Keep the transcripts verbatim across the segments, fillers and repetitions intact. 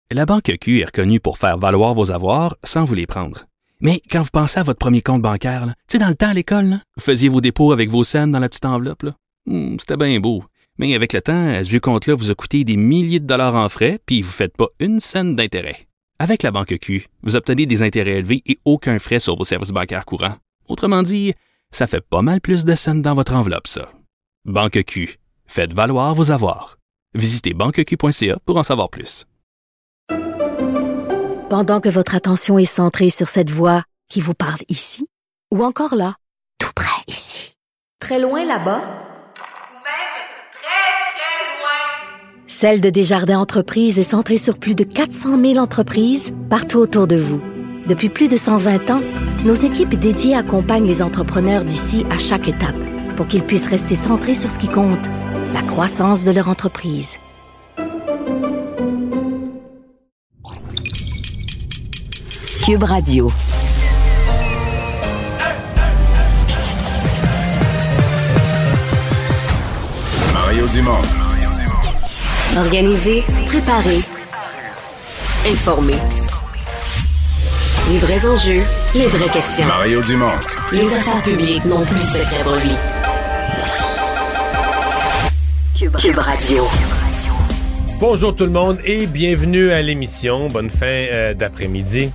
La Banque Q est reconnue pour faire valoir vos avoirs sans vous les prendre. Mais quand vous pensez à votre premier compte bancaire, tu sais, dans le temps à l'école, là, vous faisiez vos dépôts avec vos scènes dans la petite enveloppe. Là. Hum, c'était bien beau. Mais avec le temps, ce vieux compte-là vous a coûté des milliers de dollars en frais, puis vous ne faites pas une scène d'intérêt. Avec la Banque Q, vous obtenez des intérêts élevés et aucun frais sur vos services bancaires courants. Autrement dit, ça fait pas mal plus de scènes dans votre enveloppe, ça. Banque Q. Faites valoir vos avoirs. Visitez banque q point c a pour en savoir plus. Pendant que votre attention est centrée sur cette voix qui vous parle ici, ou encore là, tout près ici, très loin là-bas, ou même très, très loin, Celle de Desjardins Entreprises est centrée sur plus de quatre cent mille entreprises partout autour de vous. Depuis plus de cent vingt ans, nos équipes dédiées accompagnent les entrepreneurs d'ici à chaque étape pour qu'ils puissent rester centrés sur ce qui compte, la croissance de leur entreprise. Cube Radio. Mario Dumont. Organiser, préparer, informer. Les vrais enjeux, les vraies questions. Mario Dumont. Les affaires publiques n'ont plus de secret pour lui. Cube, Cube Radio. Bonjour tout le monde et bienvenue à l'émission. Bonne fin euh, d'après-midi.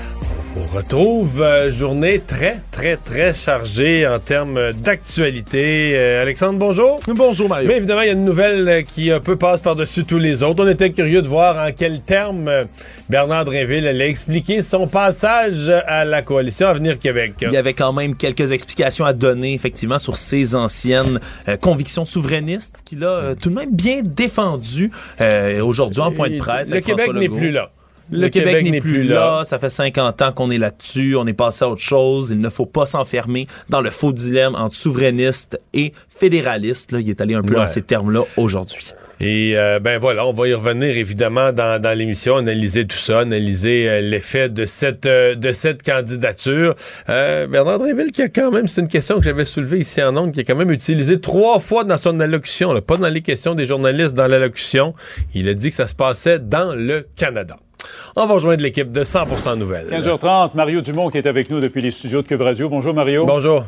On retrouve euh, journée très, très, très chargée en termes d'actualité. Euh, Alexandre, bonjour. Bonjour, Mario. Mais évidemment, il y a une nouvelle qui un peu passe par-dessus tous les autres. On était curieux de voir en quels termes euh, Bernard Drinville allait expliquer son passage à la coalition Avenir Québec. Il y avait quand même quelques explications à donner, effectivement, sur ses anciennes euh, convictions souverainistes qu'il a euh, tout de même bien défendues euh, aujourd'hui en point de presse. Le Québec n'est plus là. Le, le Québec, Québec n'est plus, plus là. là. Ça fait cinquante ans qu'on est là-dessus. On est passé à autre chose. Il ne faut pas s'enfermer dans le faux dilemme entre souverainiste et fédéraliste. Là, il est allé un peu ouais. dans ces termes-là aujourd'hui. Et euh, ben voilà, on va y revenir évidemment dans, dans l'émission, analyser tout ça, analyser euh, l'effet de cette euh, de cette candidature. Euh, Bernard Drinville, qui a quand même, c'est une question que j'avais soulevée ici en ondes, qui a quand même utilisé trois fois dans son allocution, là, pas dans les questions des journalistes, dans l'allocution, il a dit que ça se passait dans le Canada. On va rejoindre l'équipe de cent pour cent Nouvelles. quinze heures trente, Mario Dumont qui est avec nous depuis les studios de Cube Radio. Bonjour Mario. Bonjour.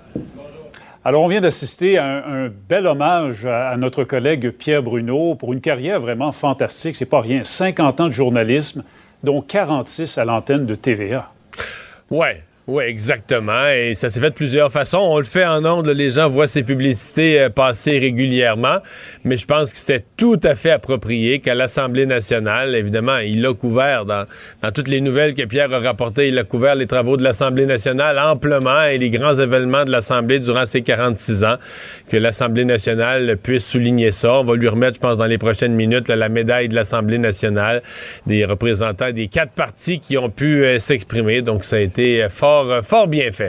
Alors, on vient d'assister à un, un bel hommage à, à notre collègue Pierre Bruno pour une carrière vraiment fantastique. C'est pas rien. cinquante ans de journalisme, dont quarante-six à l'antenne de T V A. Ouais. Oui, exactement. Et ça s'est fait de plusieurs façons. On le fait en ondes, les gens voient ces publicités euh, passer régulièrement, mais je pense que c'était tout à fait approprié qu'à l'Assemblée nationale, évidemment, il l'a couvert dans, dans toutes les nouvelles que Pierre a rapportées, il a couvert les travaux de l'Assemblée nationale amplement et les grands événements de l'Assemblée durant ses quarante-six ans, que l'Assemblée nationale puisse souligner ça. On va lui remettre, je pense, dans les prochaines minutes, là, la médaille de l'Assemblée nationale, des représentants des quatre partis qui ont pu euh, s'exprimer. Donc, ça a été euh, fort fort bien fait.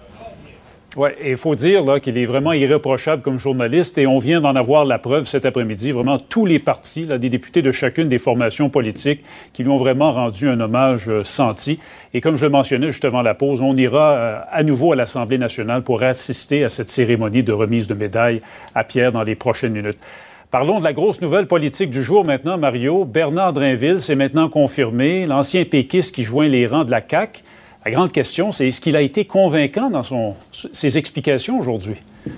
Oui, et il faut dire là, qu'il est vraiment irréprochable comme journaliste et on vient d'en avoir la preuve cet après-midi. Vraiment, tous les partis, là, des députés de chacune des formations politiques qui lui ont vraiment rendu un hommage euh, senti. Et comme je le mentionnais juste avant la pause, on ira euh, à nouveau à l'Assemblée nationale pour assister à cette cérémonie de remise de médaille à Pierre dans les prochaines minutes. Parlons de la grosse nouvelle politique du jour maintenant, Mario. Bernard Drinville s'est maintenant confirmé, l'ancien péquiste qui joint les rangs de la C A Q. La grande question, c'est est-ce qu'il a été convaincant dans son, ses explications aujourd'hui?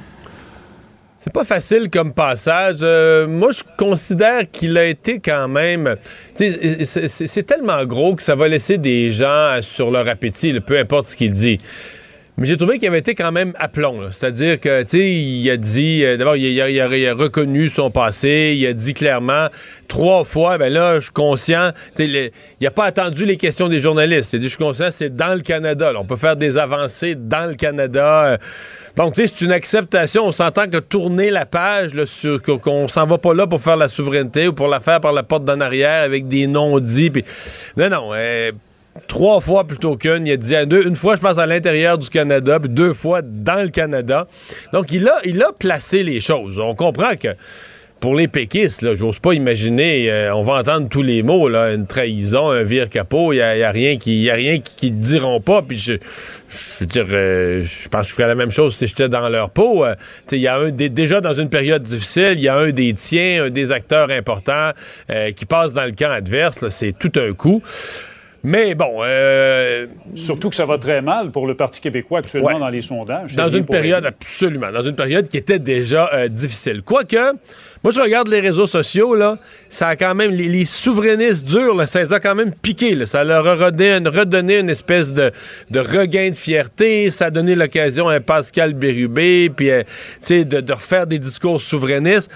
C'est pas facile comme passage. Euh, moi, je considère qu'il a été quand même... C'est, c'est, c'est tellement gros que ça va laisser des gens sur leur appétit, là, peu importe ce qu'il dit. Mais j'ai trouvé qu'il avait été quand même à plomb. Là. C'est-à-dire que, tu sais, il a dit... Euh, d'abord, il a, il, a, il a reconnu son passé. Il a dit clairement, trois fois, ben là, je suis conscient... Tu sais, il n'a pas attendu les questions des journalistes. Il a dit, je suis conscient, c'est dans le Canada. Là. On peut faire des avancées dans le Canada. Donc, tu sais, c'est une acceptation. On s'entend que tourner la page, là, sur, qu'on s'en va pas là pour faire la souveraineté ou pour la faire par la porte d'en arrière avec des non-dits. Pis... Non, non... Euh, Trois fois plutôt qu'une. Il a dit à deux, une fois, je pense, à l'intérieur du Canada, puis deux fois dans le Canada. Donc, il a, il a placé les choses. On comprend que pour les péquistes, là, j'ose pas imaginer, euh, on va entendre tous les mots, là, une trahison, un vire-capot, il y a, y a rien qui, y a rien qui, qui diront pas, puis je, je veux dire, euh, je pense que je ferais la même chose si j'étais dans leur peau. Euh, il y a un des, déjà dans une période difficile, il y a un des tiens, un des acteurs importants euh, qui passe dans le camp adverse, là, c'est tout un coup. Mais bon... Euh, Surtout que ça va très mal pour le Parti québécois actuellement ouais, dans les sondages. Dans une période, absolument, dans une période qui était déjà euh, difficile. Quoique, moi je regarde les réseaux sociaux, là, ça a quand même... Les, les souverainistes durs, là, ça les a quand même piqués. Là, ça leur a redonné, redonné une espèce de, de regain de fierté. Ça a donné l'occasion à Pascal Bérubé, puis euh, de, de refaire des discours souverainistes.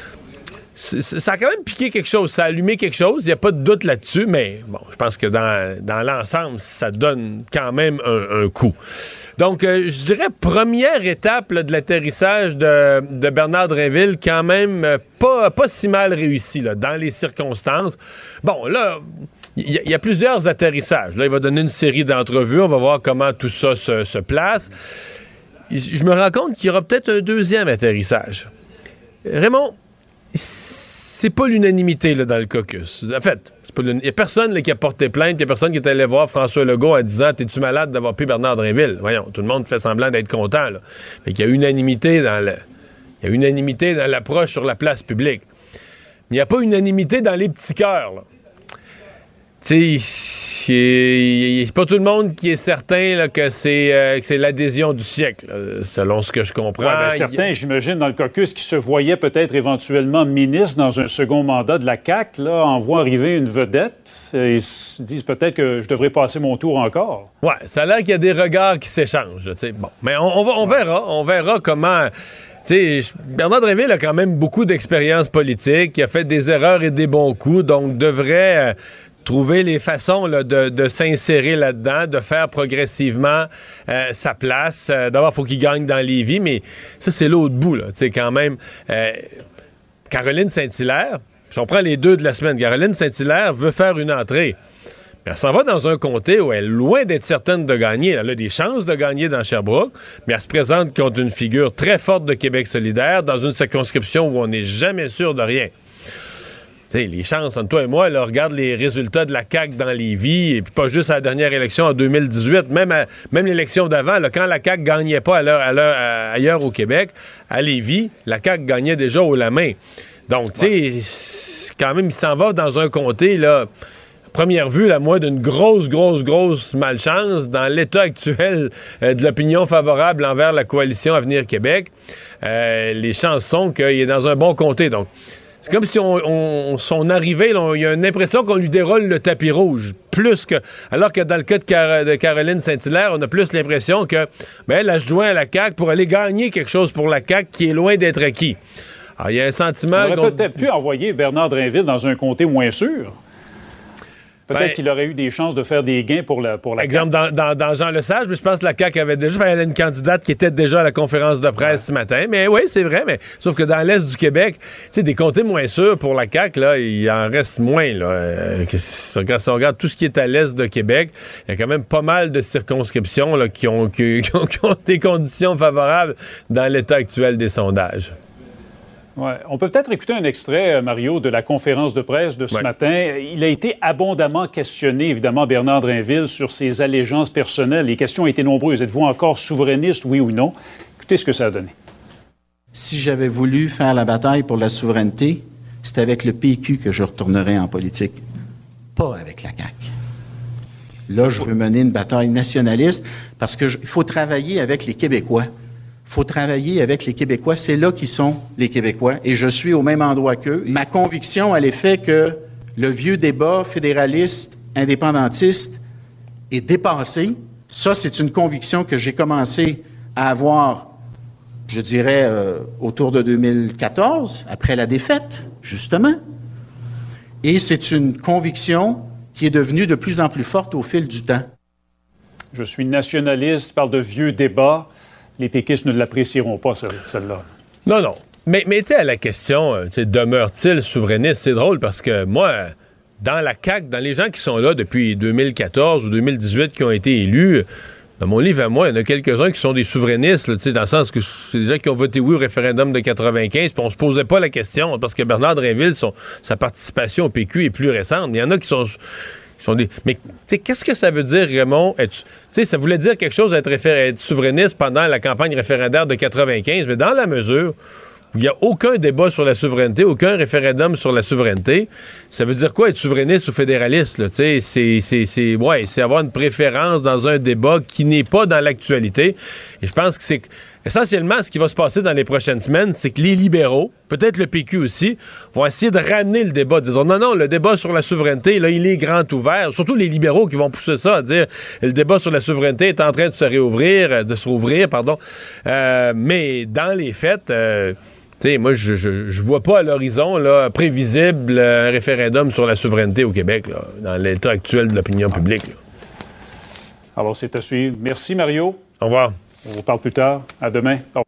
Ça a quand même piqué quelque chose, ça a allumé quelque chose, il n'y a pas de doute là-dessus, mais bon, je pense que dans, dans l'ensemble, ça donne quand même un, un coup. Donc, euh, je dirais première étape là, de l'atterrissage de, de Bernard Drinville, quand même euh, pas, pas si mal réussi là, dans les circonstances. Bon, là... Il y, y a plusieurs atterrissages. Là, il va donner une série d'entrevues, on va voir comment tout ça se, se place. Je me rends compte qu'il y aura peut-être un deuxième atterrissage. Raymond, c'est pas l'unanimité là, dans le caucus. En fait, il n'y a personne là, qui a porté plainte, il n'y a personne qui est allé voir François Legault en disant « T'es-tu malade d'avoir pris Bernard Drinville? » Voyons, tout le monde fait semblant d'être content. Là. Fait qu'il y a unanimité dans le, il y a unanimité dans l'approche sur la place publique. Mais il n'y a pas unanimité dans les petits cœurs. Là. Tu sais, c'est pas tout le monde qui est certain là, que, c'est, euh, que c'est l'adhésion du siècle, là, selon ce que je comprends. Ouais, ben, certains, j'imagine, dans le caucus, qui se voyaient peut-être éventuellement ministres dans un second mandat de la C A Q, là, en voient arriver une vedette, et se disent peut-être que je devrais passer mon tour encore. Ouais, ça a l'air qu'il y a des regards qui s'échangent. Tu sais. Bon, mais on, on, va, on ouais. verra, on verra comment... Tu sais, Bernard Drinville a quand même beaucoup d'expérience politique, il a fait des erreurs et des bons coups, donc devrait... Euh, trouver les façons là, de, de s'insérer là-dedans, de faire progressivement euh, sa place. Euh, d'abord, il faut qu'il gagne dans Lévis, mais ça, c'est l'autre bout, là. Tu sais, quand même, euh, Caroline Saint-Hilaire, si on prend les deux de la semaine, Caroline Saint-Hilaire veut faire une entrée. Mais elle s'en va dans un comté où elle est loin d'être certaine de gagner. Elle a des chances de gagner dans Sherbrooke, mais elle se présente contre une figure très forte de Québec solidaire dans une circonscription où on n'est jamais sûr de rien. T'sais, les chances entre toi et moi, là, regarde les résultats de la C A Q dans Lévis, et puis pas juste à la dernière élection en deux mille dix-huit, même, à, même l'élection d'avant, là, quand la C A Q gagnait pas à l'heure, à l'heure, à, ailleurs au Québec, à Lévis, la C A Q gagnait déjà haut la main. Donc, tu sais, ouais. quand même, il s'en va dans un comté, là, première vue, la moins d'une grosse, grosse, grosse malchance dans l'état actuel euh, de l'opinion favorable envers la coalition Avenir Québec. Euh, les chances sont qu'il est dans un bon comté, donc... C'est comme si on, on, son arrivée, il y a une impression qu'on lui déroule le tapis rouge. Plus que. Alors que dans le cas de, Car- de Caroline Saint-Hilaire, on a plus l'impression que ben, elle a joint à la C A Q pour aller gagner quelque chose pour la C A Q qui est loin d'être acquis. Alors, il y a un sentiment. On aurait peut-être pu envoyer Bernard Drinville dans un comté moins sûr. Peut-être ben, qu'il aurait eu des chances de faire des gains pour la pour la exemple, C A Q. Dans, dans, dans Jean Lesage, mais je pense que la C A Q avait déjà... Elle a une candidate qui était déjà à la conférence de presse ouais. ce matin. Mais oui, c'est vrai, mais sauf que dans l'Est du Québec, tu sais, des comtés moins sûrs pour la C A Q, là, il en reste moins. Là. Euh, quand on regarde tout ce qui est à l'Est de Québec, il y a quand même pas mal de circonscriptions là, qui, ont, qui, qui, ont, qui ont des conditions favorables dans l'état actuel des sondages. Ouais. On peut peut-être écouter un extrait, Mario, de la conférence de presse de ce ouais. matin. Il a été abondamment questionné, évidemment, Bernard Drinville, sur ses allégeances personnelles. Les questions ont été nombreuses. Êtes-vous encore souverainiste, oui ou non? Écoutez ce que ça a donné. Si j'avais voulu faire la bataille pour la souveraineté, c'est avec le P Q que je retournerais en politique, pas avec la C A Q. Là, je veux mener une bataille nationaliste parce qu'il faut travailler avec les Québécois. Il faut travailler avec les Québécois. C'est là qu'ils sont, les Québécois. Et je suis au même endroit qu'eux. Ma conviction, elle est faite que le vieux débat fédéraliste, indépendantiste est dépassé. Ça, c'est une conviction que j'ai commencé à avoir, je dirais, euh, autour de deux mille quatorze, après la défaite, justement. Et c'est une conviction qui est devenue de plus en plus forte au fil du temps. Je suis nationaliste, parle de vieux débats. Les péquistes ne l'apprécieront pas, celle-là. Non, non. Mais, mais tu sais, à la question, demeure-t-il souverainiste? C'est drôle parce que moi, dans la C A Q, dans les gens qui sont là depuis deux mille quatorze ou deux mille dix-huit qui ont été élus, dans mon livre à moi, il y en a quelques-uns qui sont des souverainistes, là, dans le sens que c'est des gens qui ont voté oui au référendum de quatre-vingt-quinze, puis on se posait pas la question, parce que Bernard Drinville, son, sa participation au P Q est plus récente. Mais il y en a qui sont... Qui sont des... Mais qu'est-ce que ça veut dire, Raymond? Tu sais, ça voulait dire quelque chose d'être réfé- être souverainiste pendant la campagne référendaire de quatre-vingt-quinze, mais dans la mesure... Il n'y a aucun débat sur la souveraineté, aucun référendum sur la souveraineté. Ça veut dire quoi être souverainiste ou fédéraliste? Là? C'est, c'est, c'est, ouais, c'est avoir une préférence dans un débat qui n'est pas dans l'actualité. Et je pense que c'est essentiellement ce qui va se passer dans les prochaines semaines, c'est que les libéraux, peut-être le P Q aussi, vont essayer de ramener le débat, de dire non, non, le débat sur la souveraineté, là, il est grand ouvert. Surtout les libéraux qui vont pousser ça, à dire le débat sur la souveraineté est en train de se réouvrir, de se rouvrir, pardon. Euh, mais dans les faits... Euh, Tu sais, moi, je, je, je vois pas à l'horizon là, prévisible un référendum sur la souveraineté au Québec, là, dans l'état actuel de l'opinion publique. Là. Alors, c'est à suivre. Merci, Mario. Au revoir. On vous parle plus tard. À demain. Au revoir.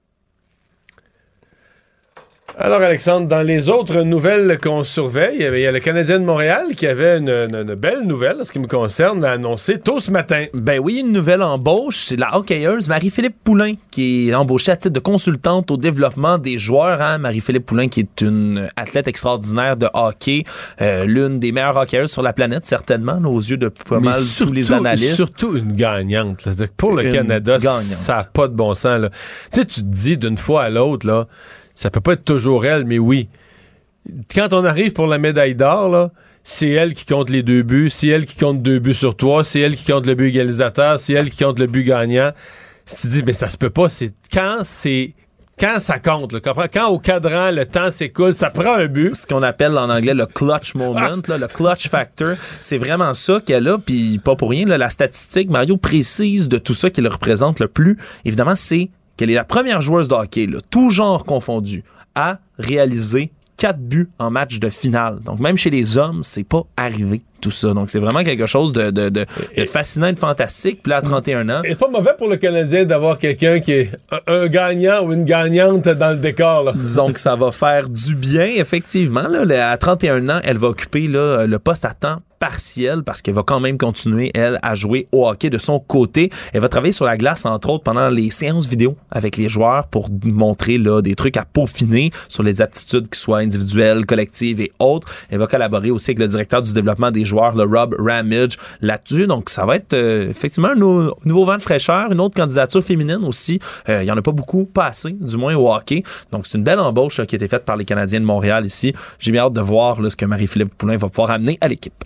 Alors, Alexandre, dans les autres nouvelles qu'on surveille, il y a le Canadien de Montréal qui avait une, une, une belle nouvelle, en ce qui me concerne, à annoncer tôt ce matin. Ben oui, une nouvelle embauche. C'est la hockeyeuse Marie-Philippe Poulain qui est embauchée à titre de consultante au développement des joueurs. Hein? Marie-Philippe Poulain qui est une athlète extraordinaire de hockey, euh, l'une des meilleures hockeyeuses sur la planète, certainement, là, aux yeux de pas Mais mal surtout, tous les analystes. Surtout une gagnante. Là. Pour le Une Canada, gagnante. ça n'a pas de bon sens. Là. Tu sais, tu te dis d'une fois à l'autre, là, ça peut pas être toujours elle, mais oui. Quand on arrive pour la médaille d'or, là, c'est elle qui compte les deux buts, c'est elle qui compte deux buts sur trois, c'est elle qui compte le but égalisateur, c'est elle qui compte le but gagnant. Si tu dis, mais ça se peut pas, c'est quand c'est... Quand ça compte, là, quand au cadran, le temps s'écoule, ça prend un but. Ce qu'on appelle en anglais le clutch moment, ah. là, le clutch factor, c'est vraiment ça qu'elle a, puis pas pour rien, là, la statistique, Mario précise de tout ça qui le représente le plus, évidemment, c'est qu'elle est la première joueuse de hockey, là, tout genre confondu, à réaliser quatre buts en match de finale. Donc, même chez les hommes, c'est pas arrivé, tout ça. Donc, c'est vraiment quelque chose de, de, de, de fascinant et de fantastique. Puis là, à trente et un ans... Et c'est pas mauvais pour le Canadien d'avoir quelqu'un qui est un, un gagnant ou une gagnante dans le décor. Là. Disons que ça va faire du bien, effectivement. Là, à trente et un ans, elle va occuper là, le poste à temps partiel parce qu'elle va quand même continuer, elle, à jouer au hockey de son côté. Elle va travailler sur la glace, entre autres, pendant les séances vidéo avec les joueurs pour montrer là, des trucs à peaufiner sur les aptitudes qui soient individuelles, collectives et autres. Elle va collaborer aussi avec le directeur du développement des joueurs, le Rob Ramage, là-dessus. Donc, ça va être euh, effectivement un nou- nouveau vent de fraîcheur, une autre candidature féminine aussi. Il euh, y en a pas beaucoup, pas assez, du moins au hockey. Donc, c'est une belle embauche là, qui a été faite par les Canadiens de Montréal ici. J'ai bien hâte de voir là, ce que Marie-Philippe Poulain va pouvoir amener à l'équipe.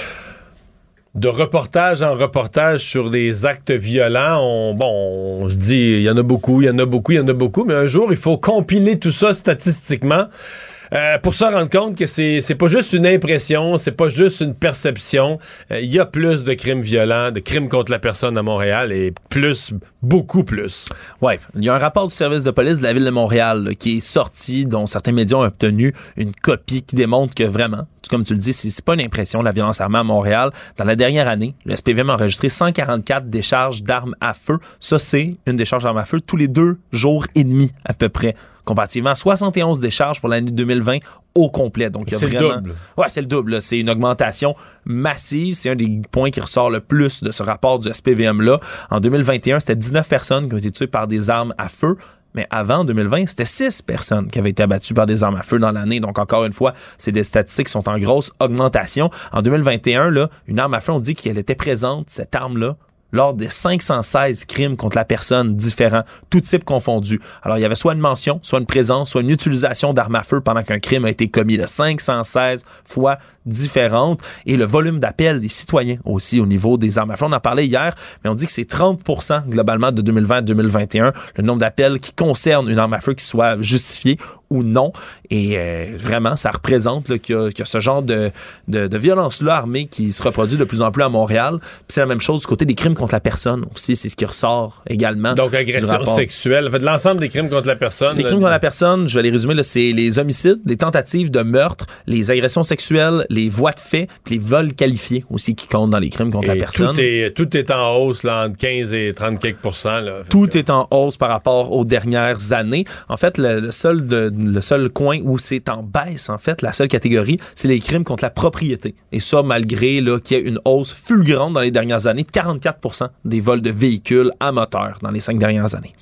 De reportage en reportage sur des actes violents, on, bon, on se dit, il y en a beaucoup, il y en a beaucoup, il y en a beaucoup, mais un jour, il faut compiler tout ça statistiquement euh, pour se rendre compte que c'est, c'est pas juste une impression, c'est pas juste une perception. Il euh, y a plus de crimes violents, de crimes contre la personne à Montréal et plus, beaucoup plus. Ouais, il y a un rapport du service de police de la Ville de Montréal là, qui est sorti, dont certains médias ont obtenu une copie qui démontre que vraiment, comme tu le dis, c'est, c'est pas une impression, la violence armée à Montréal. Dans la dernière année, le S P V M a enregistré cent quarante-quatre décharges d'armes à feu. Ça, c'est une décharge d'armes à feu tous les deux jours et demi, à peu près. Comparativement à soixante et onze décharges pour l'année deux mille vingt au complet. Donc, il y a c'est vraiment... le double. Ouais, c'est le double. Là. C'est une augmentation massive. C'est un des points qui ressort le plus de ce rapport du S P V M-là. En deux mille vingt et un, c'était dix-neuf personnes qui ont été tuées par des armes à feu. Mais avant, en deux mille vingt, c'était six personnes qui avaient été abattues par des armes à feu dans l'année. Donc, encore une fois, c'est des statistiques qui sont en grosse augmentation. En deux mille vingt et un, là, une arme à feu, on dit qu'elle était présente, cette arme-là, lors de cinq cent seize crimes contre la personne différents, tout type confondu. Alors, il y avait soit une mention, soit une présence, soit une utilisation d'armes à feu pendant qu'un crime a été commis. Là, cinq cent seize fois différentes. Et le volume d'appels des citoyens aussi au niveau des armes à feu. On en parlait hier, mais on dit que c'est trente pour cent globalement de deux mille vingt à deux mille vingt et un, le nombre d'appels qui concernent une arme à feu qui soit justifiée ou non. Et euh, vraiment, ça représente là, qu'il, y a, qu'il y a ce genre de, de, de violence-là armée qui se reproduit de plus en plus à Montréal. Puis c'est la même chose du côté des crimes contre la personne aussi. C'est ce qui ressort également. Donc, agression sexuelle. En fait, l'ensemble des crimes contre la personne. Les crimes contre la personne, je vais les résumer, là, c'est les homicides, les tentatives de meurtre, les agressions sexuelles, les voies de fait, puis les vols qualifiés aussi qui comptent dans les crimes contre et la personne. Tout est, tout est en hausse là, entre quinze et trente quelques pourcents. Là. Tout que... est en hausse par rapport aux dernières années. En fait, le, le, seul de, le seul coin où c'est en baisse, en fait, la seule catégorie, c'est les crimes contre la propriété. Et ça, malgré là, qu'il y ait une hausse fulgurante dans les dernières années de quarante-quatre pour cent des vols de véhicules à moteur dans les cinq dernières années.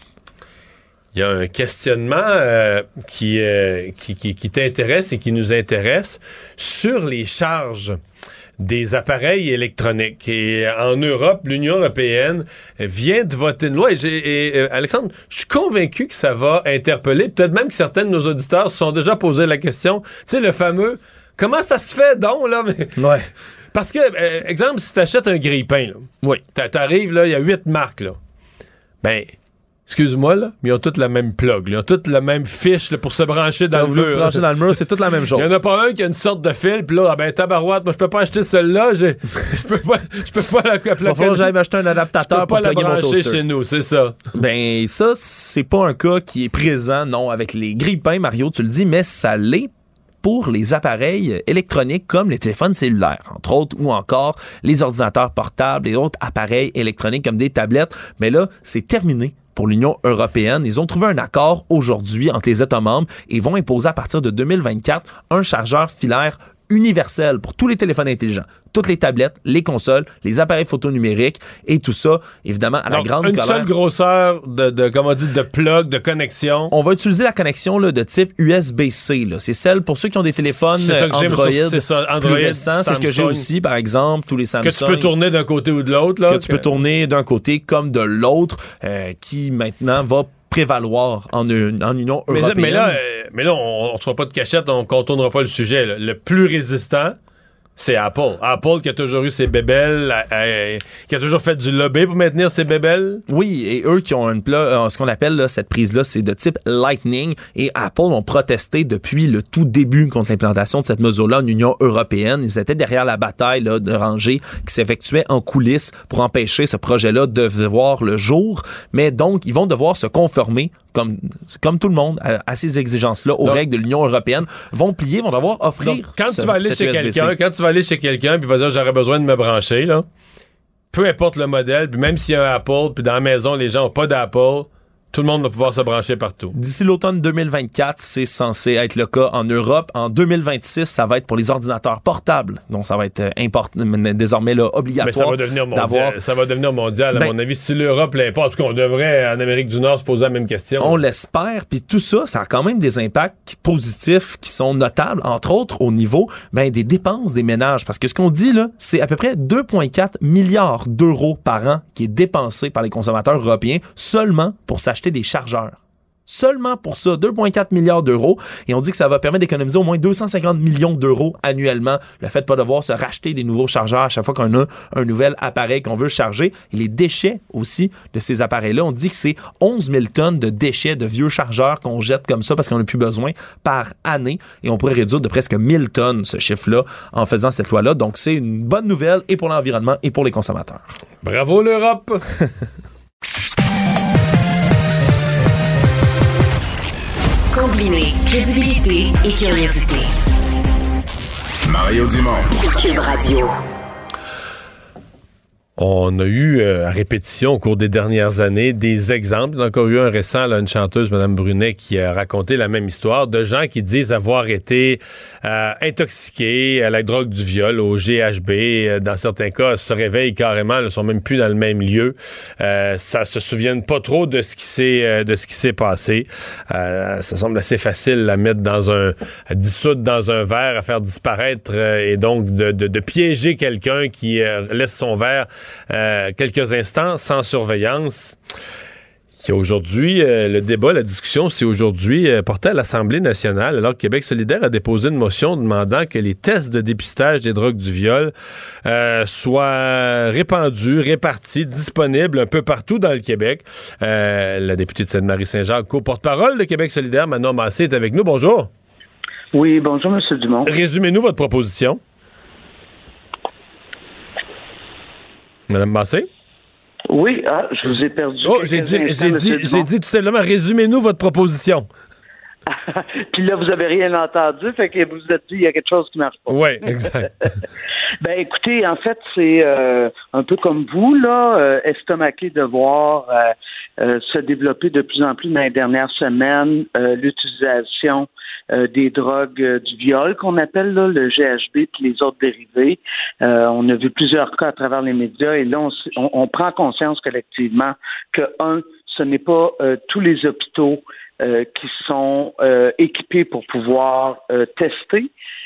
Il y a un questionnement euh, qui, euh, qui, qui, qui t'intéresse et qui nous intéresse sur les charges des appareils électroniques. Et en Europe, l'Union européenne vient de voter une loi. Et, j'ai, et euh, Alexandre, je suis convaincu que ça va interpeller, peut-être même que certains de nos auditeurs se sont déjà posé la question. Tu sais, le fameux « Comment ça se fait donc? » là, mais... Ouais. Parce que, euh, exemple, si tu achètes un grille-pain, là, oui. t'arrives, là, il y a huit marques, là. Ben... Excuse-moi, là, mais ils ont toutes la même plug. Là. Ils ont toutes la même fiche là, pour se brancher dans le mur. brancher dans le mur, c'est toute la même chose. Il n'y en a pas un qui a une sorte de fil, puis là, ah ben tabarouette, moi je peux pas acheter celle-là, je peux pas, je peux pas la plaquer. Il va falloir que j'aille m'acheter un adaptateur pour plugger mon toaster. Je peux pas la brancher chez nous, c'est ça. Ben ça, c'est pas un cas qui est présent, non, avec les grille-pains, Mario, tu le dis, mais ça l'est pour les appareils électroniques comme les téléphones cellulaires, entre autres, ou encore les ordinateurs portables et autres appareils électroniques comme des tablettes. Mais là, c'est terminé pour l'Union européenne. Ils ont trouvé un accord aujourd'hui entre les États membres et vont imposer à partir de deux mille vingt-quatre un chargeur filaire universel pour tous les téléphones intelligents, toutes les tablettes, les consoles, les appareils photo numériques et tout ça, évidemment, à Donc, la grande une colère. seule grosseur de, de, comment on dit, de plug, de connexion. On va utiliser la connexion là, de type U S B C. Là. C'est celle pour ceux qui ont des téléphones c'est Android, c'est ça, Android plus récents. C'est ce que j'ai aussi, par exemple, tous les Samsung. Que tu peux tourner d'un côté ou de l'autre. Là, que, que tu peux tourner d'un côté comme de l'autre, euh, qui maintenant va prévaloir en, en Union européenne. Mais, mais là, euh, mais là on ne se fera pas de cachette, on ne contournera pas le sujet. Là. Le plus résistant, c'est Apple. Apple qui a toujours eu ses bébelles, euh, qui a toujours fait du lobby pour maintenir ses bébelles. Oui, et eux qui ont une pla- euh, ce qu'on appelle là, cette prise-là, c'est de type Lightning. Et Apple ont protesté depuis le tout début contre l'implantation de cette mesure-là en Union européenne. Ils étaient derrière la bataille là, de rangée qui s'effectuait en coulisses pour empêcher ce projet-là de voir le jour. Mais donc, ils vont devoir se conformer comme, comme tout le monde, à, à ces exigences-là, aux donc, règles de l'Union européenne, vont plier, vont devoir offrir. Donc, quand ce, tu vas aller chez U S B C. quelqu'un, quand tu vas aller chez quelqu'un, puis vas dire j'aurais besoin de me brancher, là, peu importe le modèle, puis même s'il y a un Apple, puis dans la maison les gens n'ont pas d'Apple, tout le monde va pouvoir se brancher partout. D'ici l'automne deux mille vingt-quatre, c'est censé être le cas en Europe. En deux mille vingt-six, ça va être pour les ordinateurs portables. Donc, ça va être import- désormais là, obligatoire. Mais ça va devenir mondial. D'avoir... Ça va devenir mondial, à ben, mon avis. Si l'Europe l'importe, en tout cas, on devrait, en Amérique du Nord, se poser la même question. On l'espère. Puis tout ça, ça a quand même des impacts positifs qui sont notables, entre autres au niveau ben, des dépenses des ménages. Parce que ce qu'on dit, là, c'est à peu près deux virgule quatre milliards d'euros par an qui est dépensé par les consommateurs européens seulement pour s'acheter des chargeurs. Seulement pour ça, deux virgule quatre milliards d'euros. Et on dit que ça va permettre d'économiser au moins deux cent cinquante millions d'euros annuellement. Le fait de pas devoir se racheter des nouveaux chargeurs à chaque fois qu'on a un nouvel appareil qu'on veut charger. Et les déchets aussi de ces appareils-là, on dit que c'est onze mille tonnes de déchets de vieux chargeurs qu'on jette comme ça parce qu'on n'a plus besoin par année. Et on pourrait réduire de presque mille tonnes ce chiffre-là en faisant cette loi-là. Donc c'est une bonne nouvelle et pour l'environnement et pour les consommateurs. Bravo l'Europe! Combiner crédibilité et curiosité. Mario Dumont. Cube Radio. On a eu euh, à répétition au cours des dernières années des exemples. Il y a encore eu un récent, là, une chanteuse, Mme Brunet, qui a raconté la même histoire de gens qui disent avoir été euh, intoxiqués à la drogue du viol, au G H B. Euh, dans certains cas, se réveillent carrément, ils ne sont même plus dans le même lieu. Euh, ça se souviennent pas trop de ce qui s'est euh, de ce qui s'est passé. Euh, ça semble assez facile à mettre dans un, à dissoudre dans un verre, à faire disparaître euh, et donc de, de, de piéger quelqu'un qui euh, laisse son verre Euh, quelques instants sans surveillance. Il y a aujourd'hui, euh, le débat, la discussion, c'est aujourd'hui euh, porté à l'Assemblée nationale, alors que Québec solidaire a déposé une motion demandant que les tests de dépistage des drogues du viol euh, soient répandus, répartis, disponibles un peu partout dans le Québec. Euh, la députée de Sainte-Marie-Saint-Jacques, co-porte-parole de Québec solidaire, Manon Massé, est avec nous. Bonjour. Oui, bonjour, M. Dumont. Résumez-nous votre proposition. Madame Massé? Oui, ah, je vous ai perdu. Oh, j'ai dit, j'ai dit, j'ai dit tout simplement, résumez-nous votre proposition. Puis là, vous avez rien entendu, fait que vous vous êtes dit, il y a quelque chose qui marche pas. Oui, exact. Ben, écoutez, en fait, c'est euh, un peu comme vous, là, euh, estomaqué de voir euh, euh, se développer de plus en plus dans les dernières semaines euh, l'utilisation euh, des drogues euh, du viol qu'on appelle là, le G H B puis les autres dérivés. Euh, on a vu plusieurs cas à travers les médias et là, on, on, on prend conscience collectivement que, un, ce n'est pas euh, tous les hôpitaux euh, qui sont euh, équipés pour pouvoir euh, tester.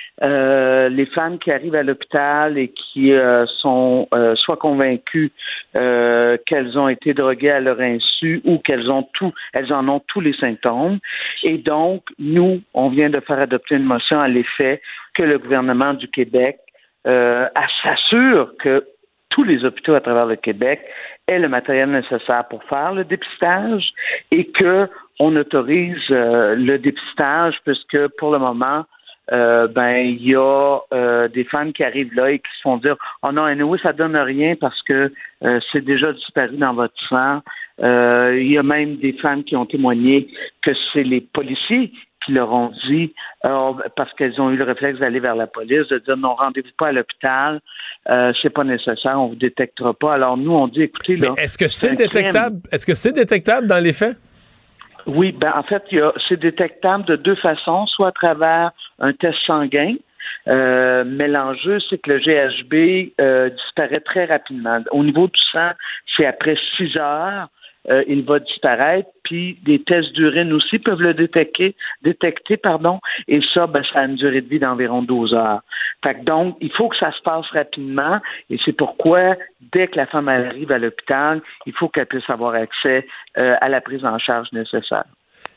Euh, les femmes qui arrivent à l'hôpital et qui euh, sont euh, soit convaincues euh, qu'elles ont été droguées à leur insu ou qu'elles ont tout, elles en ont tous les symptômes. Et donc, nous, on vient de faire adopter une motion à l'effet que le gouvernement du Québec euh, s'assure que tous les hôpitaux à travers le Québec aient le matériel nécessaire pour faire le dépistage et que on autorise euh, le dépistage puisque pour le moment Euh, ben il y a euh, des femmes qui arrivent là et qui se font dire oh non, anyway, ça donne rien parce que euh, c'est déjà disparu dans votre sang. Euh, il y a même des femmes qui ont témoigné que c'est les policiers qui leur ont dit euh, parce qu'elles ont eu le réflexe d'aller vers la police de dire non, rendez-vous pas à l'hôpital, euh, c'est pas nécessaire, on vous détectera pas. Alors nous on dit écoutez là. Mais est-ce que c'est, c'est détectable crime. Est-ce que c'est détectable dans les faits? Oui, ben en fait, il y a, c'est détectable de deux façons, soit à travers un test sanguin, euh, mais l'enjeu, c'est que le G H B euh, disparaît très rapidement. Au niveau du sang, c'est après six heures, euh, il va disparaître, puis des tests d'urine aussi peuvent le détecter, détecter, pardon, et ça, ben, ça a une durée de vie d'environ douze heures. Fait que donc, il faut que ça se passe rapidement, et c'est pourquoi, dès que la femme arrive à l'hôpital, il faut qu'elle puisse avoir accès euh, à la prise en charge nécessaire.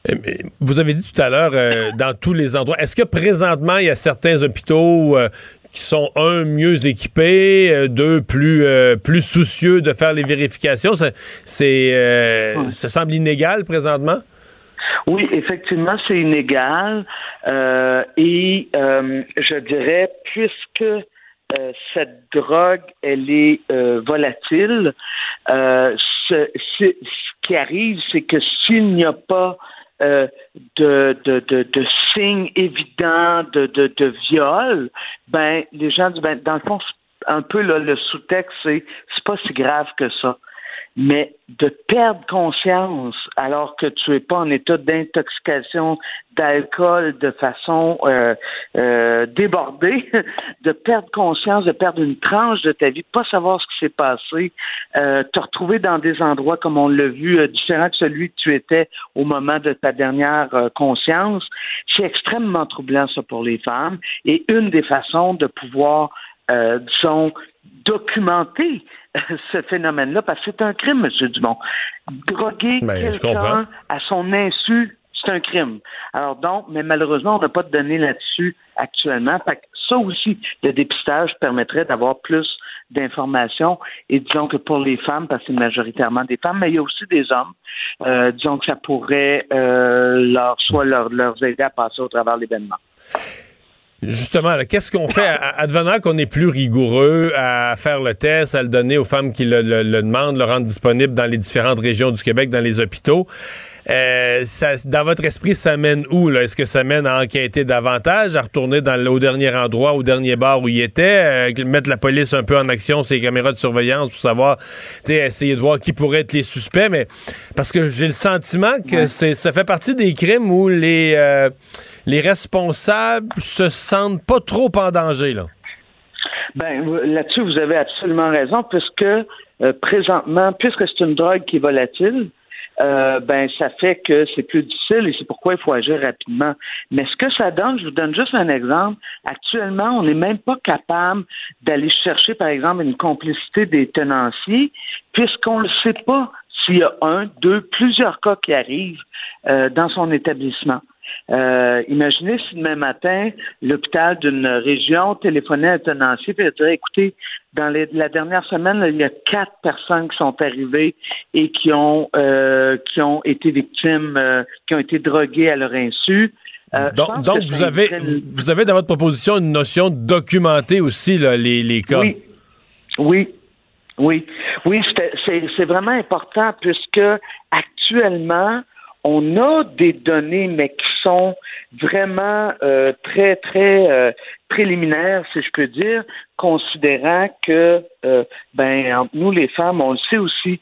Vous avez dit tout à l'heure, euh, dans tous les endroits, est-ce que présentement, il y a certains hôpitaux euh, qui sont, un, mieux équipés, euh, deux, plus euh, plus soucieux de faire les vérifications? Ça, c'est, euh, ouais. ça semble inégal présentement? Oui, effectivement, c'est inégal. Euh, et euh, je dirais, puisque euh, cette drogue, elle est euh, volatile, euh, ce, ce, ce qui arrive, c'est que s'il n'y a pas Euh, de, de, de, de signes évidents de, de, de viol, ben les gens disent, ben, dans le fond, un peu là, le sous-texte, c'est c'est pas si grave que ça. Mais de perdre conscience alors que tu es pas en état d'intoxication d'alcool de façon euh, euh, débordée, de perdre conscience, de perdre une tranche de ta vie, pas savoir ce qui s'est passé, euh, te retrouver dans des endroits comme on l'a vu, euh, différents de celui que tu étais au moment de ta dernière euh, conscience, c'est extrêmement troublant ça pour les femmes. Et une des façons de pouvoir, euh, disons, documenter ce phénomène-là, parce que c'est un crime, M. Dumont. Droguer ben, quelqu'un à son insu, c'est un crime. Alors donc, mais malheureusement, on n'a pas de données là-dessus actuellement. Fait que ça aussi, le dépistage permettrait d'avoir plus d'informations. Et disons que pour les femmes, parce que c'est majoritairement des femmes, mais il y a aussi des hommes, euh, disons que ça pourrait euh, leur, soit leur, leur aider à passer au travers de l'événement. Justement, là, qu'est-ce qu'on fait? Advenant qu'on est plus rigoureux à faire le test, à le donner aux femmes qui le, le, le demandent, le rendre disponible dans les différentes régions du Québec, dans les hôpitaux. Euh, ça, dans votre esprit, ça mène où? Là? Est-ce que ça mène à enquêter davantage, à retourner dans le, au dernier endroit, au dernier bar où il était, euh, mettre la police un peu en action sur les caméras de surveillance pour savoir, tu sais, essayer de voir qui pourraient être les suspects? Mais parce que j'ai le sentiment que ouais. c'est, ça fait partie des crimes où les... Euh, les responsables se sentent pas trop en danger, là. Ben, là-dessus, vous avez absolument raison, puisque euh, présentement, puisque c'est une drogue qui est volatile, euh, ben, ça fait que c'est plus difficile et c'est pourquoi il faut agir rapidement. Mais ce que ça donne, je vous donne juste un exemple. Actuellement, on n'est même pas capable d'aller chercher, par exemple, une complicité des tenanciers, puisqu'on ne sait pas s'il y a un, deux, plusieurs cas qui arrivent euh, dans son établissement. Euh, imaginez si demain matin, l'hôpital d'une région téléphonait à un tenancier et dirait, écoutez, dans les, la dernière semaine, là, il y a quatre personnes qui sont arrivées et qui ont euh, qui ont été victimes, euh, qui ont été droguées à leur insu. Euh, donc, donc vous avez une... vous avez dans votre proposition une notion de documenter aussi là, les, les cas. Oui, oui, oui, oui, c'est, c'est, c'est vraiment important puisque actuellement, on a des données, mais qui sont vraiment euh, très, très euh, préliminaires, si je peux dire, considérant que, euh, ben, entre nous, les femmes, on le sait aussi,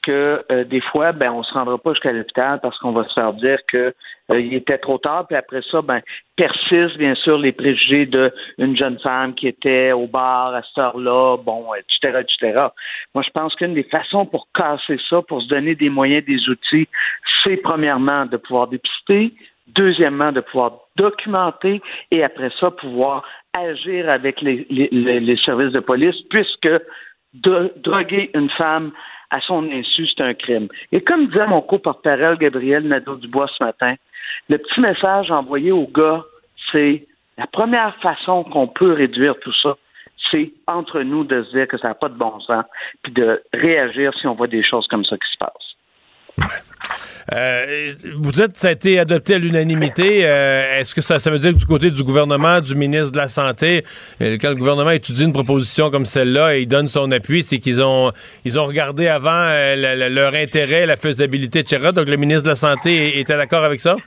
que euh, des fois, ben, on se rendra pas jusqu'à l'hôpital parce qu'on va se faire dire que euh, il était trop tard, puis après ça, ben, persistent bien sûr les préjugés d'une jeune femme qui était au bar à cette heure-là, bon, et cetera, et cetera. Moi, je pense qu'une des façons pour casser ça, pour se donner des moyens, des outils, c'est premièrement de pouvoir dépister, deuxièmement de pouvoir documenter, et après ça, pouvoir agir avec les, les, les services de police, puisque de droguer une femme à son insu, c'est un crime. Et comme disait mon co-porte-parole Gabriel Nadeau-Dubois ce matin, le petit message envoyé aux gars, c'est la première façon qu'on peut réduire tout ça, c'est entre nous de se dire que ça n'a pas de bon sens, puis de réagir si on voit des choses comme ça qui se passent. Euh, vous dites que ça a été adopté à l'unanimité. Euh, est-ce que ça, ça veut dire que du côté du gouvernement, du ministre de la Santé, quand le gouvernement étudie une proposition comme celle-là et il donne son appui, c'est qu'ils ont ils ont regardé avant euh, le, le, leur intérêt, la faisabilité, et cetera. Donc le ministre de la Santé était d'accord avec ça?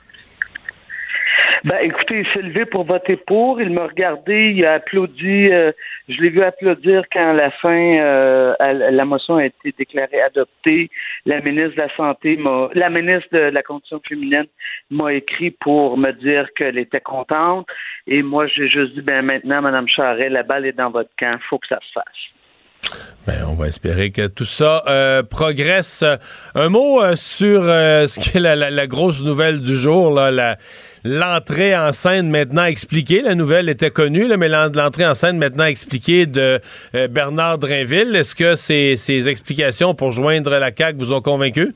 Ben, écoutez, il s'est levé pour voter pour. Il m'a regardé, il a applaudi. Euh, je l'ai vu applaudir quand à la fin, euh, la motion a été déclarée adoptée. La ministre de la Santé m'a, la ministre de la Condition féminine m'a écrit pour me dire qu'elle était contente. Et moi, j'ai juste dit, ben maintenant, Mme Charest, la balle est dans votre camp. Il faut que ça se fasse. Ben, on va espérer que tout ça euh, progresse. Un mot euh, sur euh, ce qui est la, la, la grosse nouvelle du jour, là, la, l'entrée en scène maintenant expliquée. La nouvelle était connue, là, mais l'entrée en scène maintenant expliquée de euh, Bernard Drainville. Est-ce que ces, ces explications pour joindre la C A Q vous ont convaincu?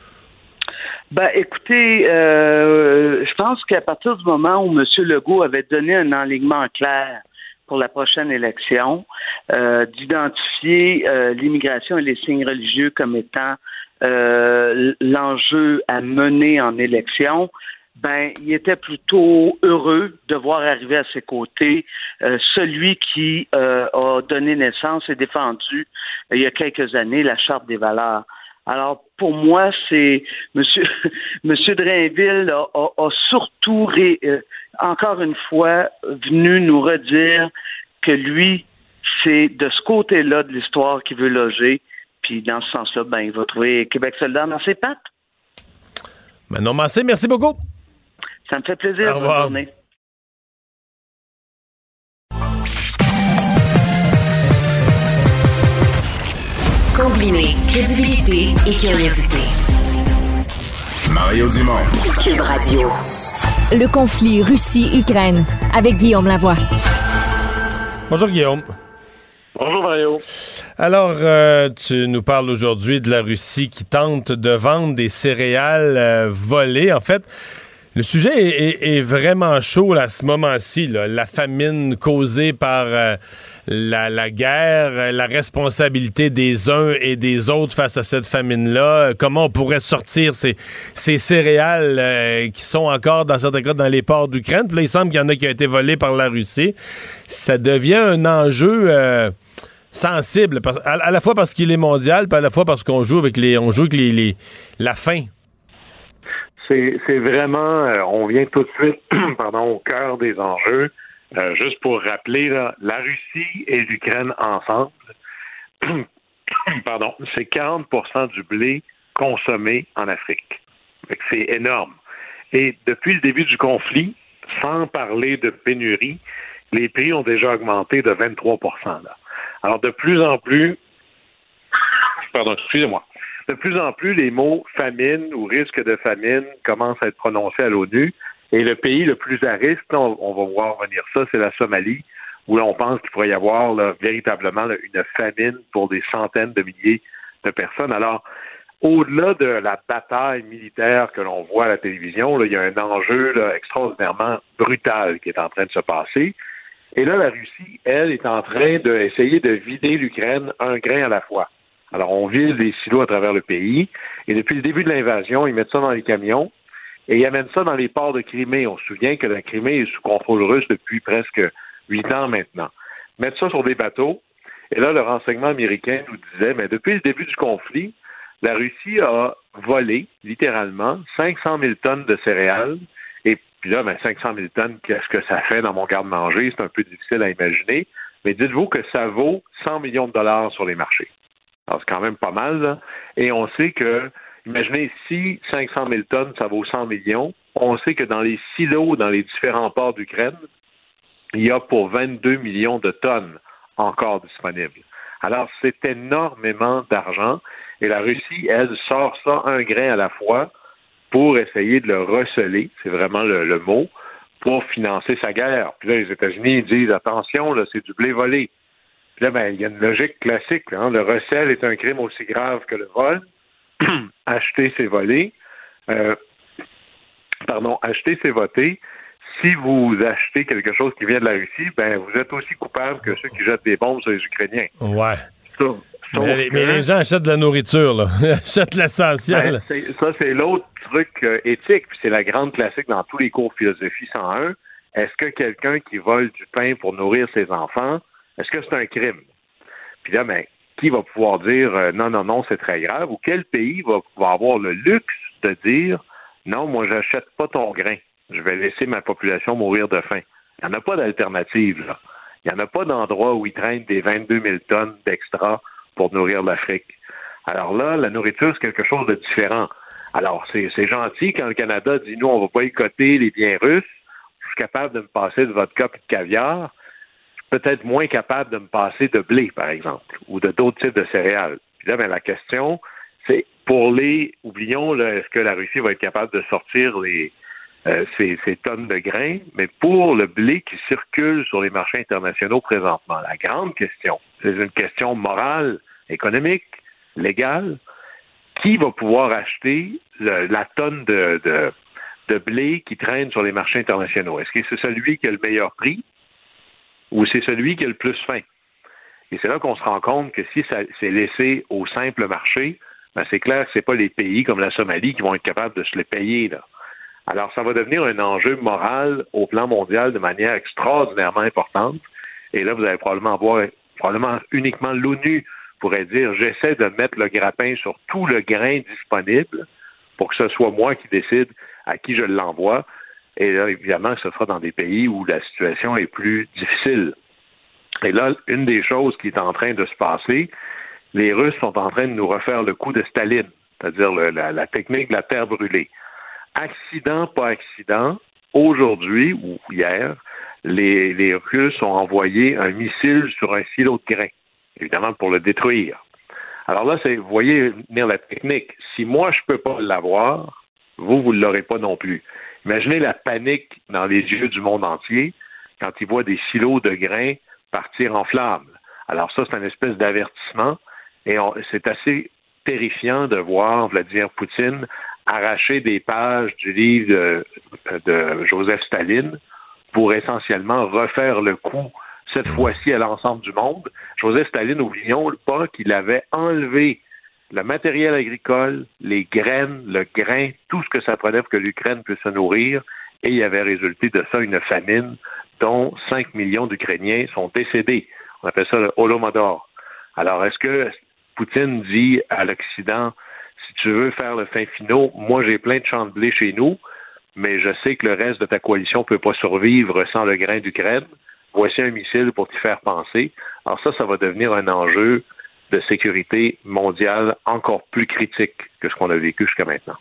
Ben, écoutez, euh, je pense qu'à partir du moment où M. Legault avait donné un enlignement clair pour la prochaine élection, euh, d'identifier euh, l'immigration et les signes religieux comme étant euh, l'enjeu à mener en élection, ben, il était plutôt heureux de voir arriver à ses côtés euh, celui qui euh, a donné naissance et défendu euh, il y a quelques années la Charte des valeurs. Alors, pour moi, c'est Monsieur Monsieur Drainville a, a, a surtout, ré, euh, encore une fois, venu nous redire que lui, c'est de ce côté-là de l'histoire qu'il veut loger. Puis, dans ce sens-là, ben, il va trouver Québec solidaire dans ses pattes. Manon Massé, merci beaucoup. Ça me fait plaisir. Au revoir. Bonne journée. Combiner crédibilité et curiosité. Mario Dumont. Cube Radio. Le conflit Russie-Ukraine avec Guillaume Lavoie. Bonjour Guillaume. Bonjour Mario. Alors, euh, tu nous parles aujourd'hui de la Russie qui tente de vendre des céréales euh, volées. En fait, le sujet est, est, est vraiment chaud là, à ce moment-ci. Là. La famine causée par euh, la, la guerre, la responsabilité des uns et des autres face à cette famine-là. Comment on pourrait sortir ces, ces céréales euh, qui sont encore, dans certains cas, dans les ports d'Ukraine. Puis là, il semble qu'il y en a qui ont été volés par la Russie. Ça devient un enjeu euh, sensible, à, à la fois parce qu'il est mondial, puis à la fois parce qu'on joue avec les, on joue avec les, les, la faim. C'est, c'est vraiment, euh, on vient tout de suite pardon, au cœur des enjeux. Euh, juste pour rappeler, là, la Russie et l'Ukraine ensemble, pardon, c'est quarante pour cent du blé consommé en Afrique. C'est énorme. Et depuis le début du conflit, sans parler de pénurie, les prix ont déjà augmenté de vingt-trois pour cent. Là. Alors, de plus en plus, pardon, excusez-moi, de plus en plus, les mots famine ou risque de famine commencent à être prononcés à l'ONU. Et le pays le plus à risque, là, on, on va voir venir ça, c'est la Somalie, où là, on pense qu'il pourrait y avoir là, véritablement là, une famine pour des centaines de milliers de personnes. Alors, au-delà de la bataille militaire que l'on voit à la télévision, là, il y a un enjeu là, extraordinairement brutal qui est en train de se passer. Et là, la Russie, elle, est en train d'essayer de vider l'Ukraine un grain à la fois. Alors, on vide des silos à travers le pays, et depuis le début de l'invasion, ils mettent ça dans les camions, et ils amènent ça dans les ports de Crimée. On se souvient que la Crimée est sous contrôle russe depuis presque huit ans maintenant. Ils mettent ça sur des bateaux, et là, le renseignement américain nous disait, mais depuis le début du conflit, la Russie a volé, littéralement, cinq cent mille tonnes de céréales, et puis là, ben, cinq cent mille tonnes, qu'est-ce que ça fait dans mon garde-manger? C'est un peu difficile à imaginer, mais dites-vous que ça vaut cent millions de dollars sur les marchés. Alors, c'est quand même pas mal, là. Et on sait que, imaginez, si cinq cent mille tonnes, ça vaut cent millions, on sait que dans les silos, dans les différents ports d'Ukraine, il y a pour vingt-deux millions de tonnes encore disponibles. Alors, c'est énormément d'argent. Et la Russie, elle, sort ça un grain à la fois pour essayer de le receler, c'est vraiment le, le mot, pour financer sa guerre. Puis là, les États-Unis disent, attention, là, c'est du blé volé. Puis là, ben, il y a une logique classique. Hein? Le recel est un crime aussi grave que le vol. Acheter, c'est voler. Euh, pardon, acheter, c'est voter. Si vous achetez quelque chose qui vient de la Russie, ben vous êtes aussi coupable que ceux qui jettent des bombes sur les Ukrainiens. Ouais. Ça, mais, les, mais les gens achètent de la nourriture, là. Ils achètent l'essentiel. Ben, c'est, ça, c'est l'autre truc euh, éthique, puis c'est la grande classique dans tous les cours philosophie cent un. Est-ce que quelqu'un qui vole du pain pour nourrir ses enfants, est-ce que c'est un crime? Puis là, ben, qui va pouvoir dire euh, non, non, non, c'est très grave? Ou quel pays va, va avoir le luxe de dire non, moi, j'achète pas ton grain. Je vais laisser ma population mourir de faim. Il n'y en a pas d'alternative, là. Il n'y en a pas d'endroit où ils traînent des vingt-deux mille tonnes d'extra pour nourrir l'Afrique. Alors là, la nourriture, c'est quelque chose de différent. Alors, c'est, c'est gentil quand le Canada dit, nous, on va boycotter les biens russes. Je suis capable de me passer de vodka et de caviar. Je suis peut-être moins capable de me passer de blé, par exemple, ou de d'autres types de céréales. Puis là, ben, la question, c'est pour les, oublions, là, est-ce que la Russie va être capable de sortir les Euh, ces, ces tonnes de grains, mais pour le blé qui circule sur les marchés internationaux présentement, la grande question, c'est une question morale, économique, légale. Qui va pouvoir acheter le, la tonne de, de, de blé qui traîne sur les marchés internationaux? Est-ce que c'est celui qui a le meilleur prix ou c'est celui qui a le plus faim? Et c'est là qu'on se rend compte que si ça, c'est laissé au simple marché, ben c'est clair que c'est pas les pays comme la Somalie qui vont être capables de se les payer, là. Alors, ça va devenir un enjeu moral au plan mondial de manière extraordinairement importante. Et là, vous allez probablement voir, probablement uniquement l'ONU pourrait dire, j'essaie de mettre le grappin sur tout le grain disponible pour que ce soit moi qui décide à qui je l'envoie. Et là, évidemment, ce sera dans des pays où la situation est plus difficile. Et là, une des choses qui est en train de se passer, les Russes sont en train de nous refaire le coup de Staline, c'est-à-dire le, la, la technique de la terre brûlée. Accident, pas accident, aujourd'hui ou hier, les, les Russes ont envoyé un missile sur un silo de grains, évidemment pour le détruire. Alors là, c'est, vous voyez venir la technique. Si moi, je peux pas l'avoir, vous, vous ne l'aurez pas non plus. Imaginez la panique dans les yeux du monde entier quand ils voient des silos de grains partir en flammes. Alors ça, c'est une espèce d'avertissement et on, c'est assez terrifiant de voir Vladimir Poutine arracher des pages du livre de, de Joseph Staline pour essentiellement refaire le coup, cette fois-ci à l'ensemble du monde. Joseph Staline, oublions pas qu'il avait enlevé le matériel agricole, les graines, le grain, tout ce que ça prenait pour que l'Ukraine puisse se nourrir, et il avait résulté de ça une famine dont cinq millions d'Ukrainiens sont décédés. On appelle ça le Holodomor. Alors, est-ce que Poutine dit à l'Occident, si tu veux faire le fin finaux, moi j'ai plein de champs de blé chez nous, mais je sais que le reste de ta coalition ne peut pas survivre sans le grain d'Ukraine. Voici un missile pour t'y faire penser. Alors ça, ça va devenir un enjeu de sécurité mondiale encore plus critique que ce qu'on a vécu jusqu'à maintenant.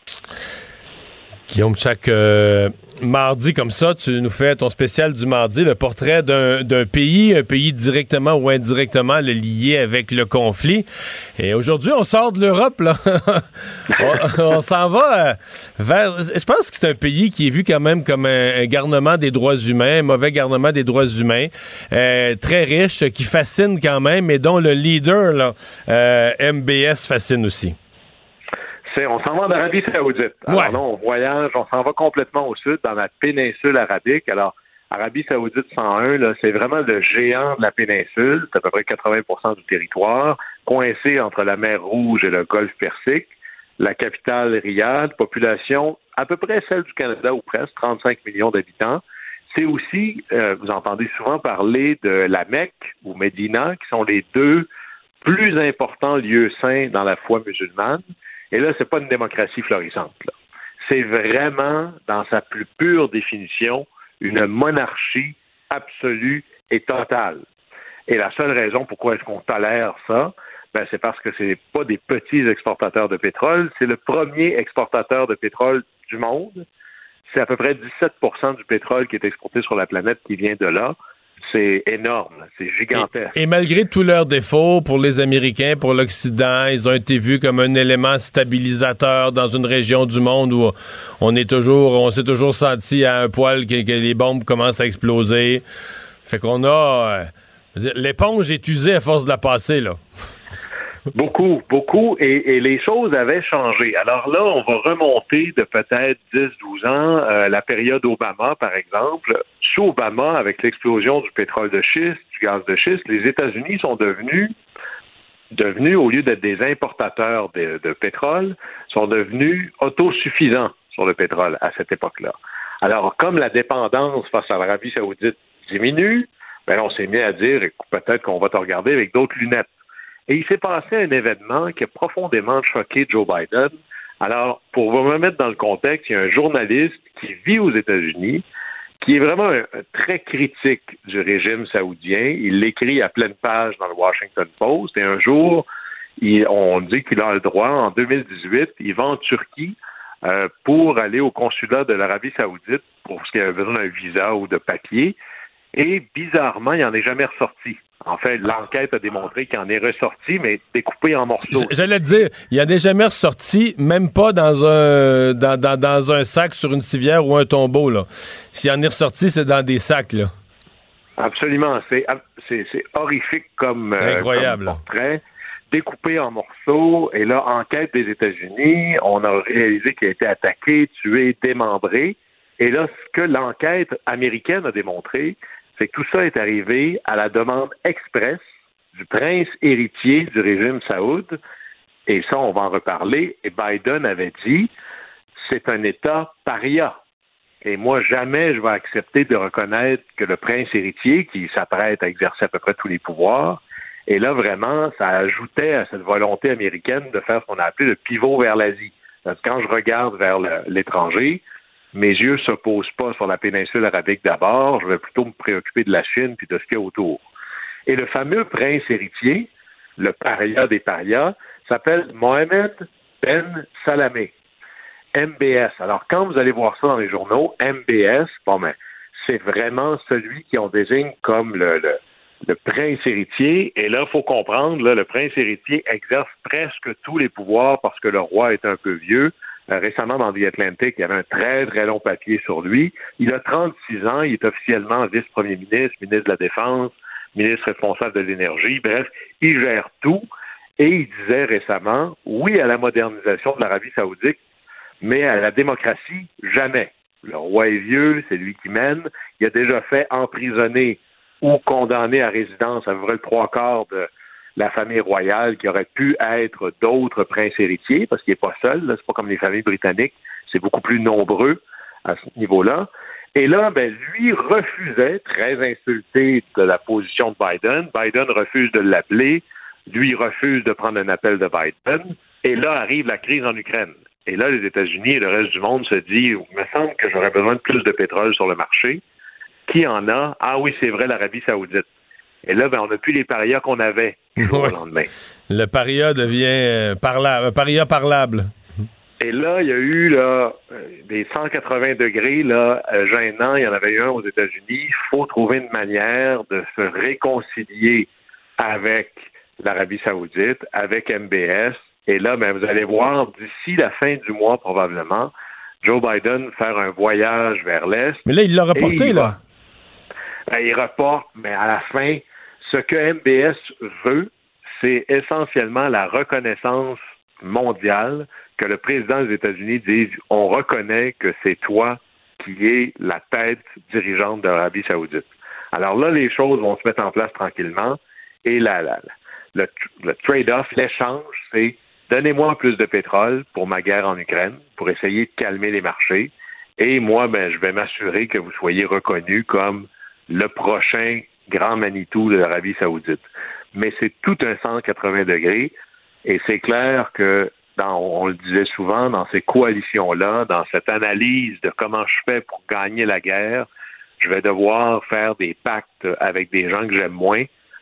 Guillaume, chaque euh, mardi comme ça, tu nous fais ton spécial du mardi, le portrait d'un, d'un pays, un pays directement ou indirectement le lié avec le conflit. Et aujourd'hui, on sort de l'Europe, là. on, on s'en va euh, vers... Je pense que c'est un pays qui est vu quand même comme un, un garnement des droits humains, un mauvais garnement des droits humains, euh, très riche, qui fascine quand même, et dont le leader, là, euh, M B S, fascine aussi. On s'en va en Arabie Saoudite. Alors ouais. Là, on voyage, on s'en va complètement au sud, dans la péninsule arabique. Alors, Arabie Saoudite cent un, là, c'est vraiment le géant de la péninsule. C'est à peu près quatre-vingts pour cent du territoire, coincé entre la mer Rouge et le golfe Persique. La capitale, Riyad, population à peu près celle du Canada ou presque, trente-cinq millions d'habitants. C'est aussi, euh, vous entendez souvent parler de la Mecque ou Médina, qui sont les deux plus importants lieux saints dans la foi musulmane. Et là, c'est pas une démocratie florissante, là. C'est vraiment, dans sa plus pure définition, une monarchie absolue et totale. Et la seule raison pourquoi est-ce qu'on tolère ça, Ben, c'est parce que c'est pas des petits exportateurs de pétrole, c'est le premier exportateur de pétrole du monde. C'est à peu près dix-sept pour cent du pétrole qui est exporté sur la planète qui vient de là. C'est énorme, c'est gigantesque. Et, et malgré tous leurs défauts, pour les Américains, pour l'Occident, ils ont été vus comme un élément stabilisateur dans une région du monde où on est toujours, on s'est toujours senti à un poil que, que les bombes commencent à exploser. Fait qu'on a... Euh, l'éponge est usée à force de la passer, là. Beaucoup, beaucoup, et, et les choses avaient changé. Alors là, on va remonter de peut-être dix douze ans, euh, la période Obama, par exemple. Sous Obama, avec l'explosion du pétrole de schiste, du gaz de schiste, les États-Unis sont devenus, devenus au lieu d'être des importateurs de, de pétrole, sont devenus autosuffisants sur le pétrole à cette époque-là. Alors, comme la dépendance face à l'Arabie saoudite diminue, ben on s'est mis à dire, peut-être qu'on va te regarder avec d'autres lunettes. Et il s'est passé un événement qui a profondément choqué Joe Biden. Alors, pour vous remettre dans le contexte, il y a un journaliste qui vit aux États-Unis, qui est vraiment un, un très critique du régime saoudien. Il l'écrit à pleine page dans le Washington Post. Et un jour, il, on dit qu'il a le droit, en deux mille dix-huit, il va en Turquie euh, pour aller au consulat de l'Arabie saoudite pour ce qu'il avait besoin d'un visa ou de papier. Et bizarrement, il n'en est jamais ressorti. En fait, l'enquête a démontré qu'il en est ressorti, mais découpé en morceaux. J'allais te dire, il n'en est jamais ressorti, même pas dans un dans, dans, dans un sac sur une civière ou un tombeau, là. S'il en est ressorti, c'est dans des sacs, là. Absolument. C'est, c'est, c'est horrifique comme, Incroyable. Euh, comme portrait. Découpé en morceaux. Et là, enquête des États-Unis, on a réalisé qu'il a été attaqué, tué, démembré. Et là, ce que l'enquête américaine a démontré, c'est que tout ça est arrivé à la demande express du prince héritier du régime saoud. Et ça, on va en reparler. Et Biden avait dit, c'est un État paria. Et moi, jamais je vais accepter de reconnaître que le prince héritier, qui s'apprête à exercer à peu près tous les pouvoirs, et là, vraiment, ça ajoutait à cette volonté américaine de faire ce qu'on a appelé le pivot vers l'Asie. Parce que quand je regarde vers le, l'étranger, mes yeux ne se posent pas sur la péninsule arabique d'abord, je vais plutôt me préoccuper de la Chine puis de ce qu'il y a autour. Et le fameux prince héritier, le paria des parias, s'appelle Mohammed Ben Salameh, M B S. Alors, quand vous allez voir ça dans les journaux, M B S, bon ben, c'est vraiment celui qui on désigne comme le, le, le prince héritier. Et là, il faut comprendre, là, le prince héritier exerce presque tous les pouvoirs parce que le roi est un peu vieux. Euh, récemment, dans The Atlantic, il y avait un très, très long papier sur lui. Il a trente-six ans, il est officiellement vice-premier ministre, ministre de la Défense, ministre responsable de l'énergie. Bref, il gère tout. Et il disait récemment, oui à la modernisation de l'Arabie saoudite, mais à la démocratie, jamais. Le roi est vieux, c'est lui qui mène. Il a déjà fait emprisonner ou condamner à résidence à peu près le trois quarts de la famille royale qui aurait pu être d'autres princes héritiers, parce qu'il n'est pas seul, là, c'est pas comme les familles britanniques, c'est beaucoup plus nombreux à ce niveau-là. Et là, ben, lui refusait, très insulté de la position de Biden. Biden refuse de l'appeler, lui refuse de prendre un appel de Biden, et là arrive la crise en Ukraine. Et là, les États-Unis et le reste du monde se disent, il me semble que j'aurais besoin de plus de pétrole sur le marché. Qui en a? Ah oui, c'est vrai, l'Arabie saoudite. Et là, ben, on n'a plus les parias qu'on avait le ouais. lendemain. Le paria devient euh, parla- paria parlable. Et là, il y a eu là, des cent quatre-vingts degrés là, gênants. Il y en avait eu un aux États-Unis. Il faut trouver une manière de se réconcilier avec l'Arabie saoudite, avec M B S. Et là, ben, vous allez voir, d'ici la fin du mois, probablement, Joe Biden faire un voyage vers l'Est. Mais là, il l'a reporté, il là. Va, ben, il reporte, mais à la fin, ce que M B S veut, c'est essentiellement la reconnaissance mondiale que le président des États-Unis dise « On reconnaît que c'est toi qui es la tête dirigeante de l'Arabie saoudite. » Alors là, les choses vont se mettre en place tranquillement et la, la, la, le, le trade-off, l'échange, c'est « Donnez-moi plus de pétrole pour ma guerre en Ukraine, pour essayer de calmer les marchés, et moi, ben, je vais m'assurer que vous soyez reconnu comme le prochain grand Manitou de l'Arabie saoudite. » Mais c'est tout un cent quatre-vingts degrés, et c'est clair que, dans, on le disait souvent, dans ces coalitions-là, dans cette analyse de comment je fais pour gagner la guerre, je vais devoir faire des pactes avec des gens que j'aime moins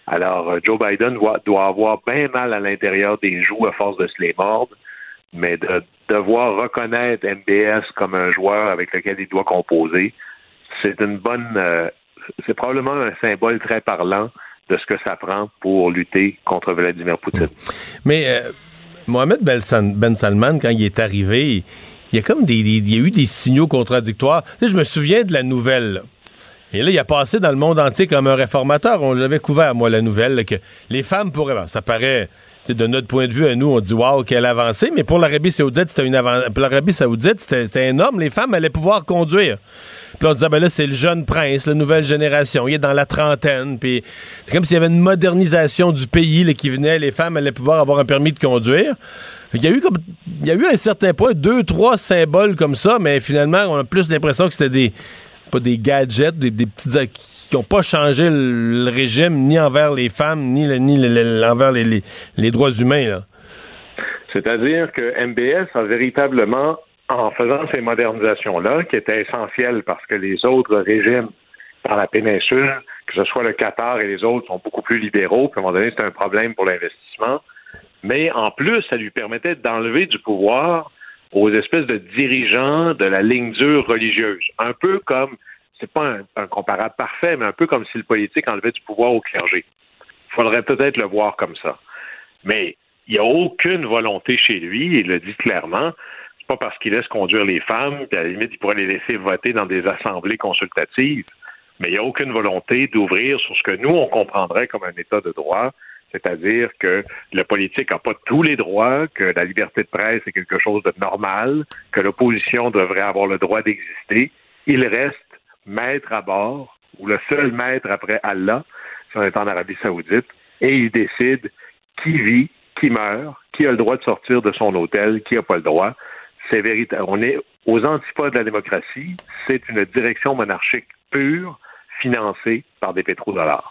Alors, euh, Joe Biden doit, doit avoir bien mal à l'intérieur des joues à force de se les mordre, mais de devoir reconnaître M B S comme un joueur avec lequel il doit composer, c'est une bonne, euh, c'est probablement un symbole très parlant de ce que ça prend pour lutter contre Vladimir Poutine. Mais euh, Mohamed Ben Salman, quand il est arrivé, il y a comme des, des, il y a eu des signaux contradictoires. Tu sais, je me souviens de la nouvelle, là. Et là, il a passé dans le monde entier comme un réformateur. On l'avait couvert, moi, la nouvelle, là, que les femmes pourraient... Ben, ça paraît... De notre point de vue, à nous, on dit « Wow, quelle avancée », mais pour l'Arabie saoudite, c'était une avancée. Pour l'Arabie saoudite, c'était, c'était énorme. Les femmes allaient pouvoir conduire. Puis là, on disait « Ben là, c'est le jeune prince, la nouvelle génération. Il est dans la trentaine. » Puis c'est comme s'il y avait une modernisation du pays là, qui venait. Les femmes allaient pouvoir avoir un permis de conduire. Il y a eu comme, il y a eu à un certain point deux, trois symboles comme ça, mais finalement, on a plus l'impression que c'était des... pas des gadgets, des, des petites... qui n'ont pas changé le, le régime ni envers les femmes, ni, le, ni le, le, envers les, les, les droits humains, là. C'est-à-dire que M B S a véritablement, en faisant ces modernisations-là, qui étaient essentielles parce que les autres régimes dans la péninsule, que ce soit le Qatar et les autres, sont beaucoup plus libéraux, puis à un moment donné, c'est un problème pour l'investissement. Mais en plus, ça lui permettait d'enlever du pouvoir aux espèces de dirigeants de la ligne dure religieuse. Un peu comme, c'est pas un, un comparable parfait, mais un peu comme si le politique enlevait du pouvoir au clergé. Il faudrait peut-être le voir comme ça. Mais il n'y a aucune volonté chez lui, il le dit clairement, c'est pas parce qu'il laisse conduire les femmes, puis à la limite, il pourrait les laisser voter dans des assemblées consultatives, mais il n'y a aucune volonté d'ouvrir sur ce que nous, on comprendrait comme un état de droit, c'est-à-dire que le politique n'a pas tous les droits, que la liberté de presse est quelque chose de normal, que l'opposition devrait avoir le droit d'exister. Il reste maître à bord, ou le seul maître après Allah, si on est en Arabie Saoudite, et il décide qui vit, qui meurt, qui a le droit de sortir de son hôtel, qui n'a pas le droit. C'est véritable. On est aux antipodes de la démocratie. C'est une direction monarchique pure, financée par des pétrodollars.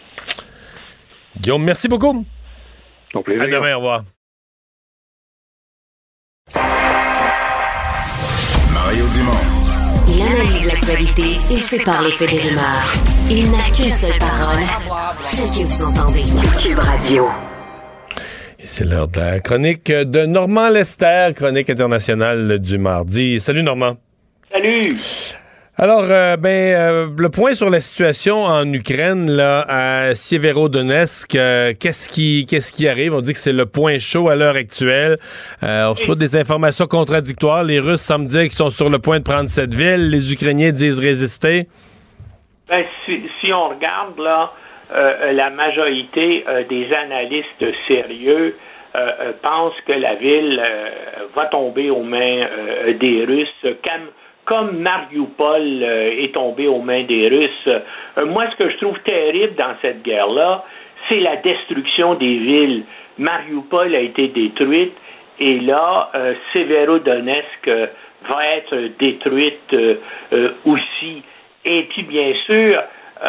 Guillaume, merci beaucoup. Au plaisir. À demain, au revoir. Mario Dumont. Il analyse l'actualité et sépare les faits des rumeurs. Il n'a qu'une seule parole, celle que vous entendez. Cube Radio. Et c'est l'heure de la chronique de Normand Lester, chronique internationale du mardi. Salut Normand. Salut. Alors, euh, ben, euh, le point sur la situation en Ukraine, là, à Sieverodonetsk, euh, qu'est-ce qui, qu'est-ce qui arrive? On dit que c'est le point chaud à l'heure actuelle. Euh, on reçoit des informations contradictoires. Les Russes semblent dire qu'ils sont sur le point de prendre cette ville. Les Ukrainiens disent résister. Ben, si, si on regarde, là, euh, la majorité euh, des analystes sérieux euh, euh, pensent que la ville euh, va tomber aux mains euh, des Russes, comme Comme Mariupol euh, est tombé aux mains des Russes. Euh, moi, ce que je trouve terrible dans cette guerre-là, c'est la destruction des villes. Mariupol a été détruite et là, euh, Severodonetsk euh, va être détruite euh, euh, aussi. Et puis, bien sûr,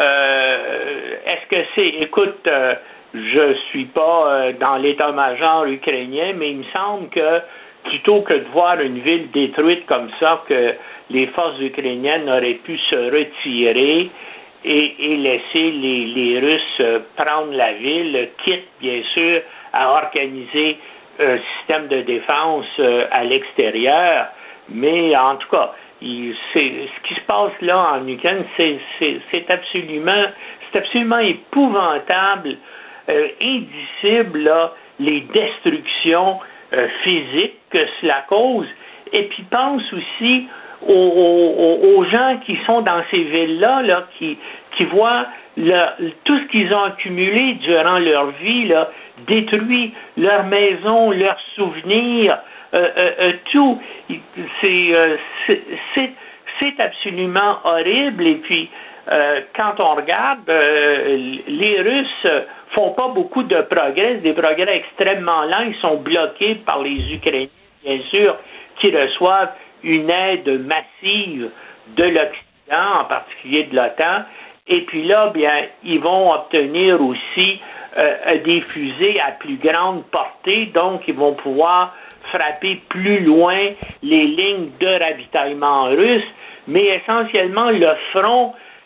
euh, est-ce que c'est... Écoute, euh, je suis pas euh, dans l'état-major ukrainien, mais il me semble que plutôt que de voir une ville détruite comme ça, que les forces ukrainiennes auraient pu se retirer et, et laisser les, les Russes prendre la ville, quitte bien sûr à organiser un système de défense à l'extérieur. Mais en tout cas, il, c'est, ce qui se passe là en Ukraine, c'est, c'est, c'est absolument, c'est absolument épouvantable, euh, indicible, là, les destructions euh, physiques que cela cause. Et puis pense aussi Aux, aux, aux gens qui sont dans ces villes-là, là, qui, qui voient leur, tout ce qu'ils ont accumulé durant leur vie, là, détruit leur maison, leurs souvenirs, euh, euh, euh, tout. C'est, euh, c'est, c'est, c'est absolument horrible. Et puis, euh, quand on regarde, euh, les Russes font pas beaucoup de progrès, des progrès extrêmement lents. Ils sont bloqués par les Ukrainiens, bien sûr, qui reçoivent une aide massive de l'Occident, en particulier de l'OTAN, et puis là, bien, ils vont obtenir aussi euh, des fusées à plus grande portée, donc ils vont pouvoir frapper plus loin les lignes de ravitaillement russes, mais essentiellement, le front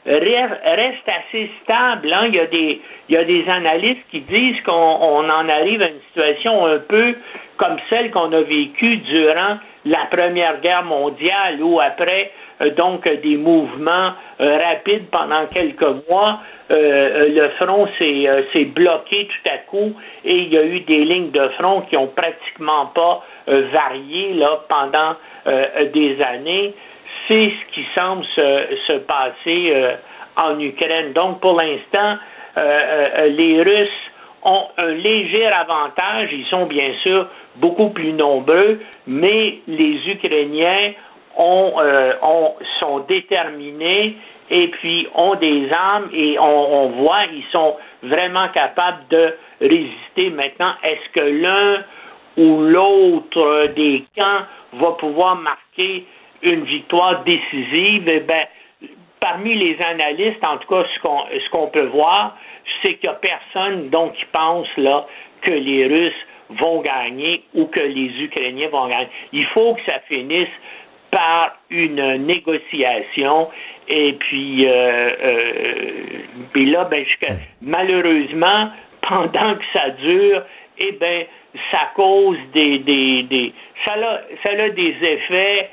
reste assez stable. Hein? Il y a des, il y a des analystes qui disent qu'on on en arrive à une situation un peu comme celle qu'on a vécue durant la Première Guerre mondiale, où après euh, donc des mouvements euh, rapides pendant quelques mois, euh, le front s'est, euh, s'est bloqué tout à coup et il y a eu des lignes de front qui ont pratiquement pas euh, varié là pendant euh, des années. C'est ce qui semble se, se passer euh, en Ukraine. Donc, pour l'instant, euh, euh, les Russes ont un léger avantage. Ils sont bien sûr beaucoup plus nombreux, mais les Ukrainiens ont, euh, ont, sont déterminés et puis ont des armes et on, on voit ils sont vraiment capables de résister. Maintenant, est-ce que l'un ou l'autre des camps va pouvoir marquer une victoire décisive? Eh bien, parmi les analystes, en tout cas, ce qu'on, ce qu'on peut voir, c'est qu'il n'y a personne donc qui pense là que les Russes vont gagner ou que les Ukrainiens vont gagner. Il faut que ça finisse par une négociation et puis, euh, euh, puis là, ben, jusqu'à, malheureusement, pendant que ça dure, eh bien, ça cause des, des, des ça a, ça a des effets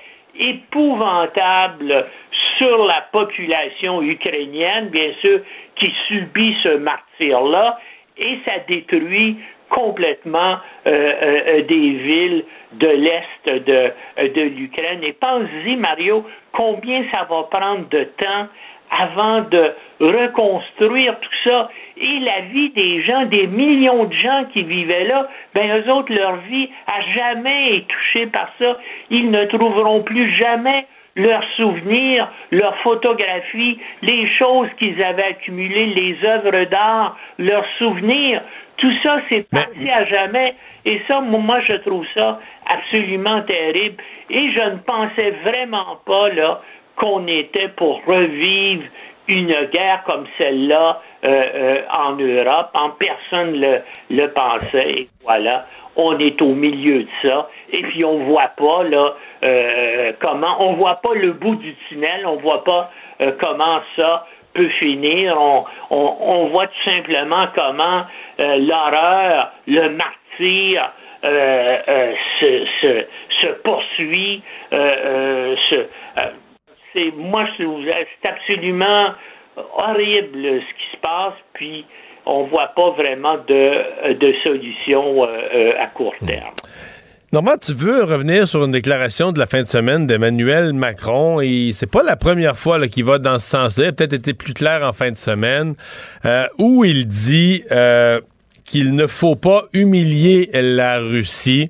épouvantables sur la population ukrainienne, bien sûr, qui subit ce martyre-là, et ça détruit complètement euh, euh, des villes de l'Est de, de l'Ukraine. Et pense-y, Mario, combien ça va prendre de temps avant de reconstruire tout ça. Et la vie des gens, des millions de gens qui vivaient là, ben eux autres, leur vie a jamais été touchée par ça. Ils ne trouveront plus jamais leurs souvenirs, leurs photographies, les choses qu'ils avaient accumulées, les œuvres d'art, leurs souvenirs. Tout ça, c'est passé Mais... à jamais. Et ça, moi, je trouve ça absolument terrible. Et je ne pensais vraiment pas, là, qu'on était pour revivre une guerre comme celle-là euh, euh, en Europe. En personne le, le pensait. Et voilà, on est au milieu de ça. Et puis on voit pas là euh, comment, on voit pas le bout du tunnel. On voit pas euh, comment ça peut finir. On, on, on voit tout simplement comment euh, l'horreur, le martyre euh, euh, se, se, se poursuit. Euh, euh, se, euh, C'est, moi, je trouve, c'est absolument horrible ce qui se passe, puis on voit pas vraiment de, de solution euh, à court terme. Normand, tu veux revenir sur une déclaration de la fin de semaine d'Emmanuel Macron, et c'est pas la première fois là, qu'il va dans ce sens-là, il a peut-être été plus clair en fin de semaine, euh, où il dit euh, qu'il ne faut pas humilier la Russie.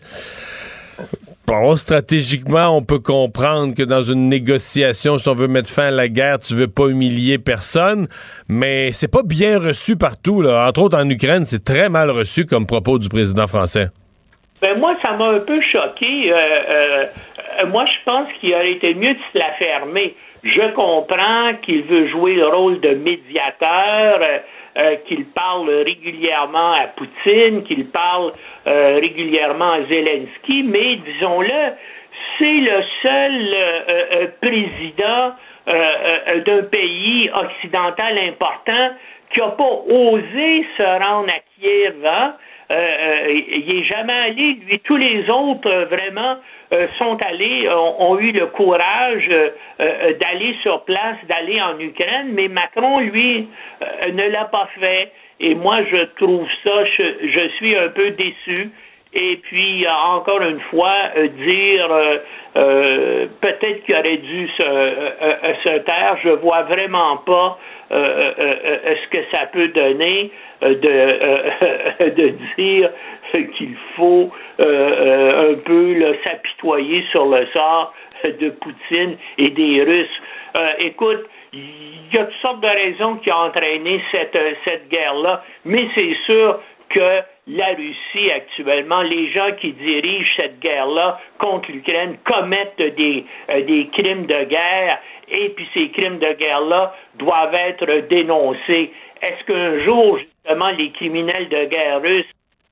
Bon, stratégiquement, on peut comprendre que dans une négociation, si on veut mettre fin à la guerre, tu veux pas humilier personne, mais c'est pas bien reçu partout, là. Entre autres, en Ukraine, c'est très mal reçu comme propos du président français. Ben moi, ça m'a un peu choqué. Euh, euh, moi, je pense qu'il aurait été mieux de se la fermer. Je comprends qu'il veut jouer le rôle de médiateur, euh, euh, qu'il parle régulièrement à Poutine, qu'il parle euh, régulièrement à Zelensky, mais disons-le, c'est le seul euh, euh, président euh, euh, d'un pays occidental important qui n'a pas osé se rendre à Kiev. Hein? Euh, euh, il n'est jamais allé, lui. Tous les autres, euh, vraiment, euh, sont allés, ont, ont eu le courage euh, euh, d'aller sur place, d'aller en Ukraine, mais Macron, lui, euh, ne l'a pas fait. Et moi, je trouve ça, je, je suis un peu déçu. Et puis, encore une fois, euh, dire euh, euh, peut-être qu'il aurait dû se, euh, euh, se taire. Je vois vraiment pas euh, euh, euh, ce que ça peut donner euh, de, euh, de dire qu'il faut euh, euh, un peu là, s'apitoyer sur le sort de Poutine et des Russes. Euh, écoute, il y a toutes sortes de raisons qui ont entraîné cette, cette guerre-là, mais c'est sûr que la Russie actuellement, les gens qui dirigent cette guerre-là contre l'Ukraine commettent des, euh, des crimes de guerre et puis ces crimes de guerre-là doivent être dénoncés. Est-ce qu'un jour, justement, les criminels de guerre russes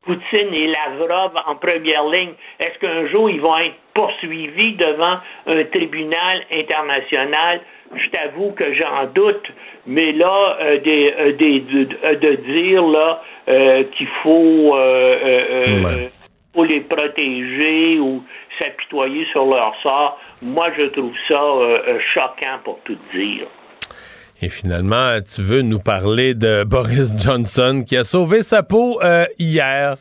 Poutine et Lavrov en première ligne. Est-ce qu'un jour, ils vont être poursuivis devant un tribunal international? Je t'avoue que j'en doute, mais là, euh, des, euh, des, de, de dire là euh, qu'il faut, euh, euh, ouais. faut les protéger ou s'apitoyer sur leur sort, moi, je trouve ça euh, choquant pour tout dire. Et finalement, tu veux nous parler de Boris Johnson qui a sauvé sa peau euh, hier.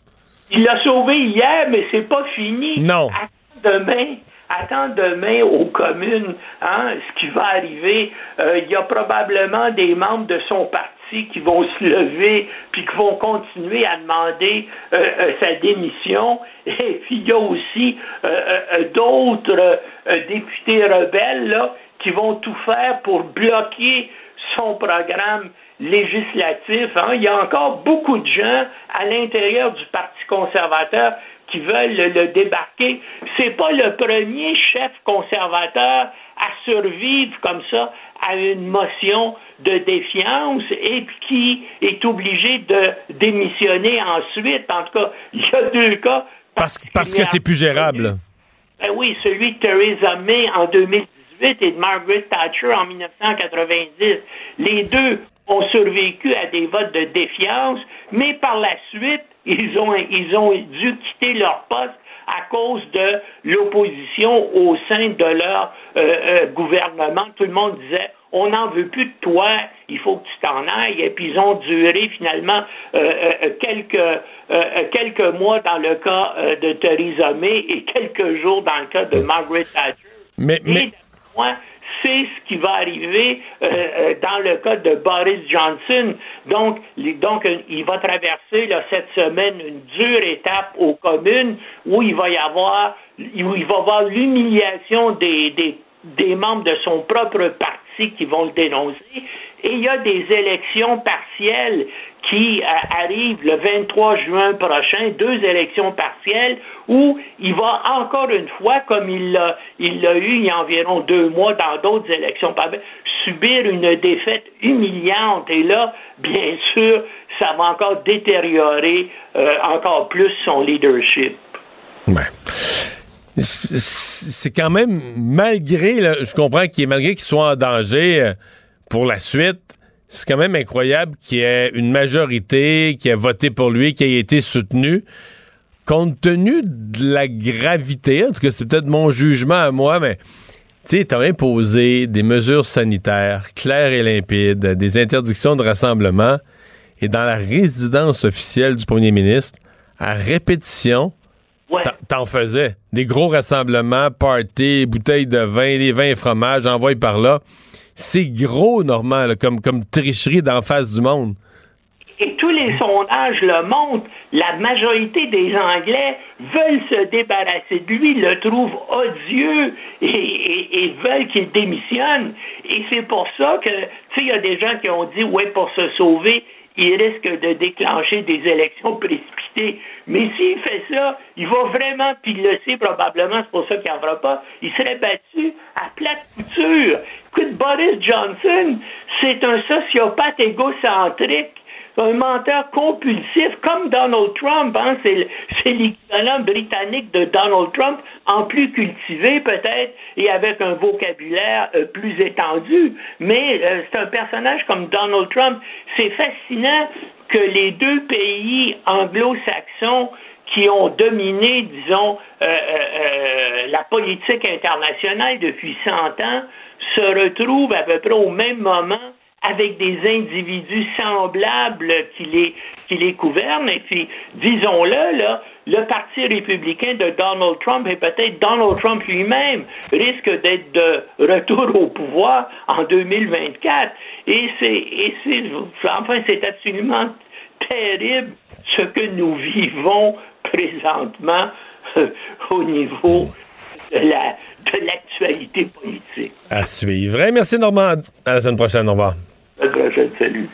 Il l'a sauvé hier, mais c'est pas fini. Non. Attends demain, attends demain aux communes, hein, ce qui va arriver. Euh, il y a probablement des membres de son parti qui vont se lever puis qui vont continuer à demander euh, euh, sa démission. Et puis il y a aussi euh, euh, d'autres euh, députés rebelles là, qui vont tout faire pour bloquer son programme législatif. Hein. Il y a encore beaucoup de gens à l'intérieur du Parti conservateur qui veulent le, le débarquer. C'est pas le premier chef conservateur à survivre comme ça à une motion de défiance et qui est obligé de démissionner ensuite. En tout cas, il y a deux cas. Parce, parce que c'est plus gérable. Ben oui, celui de Theresa May en deux mille dix-huit et de Margaret Thatcher en dix-neuf cent quatre-vingt-dix. Les deux ont survécu à des votes de défiance, mais par la suite, ils ont, ils ont dû quitter leur poste à cause de l'opposition au sein de leur euh, euh, gouvernement. Tout le monde disait, on n'en veut plus de toi, il faut que tu t'en ailles. Et puis ils ont duré finalement euh, euh, quelques, euh, quelques mois dans le cas euh, de Theresa May et quelques jours dans le cas de Margaret Thatcher. Mais, mais... Moi, c'est ce qui va arriver euh, euh, dans le cas de Boris Johnson. Donc, les, donc il va traverser là, cette semaine une dure étape aux communes où il va y avoir, où il va avoir l'humiliation des, des, des membres de son propre parti qui vont le dénoncer. Et il y a des élections partielles qui euh, arrivent le vingt-trois juin prochain, deux élections partielles, où il va encore une fois, comme il l'a, il l'a eu il y a environ deux mois dans d'autres élections, subir une défaite humiliante. Et là, bien sûr, ça va encore détériorer euh, encore plus son leadership. Ouais. C'est quand même, malgré, là, je comprends qu'il est malgré qu'il soit en danger euh, pour la suite, c'est quand même incroyable qu'il y ait une majorité qui a voté pour lui, qui a été soutenu. Compte tenu de la gravité, en tout cas, c'est peut-être mon jugement à moi, mais tu sais, t'as imposé des mesures sanitaires claires et limpides, des interdictions de rassemblement, et dans la résidence officielle du premier ministre, à répétition, ouais. t'en faisais. Des gros rassemblements, parties, bouteilles de vin, des vins et fromages, envoyés par là. C'est gros, Normand, là, comme, comme tricherie d'en face du monde. Et tous les sondages le montrent. La majorité des Anglais veulent se débarrasser de lui, le trouvent odieux et, et, et veulent qu'il démissionne. Et c'est pour ça que, tu sais, il y a des gens qui ont dit, ouais, pour se sauver, il risque de déclencher des élections précipitées. Mais s'il fait ça, il va vraiment, puis il le sait probablement, c'est pour ça qu'il n'en fera pas, il serait battu à plate couture. Écoute, Boris Johnson, c'est un sociopathe égocentrique, un menteur compulsif, comme Donald Trump, hein, c'est, c'est l'équivalent britannique de Donald Trump, en plus cultivé peut-être, et avec un vocabulaire euh, plus étendu. Mais euh, c'est un personnage comme Donald Trump. C'est fascinant que les deux pays anglo-saxons qui ont dominé, disons, euh, euh, la politique internationale depuis cent ans, se retrouvent à peu près au même moment avec des individus semblables qui les, qui les gouvernent. Et puis, disons-le, là, le Parti républicain de Donald Trump et peut-être Donald Trump lui-même risque d'être de retour au pouvoir en deux mille vingt-quatre. Et c'est, et c'est, enfin, c'est absolument terrible ce que nous vivons présentement euh, au niveau de, la, de l'actualité politique. À suivre. Hey, merci Normand. À la semaine prochaine. Au revoir. À la prochaine. Salut.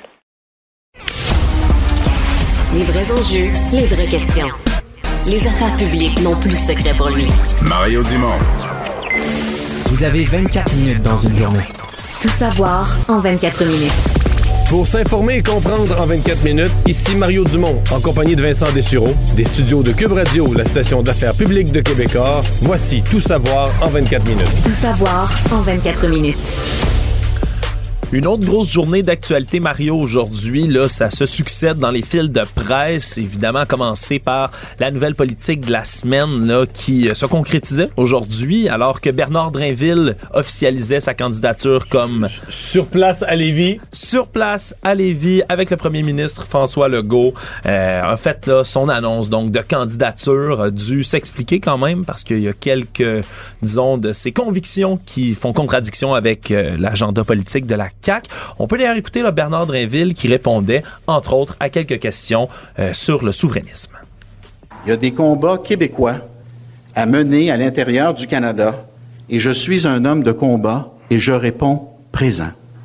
Les vrais enjeux, les vraies questions. Les affaires publiques n'ont plus de secret pour lui. Mario Dumont. Vous avez vingt-quatre minutes dans une journée. Tout savoir en vingt-quatre minutes. Pour s'informer et comprendre en vingt-quatre minutes, ici Mario Dumont, en compagnie de Vincent Dessureau, des studios de Cube Radio, la station d'affaires publique de Québécois. Voici Tout savoir en vingt-quatre minutes. Tout savoir en vingt-quatre minutes. Une autre grosse journée d'actualité, Mario, aujourd'hui. Là, ça se succède dans les fils de presse, évidemment, à commencer par la nouvelle politique de la semaine là, qui se concrétisait aujourd'hui, alors que Bernard Drinville officialisait sa candidature comme... Sur place à Lévis. Sur place à Lévis, avec le premier ministre François Legault. Euh, a fait là, son annonce donc de candidature, a dû s'expliquer quand même, parce qu'il y a quelques, disons, de ses convictions qui font contradiction avec euh, l'agenda politique de la C A Q. On peut d'ailleurs écouter là, Bernard Drinville qui répondait, entre autres, à quelques questions euh, sur le souverainisme. Il y a des combats québécois à mener à l'intérieur du Canada et je suis un homme de combat et je réponds présent.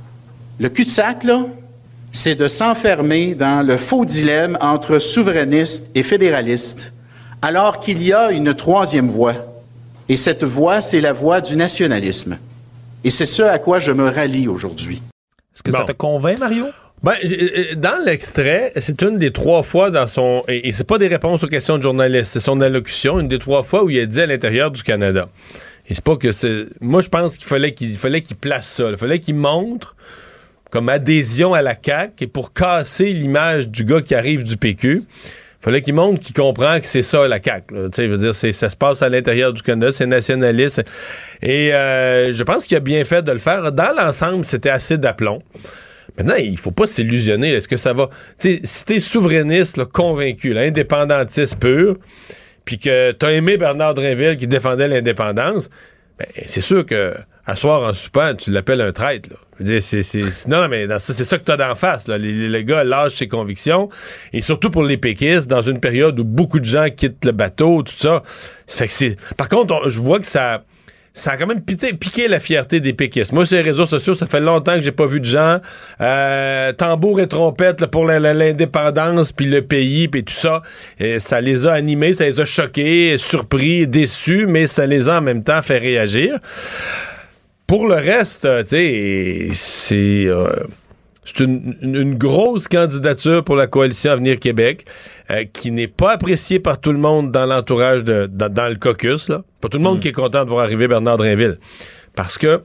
Le cul-de-sac, là, c'est de s'enfermer dans le faux dilemme entre souverainistes et fédéralistes, alors qu'il y a une troisième voie. Et cette voie, c'est la voie du nationalisme. Et c'est ce à quoi je me rallie aujourd'hui. Est-ce que bon. ça te convainc, Mario? Ben, dans l'extrait, c'est une des trois fois dans son... Et, et c'est pas des réponses aux questions de journalistes, c'est son allocution, une des trois fois où il a dit à l'intérieur du Canada. Et c'est pas que c'est... Moi, je pense qu'il fallait qu'il, fallait qu'il place ça. Il fallait qu'il montre comme adhésion à la C A Q et pour casser l'image du gars qui arrive du P Q... Il fallait qu'il montre qu'il comprend que c'est ça, la C A Q. Tu sais, je veux dire, c'est, ça se passe à l'intérieur du Canada, c'est nationaliste. Et euh, je pense qu'il a bien fait de le faire. Dans l'ensemble, c'était assez d'aplomb. Maintenant, il faut pas s'illusionner. Est-ce que ça va... Tu sais, si t'es souverainiste, là, convaincu, là, indépendantiste pur, puis que t'as aimé Bernard Drinville qui défendait l'indépendance, ben, c'est sûr que à soir en soupant, tu l'appelles un traître, là. Je veux dire, c'est, c'est, c'est, non, mais dans ça, c'est ça que t'as d'en face, là. Les, les, le gars lâche ses convictions. Et surtout pour les péquistes, dans une période où beaucoup de gens quittent le bateau, tout ça. Fait que c'est, par contre, on, je vois que ça, ça a quand même piqué, piqué la fierté des péquistes. Moi, sur les réseaux sociaux, ça fait longtemps que j'ai pas vu de gens, euh, tambour et trompette, là, pour la, la, l'indépendance, puis le pays, puis tout ça. Et ça les a animés, ça les a choqués, surpris, déçus, mais ça les a en même temps fait réagir. Pour le reste, tu sais, c'est, euh, c'est une, une grosse candidature pour la coalition Avenir Québec euh, qui n'est pas appréciée par tout le monde dans l'entourage, de, dans, dans le caucus. Là. Pas tout le monde mmh. qui est content de voir arriver Bernard Drinville. Parce que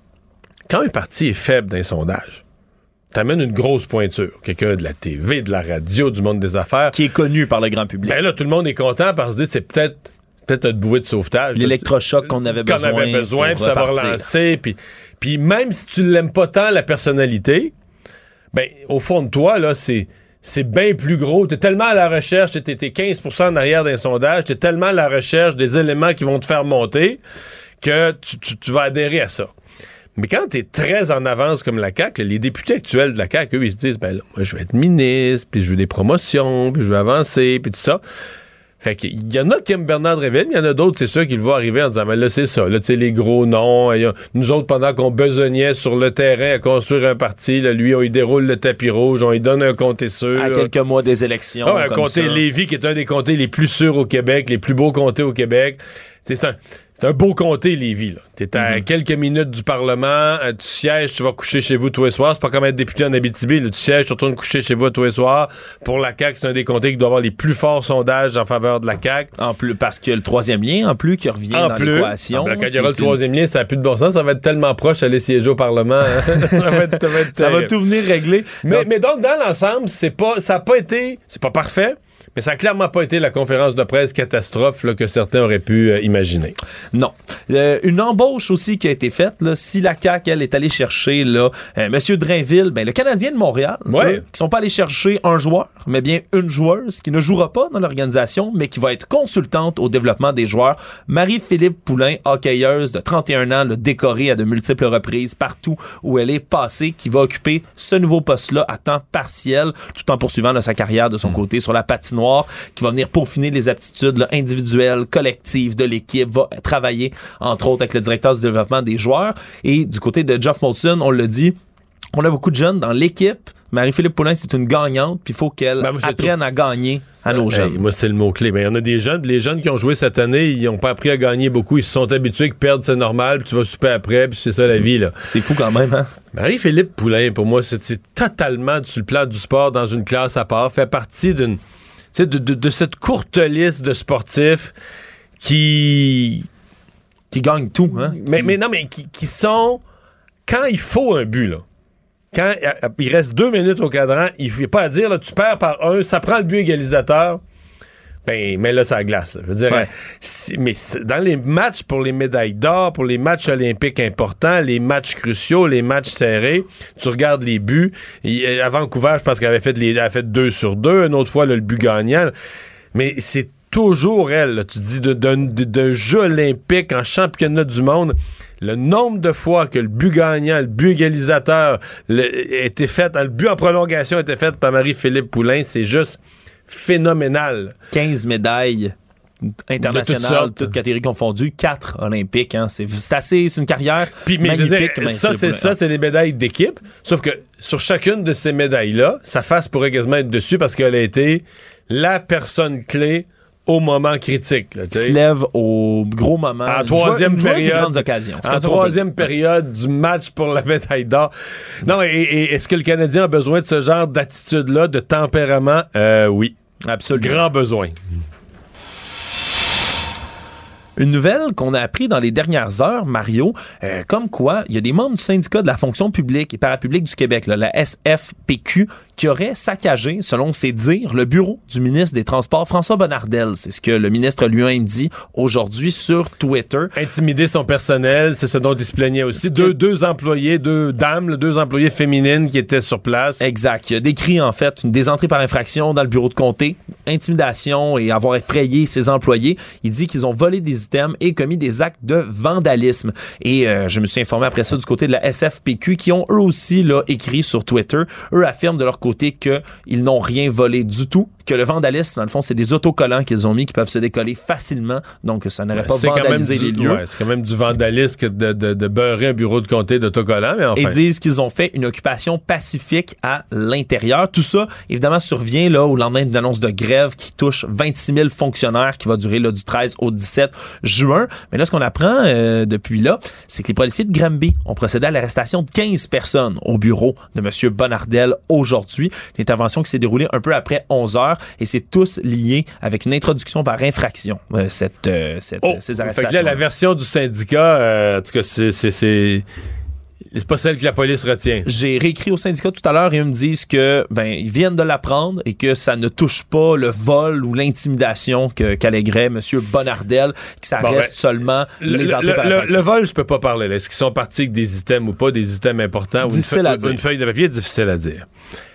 quand un parti est faible dans les sondages, t'amènes une grosse pointure. Quelqu'un de la T V, de la radio, du monde des affaires. Qui est connu par le grand public. Ben là, tout le monde est content parce que c'est peut-être... peut-être notre bouée de sauvetage. L'électrochoc qu'on avait besoin. Qu'on avait besoin, puis ça va relancer. Puis, puis même si tu l'aimes pas tant, la personnalité, ben au fond de toi, là, c'est, c'est bien plus gros. T'es tellement à la recherche, t'es, t'es quinze pour cent en arrière d'un sondage, t'es tellement à la recherche des éléments qui vont te faire monter que tu, tu, tu vas adhérer à ça. Mais quand t'es très en avance comme la C A Q, les députés actuels de la C A Q, eux, ils se disent, ben là, moi, je vais être ministre, puis je veux des promotions, puis je veux avancer, puis tout ça. Fait qu'il y en a qui aiment Bernard Drinville, mais il y en a d'autres, c'est sûr, qui le voient arriver en disant, ben là, c'est ça, là, tu sais, les gros noms. A, nous autres, pendant qu'on besognait sur le terrain à construire un parti, là, lui, on y déroule le tapis rouge, on lui donne un comté sûr. À quelques mois des élections. Ah, un comté Lévis, qui est un des comtés les plus sûrs au Québec, les plus beaux comtés au Québec. T'sais, c'est un... C'est un beau comté, Lévis, là. T'es à mm-hmm. quelques minutes du Parlement, tu sièges, tu vas coucher chez vous tous les soirs. C'est pas comme être député en Abitibi, là. Tu sièges, tu retournes coucher chez vous tous les soirs. Pour la C A Q, c'est un des comtés qui doit avoir les plus forts sondages en faveur de la C A Q. En plus, parce qu'il y a le troisième lien, en plus, qui revient en dans plus, l'équation. Quand il y aura le troisième lien, ça n'a plus de bon sens. Ça va être tellement proche d'aller siéger au Parlement. Hein. ça va, être, ça, va, être ça va tout venir régler. Mais donc, mais donc dans l'ensemble, c'est pas, ça n'a pas été, c'est pas parfait. Mais ça n'a clairement pas été la conférence de presse catastrophe là, que certains auraient pu euh, imaginer. Non. Euh, une embauche aussi qui a été faite. Là, si la C A Q, elle, est allée chercher là, euh, M. Drainville, ben, le Canadien de Montréal, ouais. là, qui sont pas allés chercher un joueur, mais bien une joueuse qui ne jouera pas dans l'organisation, mais qui va être consultante au développement des joueurs. Marie-Philippe Poulain, hockeyeuse de trente et un ans, là, décorée à de multiples reprises partout où elle est passée, qui va occuper ce nouveau poste-là à temps partiel, tout en poursuivant là, sa carrière de son mmh. côté sur la patinoire, qui va venir peaufiner les aptitudes là, individuelles, collectives de l'équipe, va travailler, entre autres, avec le directeur du développement des joueurs. Et du côté de Geoff Molson, on l'a dit, on a beaucoup de jeunes dans l'équipe. Marie-Philippe Poulin, c'est une gagnante, puis il faut qu'elle ben, moi, apprenne tout. à gagner à nos hey, jeunes. Moi, c'est le mot-clé. Ben, il y en a des jeunes, les jeunes qui ont joué cette année, ils n'ont pas appris à gagner beaucoup. Ils se sont habitués que perdre, c'est normal, puis tu vas super après, puis c'est ça la vie. Là. C'est fou quand même, hein? Marie-Philippe Poulin, pour moi, c'est, c'est totalement sur le plan du sport, dans une classe à part, fait partie d'une, de, de, de cette courte liste de sportifs qui... Qui gagnent tout, hein? Mais, qui... mais non, mais qui, qui sont... Quand il faut un but, là, quand il reste deux minutes au cadran, il ne faut pas à dire, là, tu perds par un, ça prend le but égalisateur, ben, mais là, ça glace. Je veux dire, ouais. si, mais dans les matchs pour les médailles d'or, pour les matchs olympiques importants, les matchs cruciaux, les matchs serrés, tu regardes les buts. Et à Vancouver, je pense qu'elle avait fait, les, elle avait fait deux sur deux, une autre fois, là, le but gagnant. Mais c'est toujours elle, là, tu dis, d'un, d'un jeu olympique en championnat du monde. Le nombre de fois que le but gagnant, le but égalisateur le, était fait, le but en prolongation était fait par Marie-Philippe Poulin, c'est juste phénoménal. quinze médailles internationales, toutes, toutes catégories confondues, quatre olympiques. Hein. C'est, c'est assez, c'est une carrière Puis, mais magnifique. Dire, ça, c'est, ça, c'est des médailles d'équipe. Sauf que sur chacune de ces médailles-là, sa face pourrait quasiment être dessus parce qu'elle a été la personne clé au moment critique. Là, il se lève au gros moment. En troisième joie, période. Grandes occasions. En troisième période du match pour la médaille d'or. Non, et, et est-ce que le Canadien a besoin de ce genre d'attitude-là, de tempérament? Euh, oui. Absolument. Grand besoin. Une nouvelle qu'on a appris dans les dernières heures, Mario, euh, comme quoi il y a des membres du syndicat de la fonction publique et parapublique du Québec, là, la S F P Q, qui auraient saccagé, selon ses dires, le bureau du ministre des Transports, François Bonnardel. C'est ce que le ministre lui-même dit aujourd'hui sur Twitter. Intimider son personnel, c'est ce dont il se plaignait aussi. Deux, que... deux employés, deux dames, deux employés féminines qui étaient sur place. Exact. Il a décrit, en fait, une des entrées par infraction dans le bureau de comté, intimidation et avoir effrayé ses employés. Il dit qu'ils ont volé des items et commis des actes de vandalisme. Et euh, je me suis informé après ça du côté de la S F P Q qui ont eux aussi là, écrit sur Twitter. Eux affirment de leur côté qu'ils n'ont rien volé du tout, que le vandalisme, dans le fond, c'est des autocollants qu'ils ont mis qui peuvent se décoller facilement, donc ça n'aurait ouais, pas vandalisé les lieux. Ouais, c'est quand même du vandalisme que de, de, de beurrer un bureau de comté d'autocollants, mais enfin. Et disent qu'ils ont fait une occupation pacifique à l'intérieur. Tout ça, évidemment, survient là au lendemain d'une annonce de grève qui touche vingt-six mille fonctionnaires qui va durer là, du treize au dix-sept juin. Mais là, ce qu'on apprend euh, depuis là, c'est que les policiers de Granby ont procédé à l'arrestation de quinze personnes au bureau de M. Bonnardel aujourd'hui. L'intervention qui s'est déroulée un peu après onze heures. Et c'est tous liés avec une introduction par infraction, euh, cette, euh, cette, oh, ces arrestations. Fait que là, la version du syndicat, euh, en tout cas, c'est, c'est, c'est, c'est pas celle que la police retient. J'ai réécrit au syndicat tout à l'heure et ils me disent que ben ils viennent de l'apprendre et que ça ne touche pas le vol ou l'intimidation que, qu'alléguerait M. Bonnardel, que ça bon, reste ben, seulement le, les entrées le, par le, infraction. Le vol, je peux pas parler. Là. Est-ce qu'ils sont partis avec des items ou pas, des items importants difficile ou une, à feuille, dire. une feuille de papier, difficile à dire.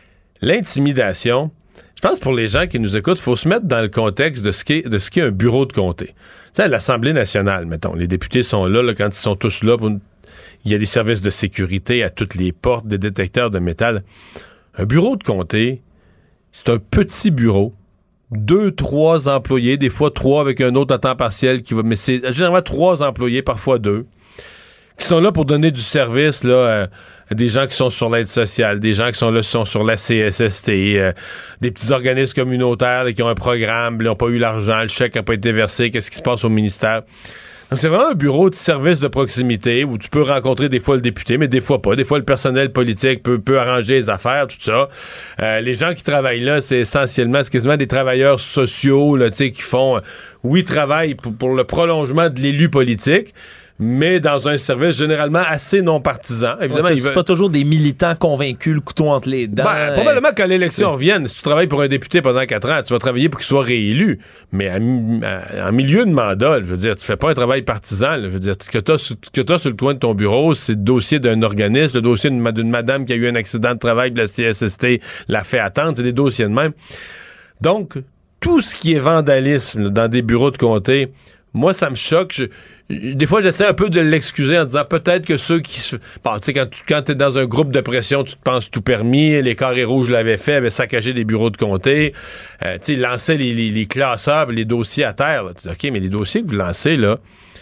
L'intimidation, je pense que pour les gens qui nous écoutent, il faut se mettre dans le contexte de ce qu'est, de ce qu'est un bureau de comté. Tu sais, à l'Assemblée nationale, mettons, les députés sont là, là quand ils sont tous là, pour une... il y a des services de sécurité à toutes les portes, des détecteurs de métal. Un bureau de comté, c'est un petit bureau, deux, trois employés, des fois trois avec un autre à temps partiel qui va, mais c'est généralement trois employés, parfois deux, qui sont là pour donner du service, là, euh, des gens qui sont sur l'aide sociale, des gens qui sont là qui sont sur la C S S T, euh, des petits organismes communautaires là, qui ont un programme, ils n'ont pas eu l'argent, le chèque n'a pas été versé, qu'est-ce qui se passe au ministère. Donc c'est vraiment un bureau de service de proximité où tu peux rencontrer des fois le député, mais des fois pas. Des fois le personnel politique peut, peut arranger les affaires, tout ça. Euh, les gens qui travaillent là, c'est essentiellement, c'est quasiment des travailleurs sociaux là, tu sais, qui font, euh, oui, travaillent pour, pour le prolongement de l'élu politique, mais dans un service généralement assez non partisan. Évidemment, ouais, c'est, c'est veut... pas toujours des militants convaincus, le couteau entre les dents. Ben, probablement quand l'élection revienne, si tu travailles pour un député pendant quatre ans, tu vas travailler pour qu'il soit réélu. Mais à, à, en milieu de mandat, je veux dire, tu fais pas un travail partisan. Là, je veux dire, ce que tu as sur le coin de ton bureau, c'est le dossier d'un organisme, le dossier d'une, d'une madame qui a eu un accident de travail, puis la C S S T l'a fait attendre. C'est des dossiers de même. Donc, tout ce qui est vandalisme là, dans des bureaux de comté, moi, ça me choque. Je, Des fois, j'essaie un peu de l'excuser en disant peut-être que ceux qui se... Bon, tu sais, quand, tu, quand t'es dans un groupe de pression, tu te penses tout permis. Les Carrés Rouges l'avaient fait, avaient saccagé des bureaux de comté. Euh, tu sais, lançaient les, les, les classeurs, les dossiers à terre. Là. Tu dis, OK, mais les dossiers que vous lancez, là,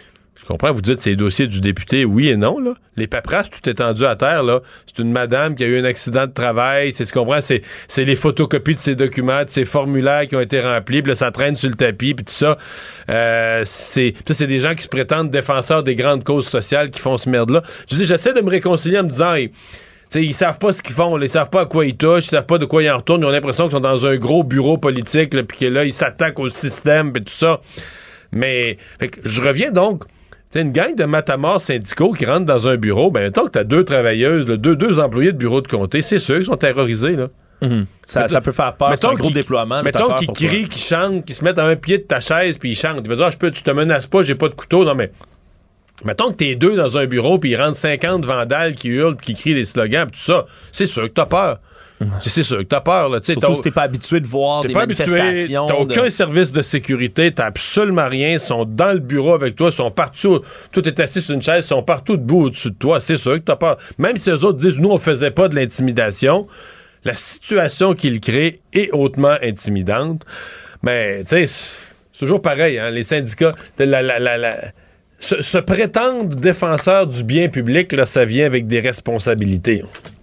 Je comprends, vous dites c'est les dossiers du député, oui et non, là. Les paperasses, tout étendu à terre, là. C'est une madame qui a eu un accident de travail, c'est ce qu'on comprend, c'est, c'est les photocopies de ses documents, de ses formulaires qui ont été remplis, puis là, ça traîne sur le tapis, puis tout ça. Euh, c'est, ça, c'est des gens qui se prétendent défenseurs des grandes causes sociales qui font ce merde-là. Je dis, j'essaie de me réconcilier en me disant, hey, t'sais, ils savent pas ce qu'ils font, là, ils savent pas à quoi ils touchent, ils savent pas de quoi ils en retournent, ils ont l'impression qu'ils sont dans un gros bureau politique, puis que là, ils s'attaquent au système, puis tout ça. Mais, fait que je reviens donc, c'est une gang de matamors syndicaux qui rentrent dans un bureau, ben mettons que t'as deux travailleuses, là, deux, deux employés de bureau de comté, c'est sûr qu'ils sont terrorisés, là. Mm-hmm. Ça, mettons, ça peut faire peur, c'est un gros déploiement. Mettons qu'ils crient, qu'ils chantent, qu'ils se mettent à un pied de ta chaise, puis ils chantent. Ils vont dire, ah, je peux, tu te menaces pas, j'ai pas de couteau, non mais... Mettons que t'es deux dans un bureau, puis ils rentrent cinquante vandales qui hurlent, puis qui crient des slogans, puis tout ça, c'est sûr que t'as peur. C'est sûr que t'as peur. Là. Surtout si t'es pas habitué de voir des manifestations. Habitué, t'as aucun de... service de sécurité, t'as absolument rien. Ils sont dans le bureau avec toi, ils sont partout. Tout est assis sur une chaise, ils sont partout debout au-dessus de toi. C'est sûr que t'as peur. Même si eux autres disent, nous, on faisait pas de l'intimidation, la situation qu'ils créent est hautement intimidante. Mais, tu sais, c'est toujours pareil. Hein? Les syndicats, la... la, la, la se, se prétendent défenseurs du bien public, là, ça vient avec des responsabilités.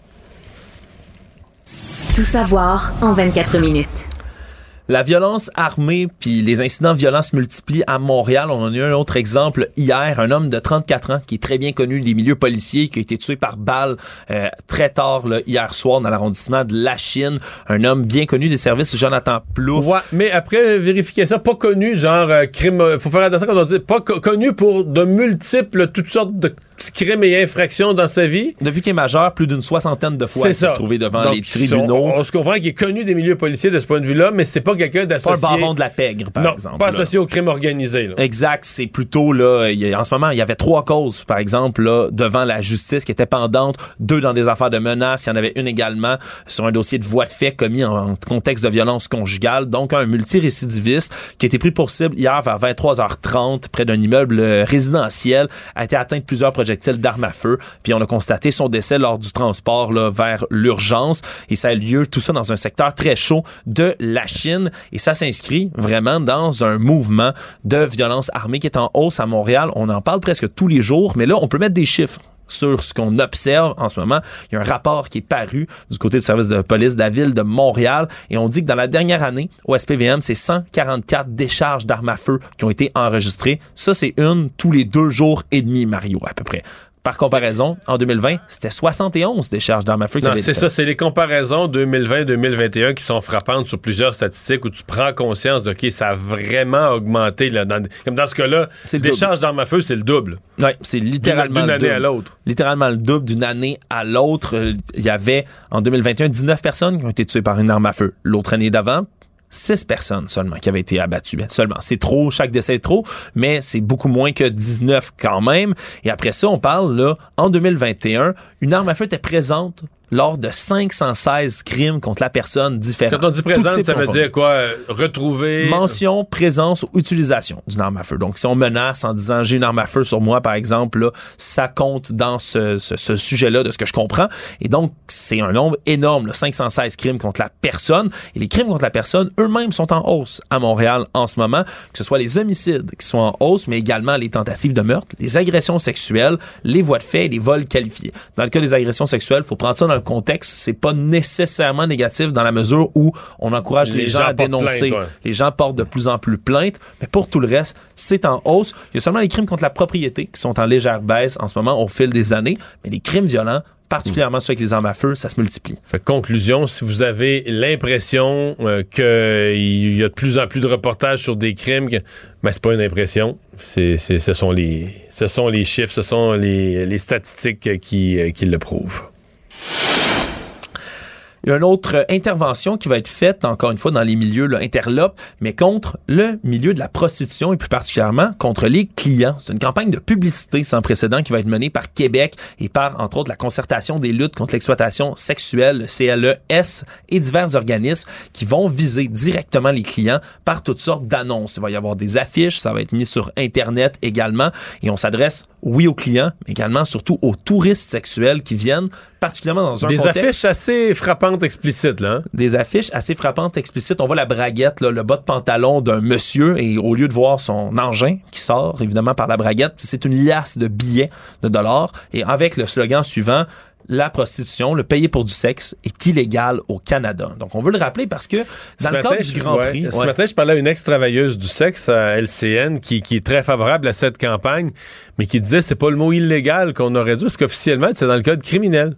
Tout savoir en vingt-quatre minutes. La violence armée puis les incidents violents se multiplient à Montréal. On en a eu un autre exemple hier. Un homme de trente-quatre ans qui est très bien connu des milieux policiers qui a été tué par balle euh, très tard là, hier soir dans l'arrondissement de Lachine. Un homme bien connu des services, Jonathan Plouffe. Ouais, mais après vérification, pas connu, genre euh, crime... Faut faire attention quand on dit pas co- connu pour de multiples, toutes sortes de petits crimes et infractions dans sa vie. Depuis qu'il est majeur, plus d'une soixantaine de fois, il s'est retrouvé devant Donc, les tribunaux. On, on se comprend qu'il est connu des milieux policiers de ce point de vue-là, mais c'est pas quelqu'un d'associé... Pas un baron de la pègre, par non, exemple. pas associé au crime organisé. Là. Exact, c'est plutôt, là, il y a, en ce moment, il y avait trois causes, par exemple, là, devant la justice qui étaient pendantes, deux dans des affaires de menaces, il y en avait une également sur un dossier de voies de fait commis en, en contexte de violence conjugale, donc un multirécidiviste qui a été pris pour cible hier vers vingt-trois heures trente près d'un immeuble résidentiel, a été atteint de plusieurs projectiles d'armes à feu. Puis on a constaté son décès lors du transport là, vers l'urgence. Et ça a eu lieu, tout ça, dans un secteur très chaud de Lachine. Et ça s'inscrit vraiment dans un mouvement de violence armée qui est en hausse à Montréal. On en parle presque tous les jours, mais là, on peut mettre des chiffres sur ce qu'on observe en ce moment. Il y a un rapport qui est paru du côté du service de police de la ville de Montréal et on dit que dans la dernière année, au S P V M, c'est cent quarante-quatre décharges d'armes à feu qui ont été enregistrées. Ça, c'est une tous les deux jours et demi, Mario, à peu près. Par comparaison, en deux mille vingt, c'était soixante et onze décharges d'armes à feu qui avaient été faites. C'est ça, c'est les comparaisons deux mille vingt deux mille vingt et un qui sont frappantes sur plusieurs statistiques où tu prends conscience de OK, ça a vraiment augmenté. Là, dans, comme dans ce cas-là, les décharges d'armes à feu, c'est le double. Oui, c'est littéralement d'une, d'une le double. année à l'autre. Littéralement le double d'une année à l'autre. Il y avait, en deux mille vingt et un, dix-neuf personnes qui ont été tuées par une arme à feu. L'autre année d'avant, six personnes seulement qui avaient été abattues. Seulement. C'est trop, chaque décès est trop, mais c'est beaucoup moins que dix-neuf quand même. Et après ça, on parle, là, en deux mille vingt et un, une arme à feu était présente lors de cinq cent seize crimes contre la personne différents. Quand on dit présente, ça veut dire quoi? Euh, retrouver... Mention, présence ou utilisation d'une arme à feu. Donc, si on menace en disant « j'ai une arme à feu sur moi », par exemple, là, ça compte dans ce, ce, ce sujet-là de ce que je comprends. Et donc, c'est un nombre énorme, là, cinq cent seize crimes contre la personne. Et les crimes contre la personne, eux-mêmes, sont en hausse à Montréal en ce moment, que ce soit les homicides qui sont en hausse, mais également les tentatives de meurtre, les agressions sexuelles, les voies de fait et les vols qualifiés. Dans le cas des agressions sexuelles, il faut prendre ça dans le contexte, c'est pas nécessairement négatif dans la mesure où on encourage les, les gens, gens à dénoncer. Plainte, ouais. Les gens portent de plus en plus plainte, mais pour tout le reste, c'est en hausse. Il y a seulement les crimes contre la propriété qui sont en légère baisse en ce moment au fil des années, mais les crimes violents, particulièrement ceux avec les armes à feu, ça se multiplie. Fait, conclusion, si vous avez l'impression euh, qu'il y a de plus en plus de reportages sur des crimes, que, ben, c'est pas une impression, c'est, c'est, ce, sont les, ce sont les chiffres, ce sont les, les statistiques qui, euh, qui le prouvent. Il y a une autre intervention qui va être faite, encore une fois, dans les milieux là, interlopes, mais contre le milieu de la prostitution et plus particulièrement contre les clients. C'est une campagne de publicité sans précédent qui va être menée par Québec et par, entre autres, la Concertation des luttes contre l'exploitation sexuelle, le C L E S, et divers organismes qui vont viser directement les clients par toutes sortes d'annonces. Il va y avoir des affiches, ça va être mis sur Internet également, et on s'adresse, oui, aux clients, mais également surtout aux touristes sexuels qui viennent particulièrement dans un des contexte... Des affiches assez frappantes explicites, là. Hein? Des affiches assez frappantes explicites. On voit la braguette, là, le bas de pantalon d'un monsieur, et au lieu de voir son engin qui sort, évidemment, par la braguette, c'est une liasse de billets de dollars, et avec le slogan suivant... La prostitution, le payer pour du sexe, est illégal au Canada. Donc, on veut le rappeler parce que dans ce le matin, cadre du Grand ouais, Prix... Ce ouais. matin, je parlais à une ex-travailleuse du sexe à L C N qui, qui est très favorable à cette campagne, mais qui disait c'est pas le mot illégal qu'on aurait dû, parce qu'officiellement, c'est dans le code criminel.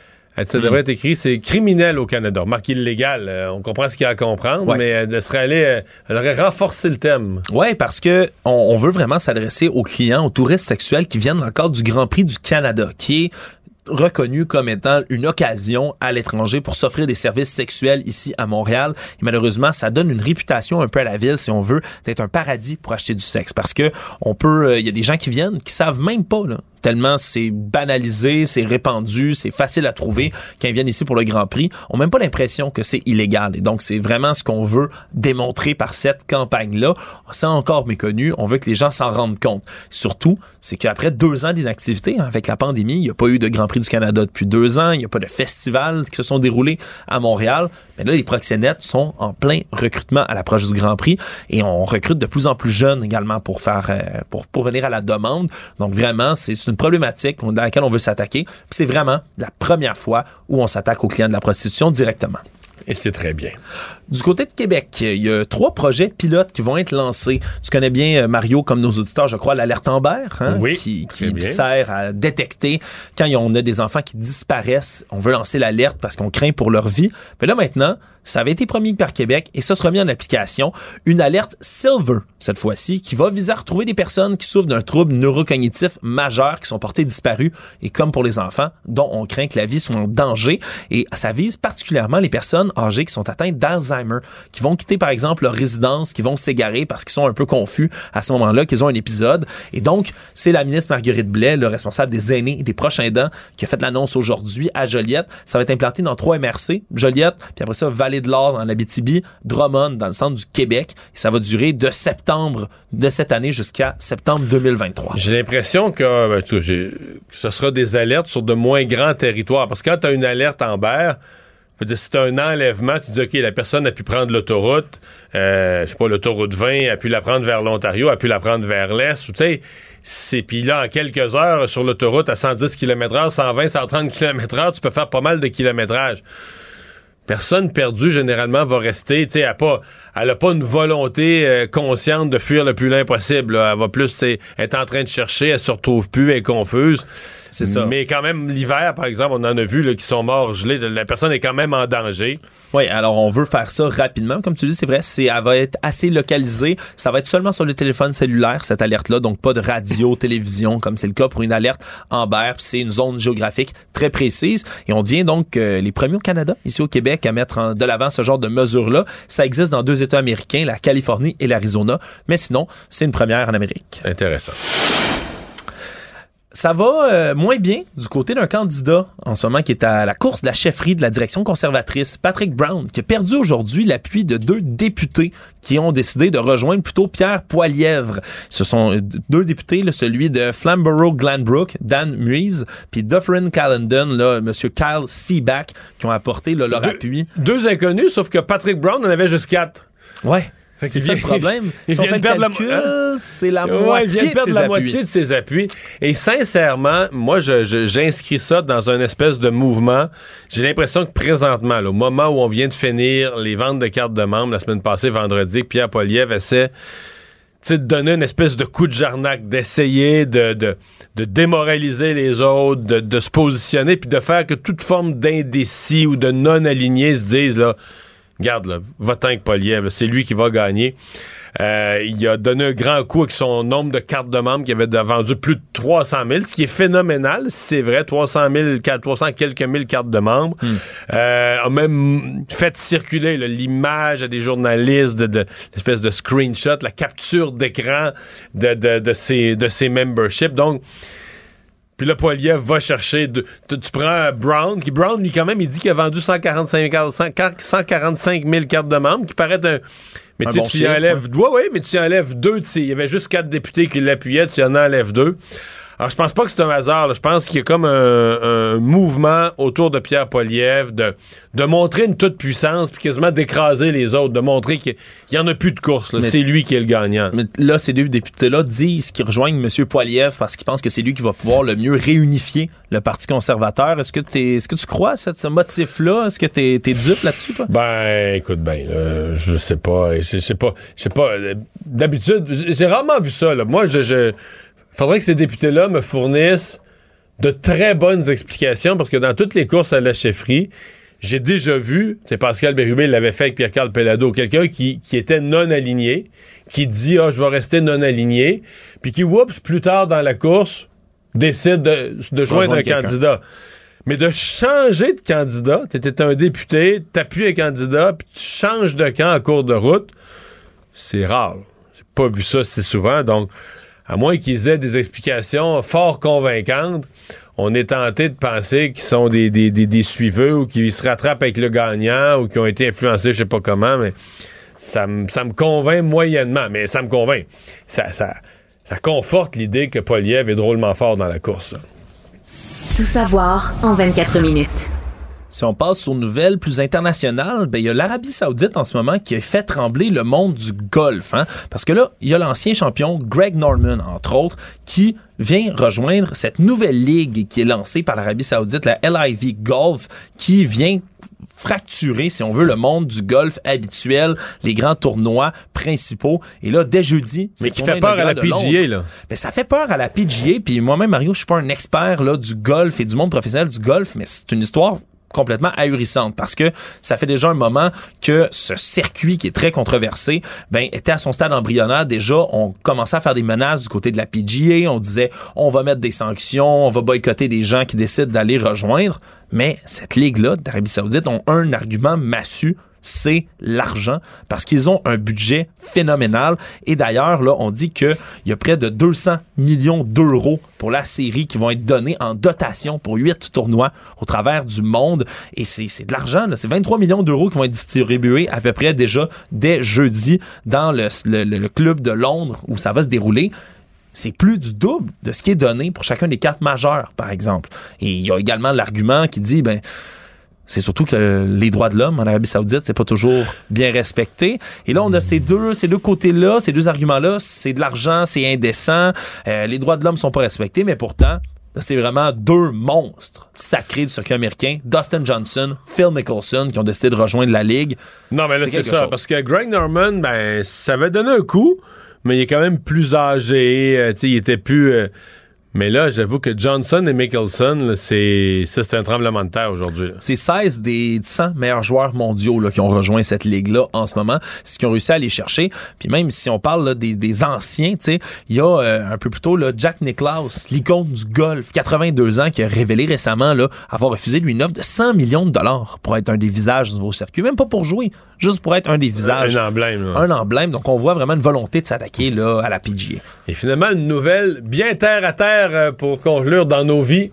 Ça mm. devrait être écrit, c'est criminel au Canada. Marque illégal, euh, on comprend ce qu'il y a à comprendre, ouais. mais elle serait allée, euh, elle aurait renforcé le thème. Oui, parce que on, on veut vraiment s'adresser aux clients, aux touristes sexuels qui viennent dans le cadre du Grand Prix du Canada, qui est reconnu comme étant une occasion à l'étranger pour s'offrir des services sexuels ici à Montréal. Et malheureusement, ça donne une réputation un peu à la ville, si on veut, d'être un paradis pour acheter du sexe. Parce que on peut, il y a des gens qui viennent qui savent même pas, là, tellement c'est banalisé, c'est répandu, c'est facile à trouver. Quand ils viennent ici pour le Grand Prix, on n'a même pas l'impression que c'est illégal. Et donc, c'est vraiment ce qu'on veut démontrer par cette campagne-là. C'est encore méconnu. On veut que les gens s'en rendent compte. Surtout, c'est qu'après deux ans d'inactivité, hein, avec la pandémie, il n'y a pas eu de Grand Prix du Canada depuis deux ans. Il n'y a pas de festivals qui se sont déroulés à Montréal. Mais là, les proxénètes sont en plein recrutement à l'approche du Grand Prix. Et on recrute de plus en plus jeunes également pour faire, euh, pour, pour venir à la demande. Donc, vraiment, c'est une problématique dans laquelle on veut s'attaquer. Puis c'est vraiment la première fois où on s'attaque aux clients de la prostitution directement. Et c'est très bien. Du côté de Québec, il y a trois projets pilotes qui vont être lancés. Tu connais bien, Mario, comme nos auditeurs, je crois, l'alerte Amber, hein, oui, qui, qui sert à détecter quand on a des enfants qui disparaissent. On veut lancer l'alerte parce qu'on craint pour leur vie. Mais là, maintenant, ça avait été promis par Québec et ça sera mis en application. Une alerte Silver, cette fois-ci, qui va viser à retrouver des personnes qui souffrent d'un trouble neurocognitif majeur, qui sont portées disparues, et comme pour les enfants, dont on craint que la vie soit en danger. Et ça vise particulièrement les personnes âgées qui sont atteintes d'Alzheimer, qui vont quitter, par exemple, leur résidence, qui vont s'égarer parce qu'ils sont un peu confus à ce moment-là, qu'ils ont un épisode. Et donc, c'est la ministre Marguerite Blais, le responsable des aînés et des proches aidants, qui a fait l'annonce aujourd'hui à Joliette. Ça va être implanté dans trois M R C, Joliette, puis après ça, Vallée-de-l'Or dans l'Abitibi, Drummond dans le centre du Québec. Et ça va durer de septembre de cette année jusqu'à septembre deux mille vingt-trois. J'ai l'impression que, ben, tu vois, j'ai, que ce sera des alertes sur de moins grands territoires. Parce que quand tu as une alerte Amber, si tu as un enlèvement, tu dis, OK, la personne a pu prendre l'autoroute, euh, je sais pas, l'autoroute vingt, a pu la prendre vers l'Ontario, a pu la prendre vers l'Est, ou tu sais, c'est, puis là, en quelques heures, sur l'autoroute à cent dix kilomètres heure, cent vingt, cent trente kilomètres heure, tu peux faire pas mal de kilométrage. Personne perdue, généralement, va rester, tu sais, elle pas, elle a pas une volonté euh, consciente de fuir le plus loin possible, là. Elle va plus, tu sais, être en train de chercher, elle se retrouve plus, elle est confuse. C'est ça. Mais quand même, l'hiver, par exemple, on en a vu là, qui sont morts gelés. La personne est quand même en danger. Oui, alors on veut faire ça rapidement. Comme tu dis, c'est vrai, c'est, elle va être assez localisée. Ça va être seulement sur le téléphone cellulaire, cette alerte-là. Donc, pas de radio, télévision, comme c'est le cas pour une alerte Amber. Puis c'est une zone géographique très précise. Et on devient donc euh, les premiers au Canada, ici au Québec, à mettre en, de l'avant ce genre de mesures-là. Ça existe dans deux États américains, la Californie et l'Arizona. Mais sinon, c'est une première en Amérique. Intéressant. Ça va euh, moins bien du côté d'un candidat en ce moment qui est à la course de la chefferie de la direction conservatrice, Patrick Brown, qui a perdu aujourd'hui l'appui de deux députés qui ont décidé de rejoindre plutôt Pierre Poilievre. Ce sont deux députés, là, celui de Flamborough-Glanbrook, Dan Muise, puis Dufferin-Caledon, là, M. Kyle Seaback, qui ont apporté là, leur deux, appui. Deux inconnus, sauf que Patrick Brown en avait juste quatre. Ouais. C'est ça le problème. Il si on vient fait de perdre calcul, la, c'est la ouais, moitié il vient de perdre de ses la appuis. moitié de ses appuis. Et sincèrement, moi, je, je, j'inscris ça dans un espèce de mouvement. J'ai l'impression que présentement, là, au moment où on vient de finir les ventes de cartes de membres la semaine passée, vendredi, que Pierre Poilievre essaie de donner une espèce de coup de jarnac, d'essayer de, de, de démoraliser les autres, de, de se positionner, puis de faire que toute forme d'indécis ou de non-alignés se disent, là, regarde, là, va-t'en avec Poilievre, c'est lui qui va gagner. Euh, il a donné un grand coup avec son nombre de cartes de membres qui avait vendu plus de trois cent mille, ce qui est phénoménal, c'est vrai, trois cent mille, trois cents quelques mille cartes de membres. Mm. Euh, a même fait circuler là, l'image à des journalistes de, de l'espèce de screenshot, la capture d'écran de, de, de, ces, de ces memberships. Donc, puis là, Poilievre va chercher... De, tu, tu prends Brown, qui Brown, lui, quand même, il dit qu'il a vendu cent quarante-cinq mille cartes de membres, qui paraît un... Mais un tu, bon tu chiffre, y enlèves... Ouais, ouais, mais tu y enlèves deux de ces... Il y avait juste quatre députés qui l'appuyaient, tu y en enlèves deux. Alors, je pense pas que c'est un hasard. Là. Je pense qu'il y a comme un, un mouvement autour de Pierre Poilievre de, de montrer une toute-puissance puis quasiment d'écraser les autres, de montrer qu'il n'y en a plus de course. Là. Mais, c'est lui qui est le gagnant. Mais là, ces deux députés-là disent qu'ils rejoignent M. Poilievre parce qu'ils pensent que c'est lui qui va pouvoir le mieux réunifier le Parti conservateur. Est-ce que, t'es, est-ce que tu crois à ce, ce motif-là? Est-ce que tu es dupe là-dessus, toi? Ben, écoute, ben, là, je sais pas. Je sais pas. Je sais pas. D'habitude, j'ai rarement vu ça. Là. Moi, je... je faudrait que ces députés-là me fournissent de très bonnes explications parce que dans toutes les courses à la chefferie, j'ai déjà vu, c'est Pascal Bérubé l'avait fait avec Pierre-Carl Pellado, quelqu'un qui, qui était non aligné, qui dit « Ah, oh, je vais rester non aligné », puis qui, oups, plus tard dans la course, décide de, de joindre un quelqu'un. candidat. Mais de changer de candidat, t'étais un député, t'appuies un candidat, puis tu changes de camp en cours de route, c'est rare. J'ai pas vu ça si souvent, donc... À moins qu'ils aient des explications fort convaincantes, on est tenté de penser qu'ils sont des, des, des, des suiveux ou qu'ils se rattrapent avec le gagnant ou qu'ils ont été influencés, je sais pas comment, mais ça me ça me convainc moyennement. Mais ça me convainc. Ça, ça, ça conforte l'idée que Poilievre est drôlement fort dans la course. Tout savoir en vingt-quatre minutes. Si on passe aux nouvelles plus internationales, ben il y a l'Arabie Saoudite en ce moment qui a fait trembler le monde du golf, hein? Parce que là, il y a l'ancien champion Greg Norman, entre autres, qui vient rejoindre cette nouvelle ligue qui est lancée par l'Arabie Saoudite, la L I V Golf, qui vient fracturer, si on veut, le monde du golf habituel, les grands tournois principaux. Et là, dès jeudi... Mais qui fait peur à la P G A, là. Ben, ça fait peur à la P G A, puis moi-même, Mario, je suis pas un expert là, du golf et du monde professionnel du golf, mais c'est une histoire complètement ahurissante parce que ça fait déjà un moment que ce circuit qui est très controversé ben était à son stade embryonnaire. Déjà, on commençait à faire des menaces du côté de la P G A. On disait, on va mettre des sanctions, on va boycotter des gens qui décident d'aller rejoindre. Mais cette ligue-là d'Arabie Saoudite ont un argument massu, c'est l'argent, parce qu'ils ont un budget phénoménal. Et d'ailleurs, là, on dit qu'il y a près de deux cents millions d'euros pour la série qui vont être donnés en dotation pour huit tournois au travers du monde. Et c'est, c'est de l'argent, là. C'est vingt-trois millions d'euros qui vont être distribués à peu près déjà dès jeudi dans le, le, le club de Londres où ça va se dérouler. C'est plus du double de ce qui est donné pour chacun des quatre majeurs, par exemple. Et il y a également l'argument qui dit, ben, c'est surtout que les droits de l'homme en Arabie Saoudite, c'est pas toujours bien respecté. Et là, on a ces deux, ces deux côtés-là, ces deux arguments-là. C'est de l'argent, c'est indécent. Euh, les droits de l'homme sont pas respectés, mais pourtant, là, c'est vraiment deux monstres sacrés du circuit américain. Dustin Johnson, Phil Mickelson, qui ont décidé de rejoindre la Ligue. Non, mais là, c'est, c'est ça. Chose. Parce que Greg Norman, ben, ça avait donné un coup, mais il est quand même plus âgé. Euh, tu sais, il était plus... Euh Mais là, j'avoue que Johnson et Mickelson, là, c'est ça, c'est un tremblement de terre aujourd'hui. Là. C'est seize des cent meilleurs joueurs mondiaux là, qui ont rejoint cette ligue-là en ce moment. C'est ce qu'ils ont réussi à aller chercher. Puis même si on parle là, des, des anciens, tu sais, il y a euh, un peu plus tôt là, Jack Nicklaus, l'icône du golf, quatre-vingt-deux ans, qui a révélé récemment là, avoir refusé lui une offre de cent millions de dollars pour être un des visages du nouveau circuit. Même pas pour jouer, juste pour être un des visages. Un emblème. Là. Un emblème. Donc on voit vraiment une volonté de s'attaquer là, à la P G A. Et finalement, une nouvelle bien terre à terre pour conclure dans nos vies.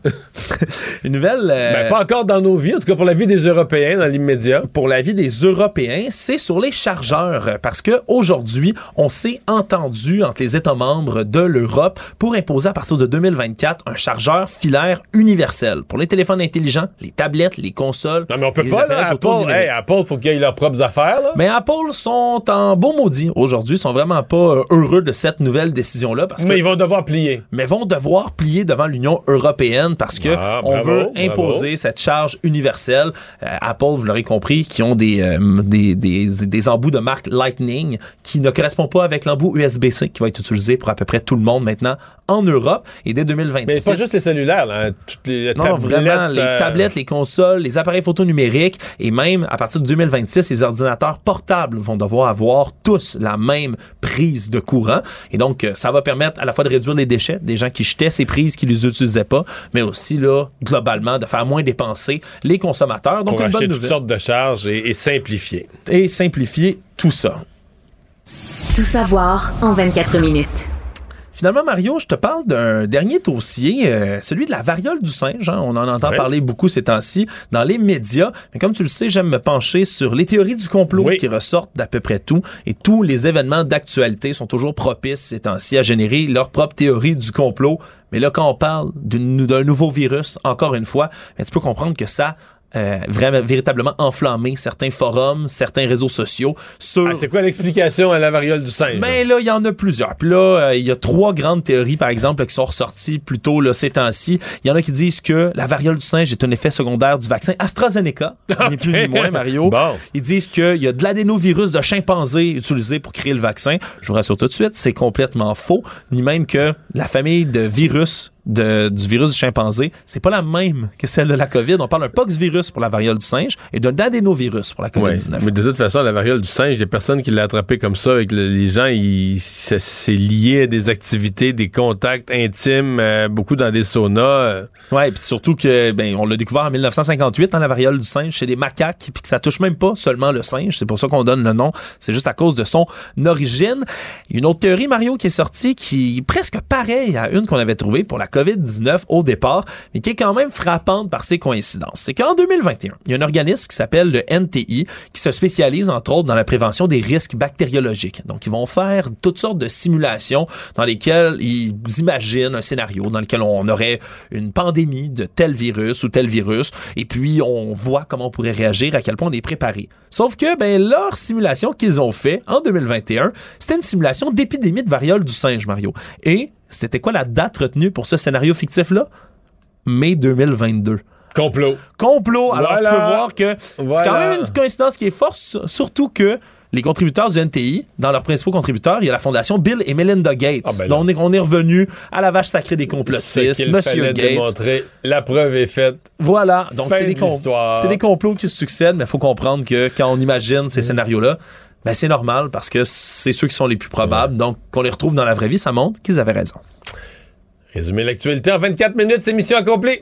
Une nouvelle... Euh... Ben, pas encore dans nos vies, en tout cas pour la vie des Européens dans l'immédiat. Pour la vie des Européens, c'est sur les chargeurs. Parce qu'aujourd'hui, on s'est entendu entre les États membres de l'Europe pour imposer à partir de deux mille vingt-quatre un chargeur filaire universel. Pour les téléphones intelligents, les tablettes, les consoles... Non, mais on peut pas, là, Apple, hey, Apple, faut qu'ils aient leurs propres affaires, là. Mais Apple sont en beau maudit aujourd'hui, ils sont vraiment pas heureux de cette nouvelle décision-là. Parce mais que... ils vont devoir plier. Mais vont devoir plier devant l'Union européenne parce que ah, on bravo, veut imposer bravo. cette charge universelle. Euh, Apple, vous l'aurez compris, qui ont des, euh, des, des, des embouts de marque Lightning qui ne correspondent pas avec l'embout U S B C qui va être utilisé pour à peu près tout le monde maintenant en Europe. Et dès deux mille vingt-six... Mais pas juste les cellulaires, là, toutes les non, tablettes. vraiment, les euh... tablettes, les consoles, les appareils photo numériques et même, à partir de deux mille vingt-six, les ordinateurs portables vont devoir avoir tous la même prise de courant. Et donc, ça va permettre à la fois de réduire les déchets des gens qui jetaient ces prises, qui les utilisaient pas, mais aussi, là, globalement, de faire moins dépenser les consommateurs. Donc, pour une bonne acheter nouvelle. toutes sortes de charges et, et simplifier. Et simplifier tout ça. Tout savoir en vingt-quatre minutes. Finalement, Mario, je te parle d'un dernier dossier, euh, celui de la variole du singe. Hein. On en entend oui. parler beaucoup ces temps-ci dans les médias. Mais comme tu le sais, j'aime me pencher sur les théories du complot oui. qui ressortent d'à peu près tout. Et tous les événements d'actualité sont toujours propices ces temps-ci à générer leur propre théorie du complot. Mais là, quand on parle d'une, d'un nouveau virus, encore une fois, ben, tu peux comprendre que ça Euh, vraiment véritablement enflammé certains forums, certains réseaux sociaux sur... Ah, c'est quoi l'explication à la variole du singe? Ben là, il y en a plusieurs. Puis là, il euh, y a trois grandes théories, par exemple, là, qui sont ressorties plus tôt là, ces temps-ci. Il y en a qui disent que la variole du singe est un effet secondaire du vaccin AstraZeneca, okay. Ni plus ni moins, Mario. Bon. Ils disent qu'il y a de l'adénovirus de chimpanzé utilisé pour créer le vaccin. Je vous rassure tout de suite, c'est complètement faux. Ni même que la famille de virus De, du virus du chimpanzé, c'est pas la même que celle de la COVID. On parle d'un poxvirus pour la variole du singe et d'un adénovirus pour la covid dix-neuf. Ouais, mais de toute façon, la variole du singe, il y a personne qui l'a attrapé comme ça avec le, les gens. Ils, c'est, c'est lié à des activités, des contacts intimes, euh, beaucoup dans des saunas. Euh. Ouais, puis surtout que ben on l'a découvert en dix-neuf cent cinquante-huit, hein, la variole du singe chez des macaques, puis que ça touche même pas seulement le singe. C'est pour ça qu'on donne le nom. C'est juste à cause de son origine. Il y a une autre théorie, Mario, qui est sortie, qui est presque pareille à une qu'on avait trouvée pour la covid dix-neuf au départ, mais qui est quand même frappante par ses coïncidences. C'est qu'en deux mille vingt et un, il y a un organisme qui s'appelle le N T I qui se spécialise entre autres dans la prévention des risques bactériologiques. Donc, ils vont faire toutes sortes de simulations dans lesquelles ils imaginent un scénario dans lequel on aurait une pandémie de tel virus ou tel virus, et puis on voit comment on pourrait réagir, à quel point on est préparé. Sauf que, ben, leur simulation qu'ils ont fait en deux mille vingt et un, c'était une simulation d'épidémie de variole du singe, Mario. Et c'était quoi la date retenue pour ce scénario fictif-là? Mai deux mille vingt-deux. Complot. Complot. Alors, voilà. Tu peux voir que voilà. C'est quand même une coïncidence qui est forte, surtout que les contributeurs du N T I, dans leurs principaux contributeurs, il y a la fondation Bill et Melinda Gates. Ah ben donc, on est, on est revenu à la vache sacrée des complotistes, Monsieur Gates. Démontrer. La preuve est faite. Voilà. Donc, fin c'est des, com- c'est des complots qui se succèdent, mais il faut comprendre que quand on imagine ces mmh. scénarios-là, ben c'est normal parce que c'est ceux qui sont les plus probables. Ouais. Donc, qu'on les retrouve dans la vraie vie, ça montre qu'ils avaient raison. Résumer l'actualité en vingt-quatre minutes, c'est mission accomplie.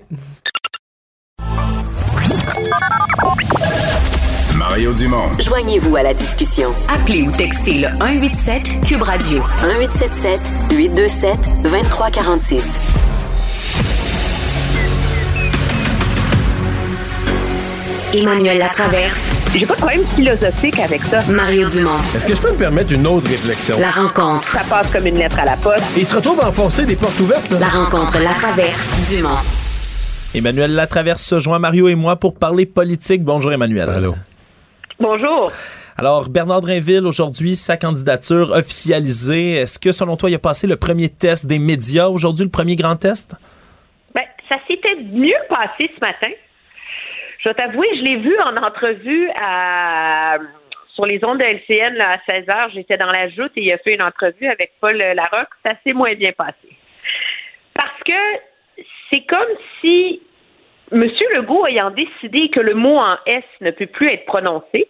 Mario Dumont. Joignez-vous à la discussion. Appelez ou textez le un huit sept Cube Radio. un huit sept sept huit deux sept deux trois quatre six. Emmanuel Latraverse. J'ai pas de problème philosophique avec ça. Mario Dumont. Est-ce que je peux me permettre une autre réflexion? La rencontre. Ça passe comme une lettre à la poste. Et il se retrouve à enfoncer des portes ouvertes. Là. La rencontre Latraverse Dumont. Emmanuel Latraverse se joint Mario et moi pour parler politique. Bonjour Emmanuel. Allô. Bonjour. Alors, Bernard Drinville, aujourd'hui, sa candidature officialisée. Est-ce que, selon toi, il a passé le premier test des médias aujourd'hui, le premier grand test? Ben, ça s'était mieux passé ce matin. Je dois t'avouer, je l'ai vu en entrevue à, sur les ondes de L C N là, à seize heures. J'étais dans la joute et il a fait une entrevue avec Paul Larocque. Ça s'est moins bien passé. Parce que c'est comme si M. Legault, ayant décidé que le mot en S ne peut plus être prononcé,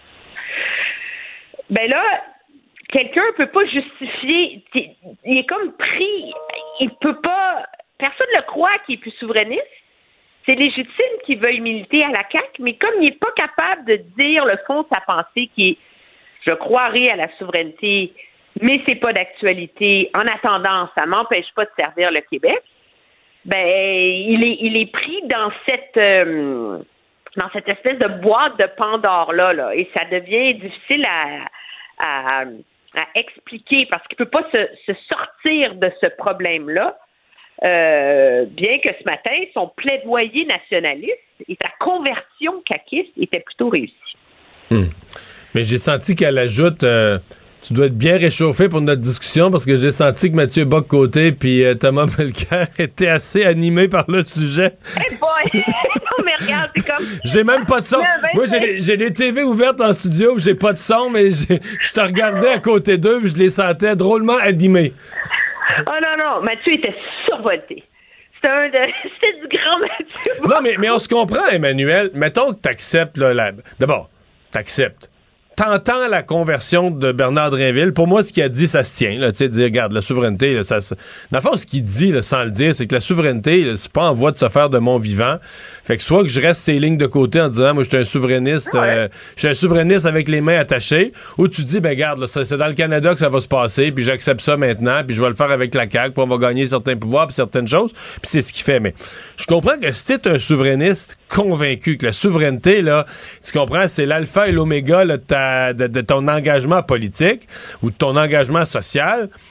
ben là, quelqu'un ne peut pas justifier. Il est comme pris. Il peut pas. Personne ne le croit qu'il est plus souverainiste. C'est légitime qu'il veuille militer à la C A Q, mais comme il n'est pas capable de dire le fond de sa pensée qui est « je croirai à la souveraineté, mais c'est pas d'actualité. En attendant, ça m'empêche pas de servir le Québec », ben il est il est pris dans cette euh, dans cette espèce de boîte de Pandore-là, là, et ça devient difficile à, à, à expliquer parce qu'il peut pas se, se sortir de ce problème-là. Euh, bien que ce matin, son plaidoyer nationaliste et sa conversion caquiste était plutôt réussie. Hum. Mais j'ai senti qu'elle ajoute, euh, tu dois être bien réchauffé pour notre discussion parce que j'ai senti que Mathieu Bock-Côté puis euh, Thomas Mulcair étaient assez animés par le sujet. Hey boy! Non, mais regarde, c'est comme... J'ai même pas de son. Moi, j'ai des, j'ai des T V ouvertes en studio, j'ai pas de son, mais j'ai, je te regardais à côté d'eux puis je les sentais drôlement animés. Oh non, non, Mathieu était survolté. C'était, un de, c'était du grand Mathieu. Non, mais, mais on se comprend, Emmanuel. Mettons que t'acceptes, là, la... D'abord, t'acceptes. T'entends la conversion de Bernard Drinville. Pour moi, ce qu'il a dit, ça se tient. Là, tu sais, dire, regarde, la souveraineté, là, ça, ça... Dans le fond, ce qu'il dit, là, sans le dire, c'est que la souveraineté, là, c'est pas en voie de se faire de mon vivant. Fait que soit que je reste ces lignes de côté en disant, moi, je suis un souverainiste, ouais. euh, je suis un souverainiste avec les mains attachées, ou tu dis, ben, regarde, là, c'est dans le Canada que ça va se passer, puis j'accepte ça maintenant, puis je vais le faire avec la C A Q, puis on va gagner certains pouvoirs, puis certaines choses, puis c'est ce qu'il fait. Mais je comprends que si t'es un souverainiste convaincu que la souveraineté, là, tu comprends, c'est l'alpha et l'oméga, là, de ta De, de ton engagement politique ou de ton engagement social,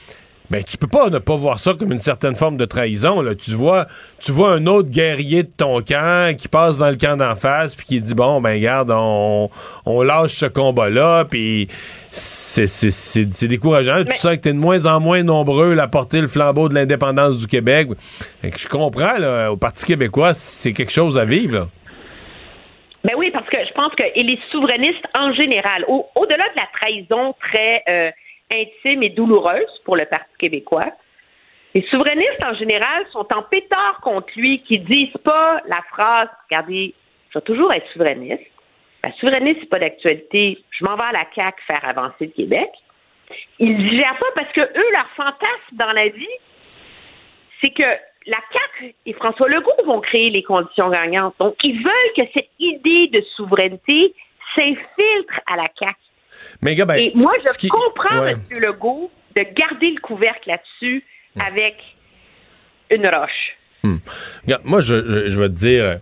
ben tu peux pas ne pas voir ça comme une certaine forme de trahison. Là. Tu vois, tu vois un autre guerrier de ton camp qui passe dans le camp d'en face puis qui dit bon ben regarde, on, on lâche ce combat-là, puis c'est, c'est, c'est, c'est décourageant. Mais... Tu sens que t'es de moins en moins nombreux à porter le flambeau de l'indépendance du Québec. Fait que je comprends, là, au Parti québécois, c'est quelque chose à vivre, là. Ben oui, parce que je pense que et les souverainistes en général, au, au-delà de la trahison très euh, intime et douloureuse pour le Parti québécois, les souverainistes en général sont en pétard contre lui, qui disent pas la phrase « Regardez, je vais toujours être souverainiste. La souverainisme, c'est pas d'actualité. Je m'en vais à la C A Q faire avancer le Québec. » Ils ne gèrent pas parce que eux, leur fantasme dans la vie, c'est que la C A Q et François Legault vont créer les conditions gagnantes. Donc, ils veulent que cette idée de souveraineté s'infiltre à la C A Q. Mais, gars, ben, et moi, je qui... comprends, ouais. M. Legault, de garder le couvercle là-dessus mmh. avec une roche. Mmh. Regarde, moi, je, je, je vais te dire,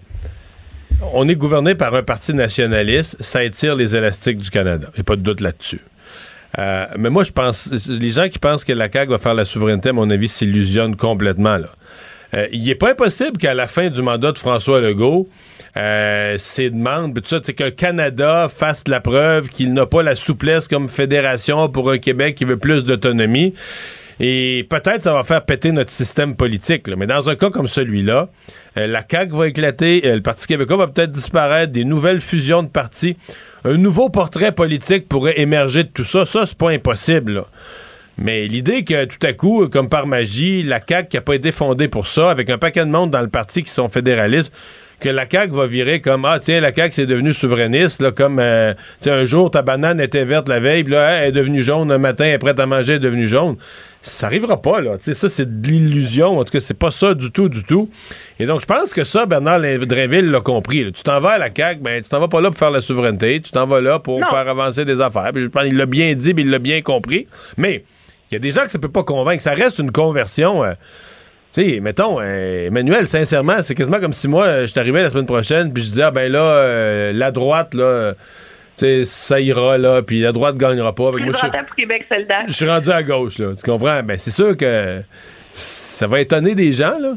on est gouverné par un parti nationaliste, ça étire les élastiques du Canada. Il n'y a pas de doute là-dessus. Euh, mais moi, je pense, les gens qui pensent que la C A Q va faire la souveraineté, à mon avis, s'illusionnent complètement, là. Euh, il n'est pas impossible qu'à la fin du mandat de François Legault, euh, ses demandes, tout ça, c'est qu'un Canada fasse la preuve qu'il n'a pas la souplesse comme fédération pour un Québec qui veut plus d'autonomie. Et peut-être ça va faire péter notre système politique, là. Mais dans un cas comme celui-là, euh, la C A Q va éclater, euh, le Parti québécois va peut-être disparaître, des nouvelles fusions de partis, un nouveau portrait politique pourrait émerger de tout ça. Ça, c'est pas impossible, là. Mais l'idée que tout à coup, comme par magie, la C A Q qui n'a pas été fondée pour ça, avec un paquet de monde dans le parti qui sont fédéralistes, que la C A Q va virer comme « Ah, tiens, la C A Q c'est devenu souverainiste, là, comme, euh, tu sais, un jour, ta banane était verte la veille, puis là, elle est devenue jaune, un matin, elle est prête à manger, elle est devenue jaune. » Ça arrivera pas, là. Tu sais, ça, c'est de l'illusion. En tout cas, c'est pas ça du tout, du tout. Et donc, je pense que ça, Bernard Drinville l'a compris, là. Tu t'en vas à la C A Q, ben, tu t'en vas pas là pour faire la souveraineté, tu t'en vas là pour non. faire avancer des affaires. Puis je pense qu'il l'a bien dit, puis il l'a bien compris. Mais, il y a des gens que ça peut pas convaincre. Ça reste une conversion. Euh, tu sais, mettons, euh, Emmanuel, sincèrement, c'est quasiment comme si moi, je t'arrivais la semaine prochaine, puis je disais, ah ben là, euh, la droite, là, tu sais, ça ira, là, puis la droite gagnera pas. Avec moi, je, pour Québec solidaire. Je suis rendu à gauche, là. Tu comprends? Ben, c'est sûr que ça va étonner des gens, là.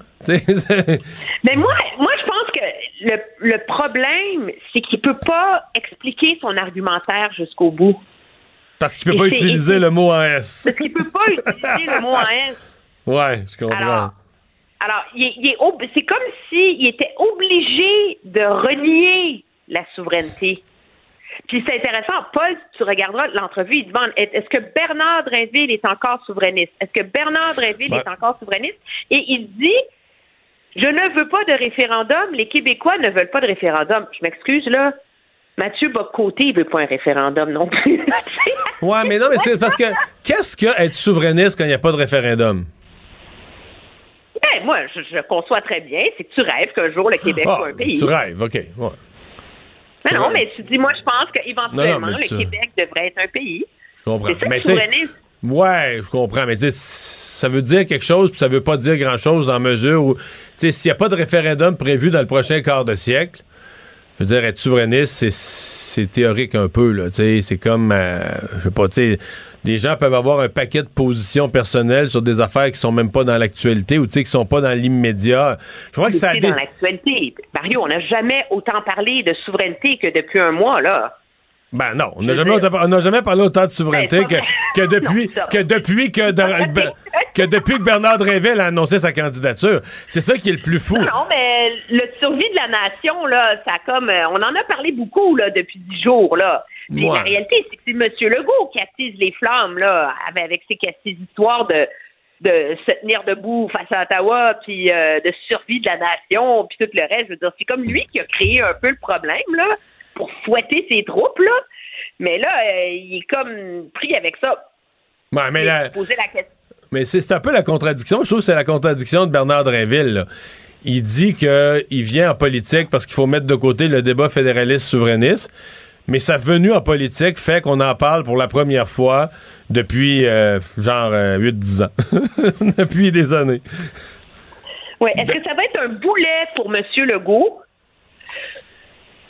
Mais moi, moi, je pense que le, le problème, c'est qu'il peut pas expliquer son argumentaire jusqu'au bout. Parce qu'il peut et pas utiliser le mot en S. Parce qu'il peut pas utiliser le mot en S. Ouais, je comprends. Alors, alors il, il est, c'est comme s'il était obligé de renier la souveraineté. Puis c'est intéressant, Paul, tu regarderas l'entrevue, il demande, est-ce que Bernard Drinville est encore souverainiste? Est-ce que Bernard Drinville ouais. est encore souverainiste? Et il dit, je ne veux pas de référendum, les Québécois ne veulent pas de référendum. Je m'excuse, là. Mathieu Bock-Côté, il veut pas un référendum non plus. Ouais, mais non, mais c'est parce que qu'est-ce que être souverainiste quand il n'y a pas de référendum? Ben, moi, je, je conçois très bien. C'est que tu rêves qu'un jour le Québec ah, soit un pays. Tu rêves, OK. Ouais. Mais non, mais tu dis, moi, je pense qu'éventuellement, non, non, le tu... Québec devrait être un pays. Je comprends. C'est ça, mais le souverainisme. Ouais, je comprends, mais tu sais, ça veut dire quelque chose, puis ça veut pas dire grand-chose dans la mesure où, tu sais, s'il n'y a pas de référendum prévu dans le prochain quart de siècle, je veux dire, être souverainiste, c'est, c'est théorique un peu, là, tu sais, c'est comme, euh, je sais pas, tu sais, les gens peuvent avoir un paquet de positions personnelles sur des affaires qui sont même pas dans l'actualité ou, tu sais, qui sont pas dans l'immédiat. Je crois que ça a dans l'actualité. Mario, on n'a jamais autant parlé de souveraineté que depuis un mois, là. Ben non, on n'a jamais, autant, jamais parlé autant de souveraineté ben, que, que depuis non, que depuis que, de, que depuis que Bernard Drinville a annoncé sa candidature. C'est ça qui est le plus fou. Non, non, mais le survie de la nation, là, ça comme on en a parlé beaucoup là depuis dix jours là. Puis la réalité, c'est que c'est M. Legault qui attise les flammes là, avec ses, ses histoires de de se tenir debout face à Ottawa, puis euh, de survie de la nation, puis tout le reste. Je veux dire, c'est comme lui qui a créé un peu le problème là. Pour fouetter ses troupes, là. Mais là, euh, il est comme pris avec ça. Ouais, mais la... poser la question. Mais c'est, c'est un peu la contradiction. Je trouve que c'est la contradiction de Bernard Drinville, là. Il dit qu'il vient en politique parce qu'il faut mettre de côté le débat fédéraliste-souverainiste, mais sa venue en politique fait qu'on en parle pour la première fois depuis, euh, genre, euh, huit dix ans. Depuis des années. Oui. Est-ce que ça va être un boulet pour M. Legault?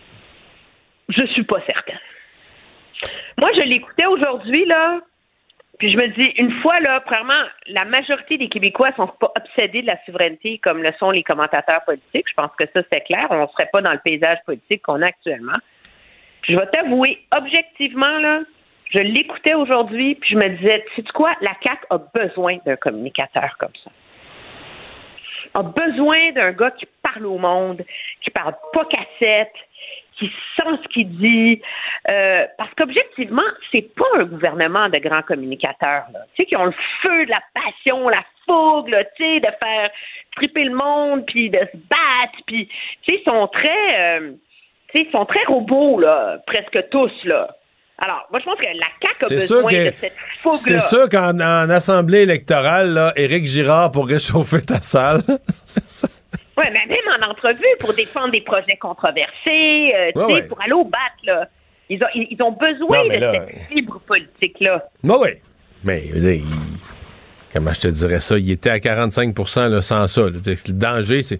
Je suis pas certaine. Moi, je l'écoutais aujourd'hui, là. Puis je me dis, une fois, là, premièrement, la majorité des Québécois sont pas obsédés de la souveraineté comme le sont les commentateurs politiques. Je pense que ça, c'est clair. On ne serait pas dans le paysage politique qu'on a actuellement. Puis je vais t'avouer, objectivement, là, je l'écoutais aujourd'hui, puis je me disais, sais-tu quoi? La C A Q a besoin d'un communicateur comme ça. A besoin d'un gars qui parle au monde, qui parle pas cassette, qui sent ce qu'il dit, euh, parce qu'objectivement, c'est pas un gouvernement de grands communicateurs, là, tu sais, qui ont le feu de la passion, la fougue, là, tu sais, de faire triper le monde, puis de se battre, puis, tu sais, ils sont très, euh, tu sais, ils sont très robots, là, presque tous, là. Alors, moi, je pense que la C A Q a c'est besoin que, de cette fougue-là. C'est sûr qu'en en assemblée électorale, là, Éric Girard pour réchauffer ta salle... Oui, mais même en entrevue, pour défendre des projets controversés, euh, tu sais, ouais. pour aller au bat, là. Ils ont, ils ont besoin non, de là, cette fibre politique-là. Oui, oui. Mais, je veux dire, il... comment je te dirais ça? Il était à quarante-cinq pour cent là, sans ça. Là. Le danger, c'est...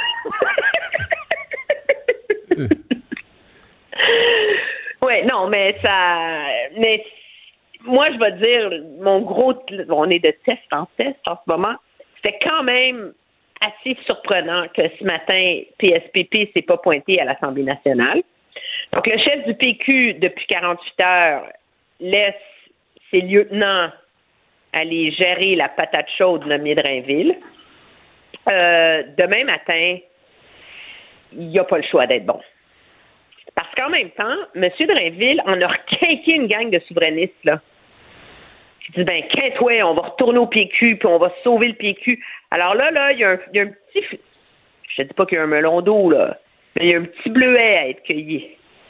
Oui, non, mais ça... Mais moi, je vais dire, mon gros... On est de test en test en ce moment. C'était quand même assez surprenant que ce matin, P S P P s'est pas pointé à l'Assemblée nationale. Donc, le chef du P Q, depuis quarante-huit heures, laisse ses lieutenants aller gérer la patate chaude nommée Drainville. Euh, demain matin, il n'y a pas le choix d'être bon. Parce qu'en même temps, M. Drainville en a requinqué une gang de souverainistes, là. Qui dit, ben, quinte-ouais, on va retourner au P Q, puis on va sauver le P Q. Alors là, là, il y a un, il y a un petit... Je ne dis pas qu'il y a un melon d'eau, là, mais il y a un petit bleuet à être cueilli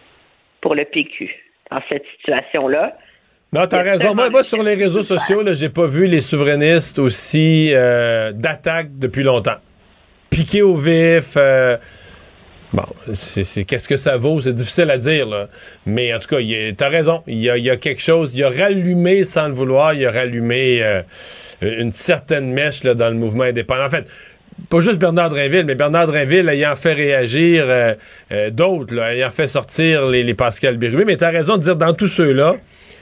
pour le P Q dans cette situation-là. Non, t'as raison. Moi, moi, sur les réseaux sociaux, là, j'ai pas vu les souverainistes aussi euh, d'attaque depuis longtemps. Piqués au vif... Euh... Bon, c'est, c'est qu'est-ce que ça vaut? C'est difficile à dire, là. Mais en tout cas, il, t'as raison. Il y a, il y a quelque chose. Il a rallumé, sans le vouloir, il a rallumé euh, une certaine mèche là, dans le mouvement indépendant. En fait, pas juste Bernard Drainville, mais Bernard Drainville ayant fait réagir euh, euh, d'autres, là, ayant fait sortir les, les Pascal Bérubé. Mais t'as raison de dire, dans tous ceux-là,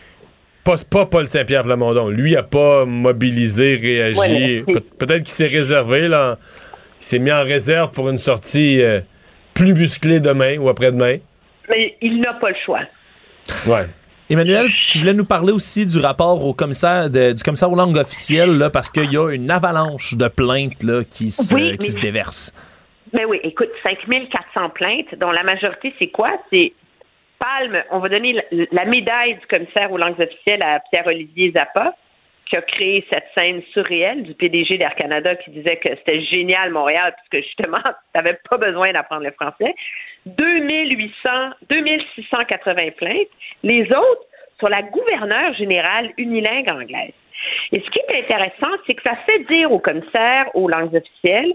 pas, pas Paul Saint-Pierre Plamondon. Lui a pas mobilisé, réagi. Ouais, Pe- peut-être qu'il s'est réservé, là. Il s'est mis en réserve pour une sortie... Euh, plus musclé demain ou après-demain. Mais il n'a pas le choix. Ouais. Emmanuel, tu voulais nous parler aussi du rapport au commissaire de, du commissaire aux langues officielles, là, parce qu'il y a une avalanche de plaintes là, qui, se, oui, qui se déversent. Mais oui, écoute, cinq mille quatre cents plaintes, dont la majorité, c'est quoi? C'est Palme, on va donner la, la médaille du commissaire aux langues officielles à Pierre-Olivier Zappa, qui a créé cette scène surréelle du P D G d'Air Canada qui disait que c'était génial Montréal puisque justement, tu n'avais pas besoin d'apprendre le français. deux mille huit cents, deux mille six cent quatre-vingts plaintes. Les autres sur la gouverneure générale unilingue anglaise. Et ce qui est intéressant, c'est que ça fait dire au commissaire aux langues officielles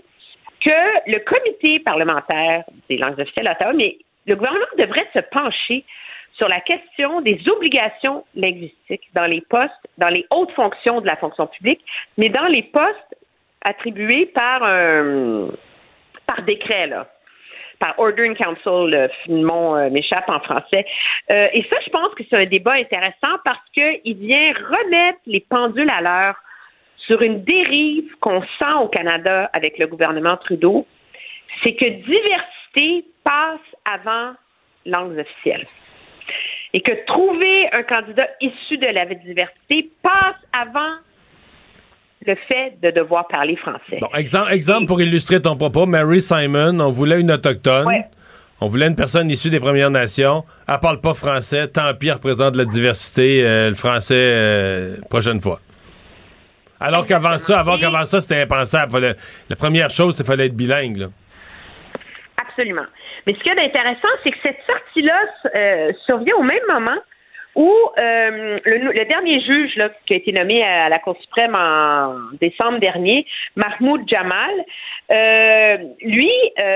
que le comité parlementaire des langues officielles à Ottawa, mais le gouvernement devrait se pencher sur la question des obligations linguistiques dans les postes, dans les hautes fonctions de la fonction publique, mais dans les postes attribués par un par décret, là, par Order in Council, le nom euh, m'échappe en français. Euh, et ça, je pense que c'est un débat intéressant parce qu'il vient remettre les pendules à l'heure sur une dérive qu'on sent au Canada avec le gouvernement Trudeau, c'est que diversité passe avant langues officielles. Et que trouver un candidat issu de la diversité passe avant le fait de devoir parler français. Bon, exemple, exemple pour illustrer ton propos, Mary Simon, on voulait une autochtone, ouais. On voulait une personne issue des Premières Nations, elle parle pas français, tant pis, elle représente la diversité, euh, le français, euh, prochaine fois. Alors qu'avant ça, avant qu'avant ça, c'était impensable. Fallait, la première chose, c'est qu'il fallait être bilingue, là. Absolument. Mais ce qu'il y a d'intéressant, c'est que cette sortie-là euh, survient au même moment où euh, le, le dernier juge là, qui a été nommé à la Cour suprême en décembre dernier, Mahmoud Jamal, euh, lui,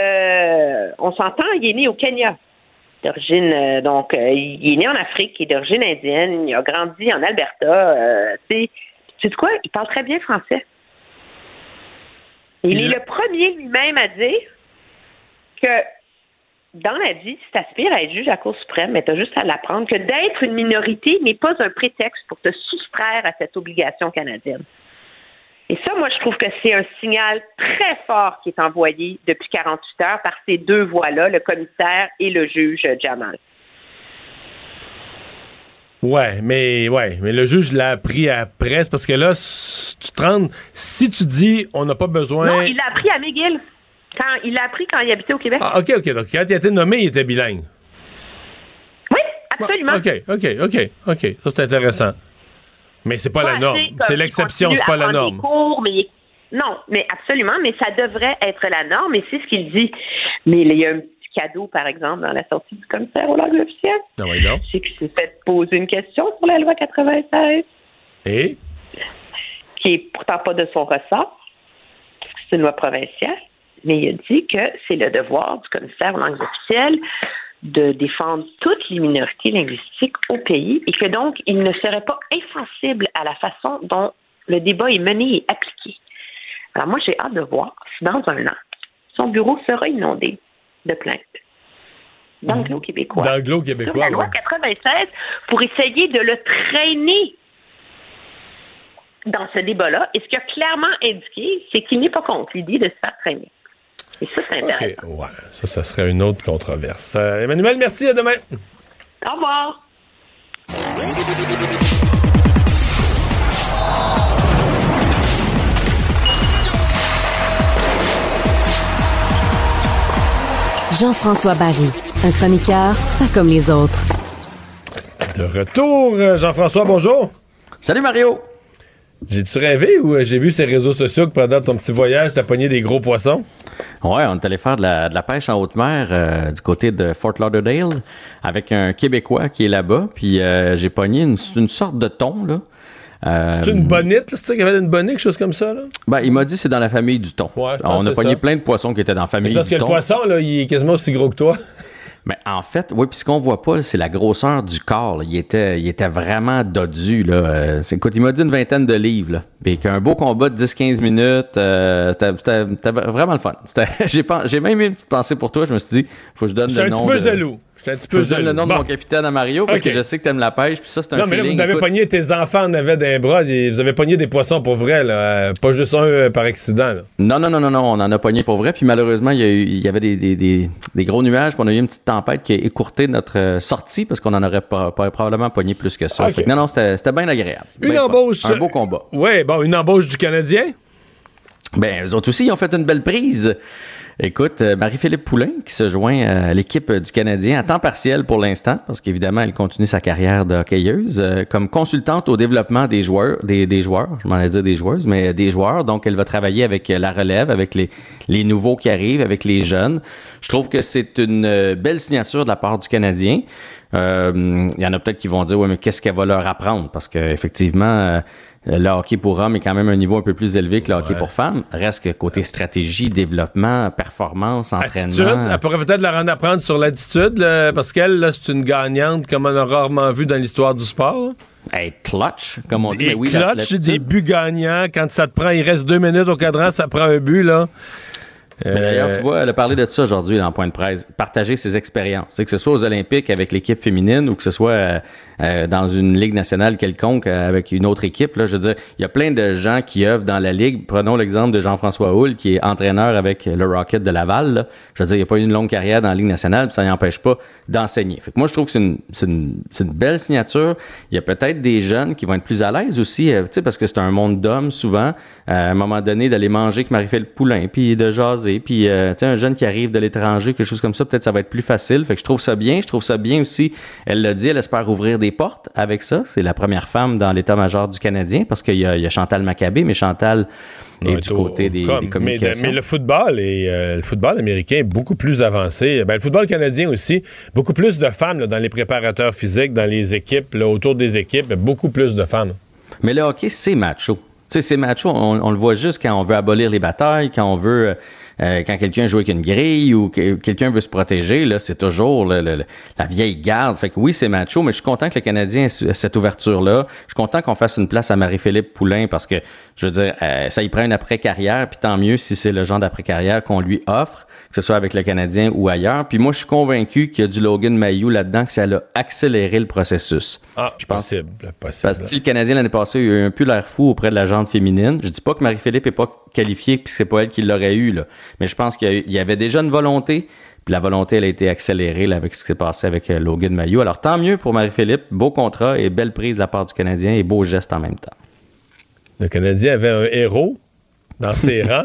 euh, on s'entend, il est né au Kenya. D'origine, euh, donc, euh, il est né en Afrique, il est d'origine indienne, il a grandi en Alberta. Euh, tu sais quoi? Il parle très bien français. Il, il est le premier lui-même à dire que dans la vie, si tu aspires à être juge à la Cour suprême, mais tu as juste à l'apprendre que d'être une minorité n'est pas un prétexte pour te soustraire à cette obligation canadienne. Et ça, moi, je trouve que c'est un signal très fort qui est envoyé depuis quarante-huit heures par ces deux voix-là, le commissaire et le juge Jamal. Ouais, mais ouais, mais le juge l'a appris après, c'est parce que là, tu te rends, si tu dis on n'a pas besoin. Non, il l'a appris à McGill. Quand il l'a appris quand il habitait au Québec. Ah, ok, ok. Donc quand il a été nommé, il était bilingue. Oui, absolument. Ok, ok, ok, ok. Ça c'est intéressant. Mais c'est pas, pas la norme. C'est l'exception, c'est pas la norme. Cours, mais non, mais absolument, mais ça devrait être la norme, et c'est ce qu'il dit. Mais il y a un petit cadeau, par exemple, dans la sortie du commissaire aux langues officielles. Ah oui, non. C'est qu'il s'est fait poser une question sur la loi quatre-vingt-seize. Et? Qui est pourtant pas de son ressort. C'est une loi provinciale. Mais il a dit que c'est le devoir du commissaire aux langues officielles de défendre toutes les minorités linguistiques au pays et que donc, il ne serait pas insensible à la façon dont le débat est mené et appliqué. Alors moi, j'ai hâte de voir si dans un an, son bureau sera inondé de plaintes d'anglo-québécois. D'anglo-québécois, sur la loi quatre-vingt-seize pour essayer de le traîner dans ce débat-là. Et ce qu'il a clairement indiqué, c'est qu'il n'est pas contre l'idée de se faire traîner. Et ça, c'est intéressant. OK, ouais. Ça, ça serait une autre controverse. Euh, Emmanuel, merci. À demain. Au revoir. Jean-François Barry, un chroniqueur pas comme les autres. De retour, Jean-François, bonjour. Salut Mario. J'ai-tu rêvé ou j'ai vu ces réseaux sociaux que pendant ton petit voyage, t'as pogné des gros poissons? Ouais, on est allé faire de la, de la pêche en haute mer euh, du côté de Fort Lauderdale avec un Québécois qui est là-bas. Puis euh, j'ai pogné une, une sorte de thon, là. Euh, c'est une bonite, là? C'est ça qu'il y avait une bonite, quelque chose comme ça, là? Ben, il m'a dit que c'est dans la famille du thon. Ouais, on a pogné ça. plein de poissons qui étaient dans la famille du thon. Parce que le poisson, là, il est quasiment aussi gros que toi. Mais en fait, oui, puis ce qu'on voit pas, c'est la grosseur du corps. Là. Il était, il était vraiment dodu. Là. Euh, c'est, écoute, il m'a dit une vingtaine de livres. Là. Puis qu'un beau combat de dix à quinze minutes, euh, c'était, c'était, c'était vraiment le fun. C'était, j'ai, j'ai même eu une petite pensée pour toi. Je me suis dit, faut que je donne J'étais le nom. un petit peu de, jaloux. J'étais un petit peu faut que je donne le nom bon. de mon capitaine à Mario parce okay. que je sais que t'aimes la pêche. Puis ça, c'est un Non, mais là, feeling, vous avez écoute, pogné, tes enfants en avaient des bras. Vous avez pogné des poissons pour vrai, là. Pas juste un euh, par accident, là. Non, non, non, non, non. On en a pogné pour vrai. Puis malheureusement, il y, a eu, il y avait des, des, des, des gros nuages. Puis on a eu une petite tempête qui a écourté notre euh, sortie parce qu'on en aurait pas, pas, probablement pogné plus que ça. Okay. Que, non, non, c'était, c'était bien agréable. Une bien embauche. Fun. Un beau combat. Oui, bon, une embauche du Canadien. Ben, eux autres aussi, ils ont fait une belle prise. Écoute, Marie-Philippe Poulin qui se joint à l'équipe du Canadien à temps partiel pour l'instant, parce qu'évidemment, elle continue sa carrière de hockeyeuse, euh, comme consultante au développement des joueurs, des, des joueurs, je m'en ai dit des joueuses, mais des joueurs. Donc, elle va travailler avec la relève, avec les, les nouveaux qui arrivent, avec les jeunes. Je trouve que c'est une belle signature de la part du Canadien. Euh, il y en a peut-être qui vont dire, ouais, mais qu'est-ce qu'elle va leur apprendre? Parce qu'effectivement, euh, le hockey pour hommes est quand même un niveau un peu plus élevé que le hockey ouais. pour femmes. Reste que côté stratégie, développement, performance, entraînement. Attitude. Elle pourrait peut-être leur en apprendre sur l'attitude, là, parce qu'elle, là, c'est une gagnante comme on a rarement vu dans l'histoire du sport. Hey, clutch, comme on dit. Et mais oui, clutch, des buts gagnants. Quand ça te prend, il reste deux minutes au cadran, ça prend un but, là. Mais d'ailleurs, tu vois, elle a parlé de ça aujourd'hui dans Point de presse. Partager ses expériences. C'est que ce soit aux Olympiques avec l'équipe féminine ou que ce soit euh, euh, dans une ligue nationale quelconque euh, avec une autre équipe. Là, je veux dire, il y a plein de gens qui œuvrent dans la ligue. Prenons l'exemple de Jean-François Houle, qui est entraîneur avec le Rocket de Laval. Là. Je veux dire, il n'y a pas eu une longue carrière dans la ligue nationale, puis ça n'empêche pas d'enseigner. Fait que moi, je trouve que c'est une, c'est une, c'est une belle signature. Il y a peut-être des jeunes qui vont être plus à l'aise aussi, euh, tu sais, parce que c'est un monde d'hommes souvent. Euh, à un moment donné, d'aller manger avec Marie-Philippe Poulin, puis de jaser, puis euh, tu sais, un jeune qui arrive de l'étranger, quelque chose comme ça, peut-être ça va être plus facile. Fait que je trouve ça bien. Je trouve ça bien aussi. Elle l'a dit, elle espère ouvrir des portes avec ça. C'est la première femme dans l'état-major du Canadien, parce qu'il y a, il y a Chantal Maccabé, mais Chantal est ouais, du côté au, des, comme, des communications. Mais, mais le football et euh, le football américain est beaucoup plus avancé. Ben, le football canadien aussi, beaucoup plus de femmes là, dans les préparateurs physiques, dans les équipes, là, autour des équipes, beaucoup plus de femmes. Mais le hockey, c'est macho. Tu sais, c'est macho, on, on le voit juste quand on veut abolir les batailles, quand on veut euh, quand quelqu'un joue avec une grille ou que quelqu'un veut se protéger, là, c'est toujours le, le, la vieille garde. Fait que oui, c'est macho, mais je suis content que le Canadien ait cette ouverture-là. Je suis content qu'on fasse une place à Marie-Philippe Poulin parce que, je veux dire, euh, ça y prend une après-carrière, puis tant mieux si c'est le genre d'après-carrière qu'on lui offre, que ce soit avec le Canadien ou ailleurs. Puis moi, je suis convaincu qu'il y a du Logan Mailloux là-dedans, que ça a accéléré le processus. Ah, je pense, possible, possible. Parce que si le Canadien l'année passée a eu un peu l'air fou auprès de la gente féminine, je dis pas que Marie-Philippe n'est pas qualifiée puis que c'est pas elle qui l'aurait eu, là. Mais je pense qu'il y avait déjà une volonté, puis la volonté, elle a été accélérée là, avec ce qui s'est passé avec euh, Logan Mailloux. Alors tant mieux pour Marie-Philippe, beau contrat et belle prise de la part du Canadien et beau geste en même temps. Le Canadien avait un héros dans ses rangs.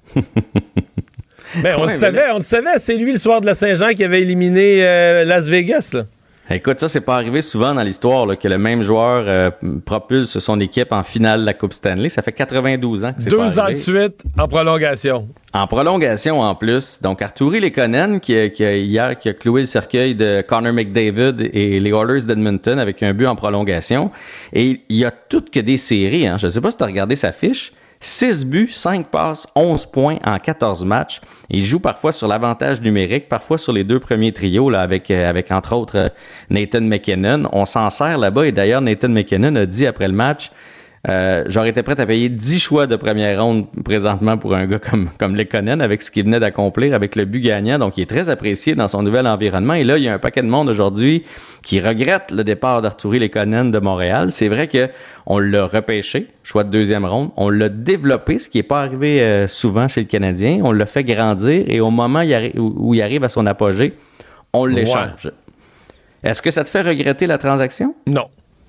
Mais on ouais, le savait, là, on le savait, c'est lui le soir de la Saint-Jean qui avait éliminé euh, Las Vegas, là. Écoute, ça, c'est pas arrivé souvent dans l'histoire là, que le même joueur euh, propulse son équipe en finale de la Coupe Stanley. Ça fait quatre-vingt-douze ans que c'est Deux pas arrivé. ans de suite en prolongation. En prolongation en plus. Donc, Arturi Lekonen, qui, qui a, hier, qui a cloué le cercueil de Connor McDavid et les Oilers d'Edmonton avec un but en prolongation. Et il y a toutes que des séries. Hein. Je ne sais pas si tu as regardé sa fiche. six buts, cinq passes, onze points en quatorze matchs. Il joue parfois sur l'avantage numérique, parfois sur les deux premiers trios, là, avec, euh, avec entre autres euh, Nathan McKinnon. On s'en sert là-bas et d'ailleurs, Nathan McKinnon a dit après le match euh, j'aurais été prêt à payer dix choix de première ronde présentement pour un gars comme, comme Lekonen avec ce qu'il venait d'accomplir, avec le but gagnant. Donc, il est très apprécié dans son nouvel environnement. Et là, il y a un paquet de monde aujourd'hui qui regrette le départ d'Arturi Lekonen de Montréal. C'est vrai que on l'a repêché, choix de deuxième ronde. On l'a développé, ce qui n'est pas arrivé euh, souvent chez le Canadien. On l'a fait grandir et au moment il arri- où il arrive à son apogée, on l'échange. Ouais. Est-ce que ça te fait regretter la transaction? Non.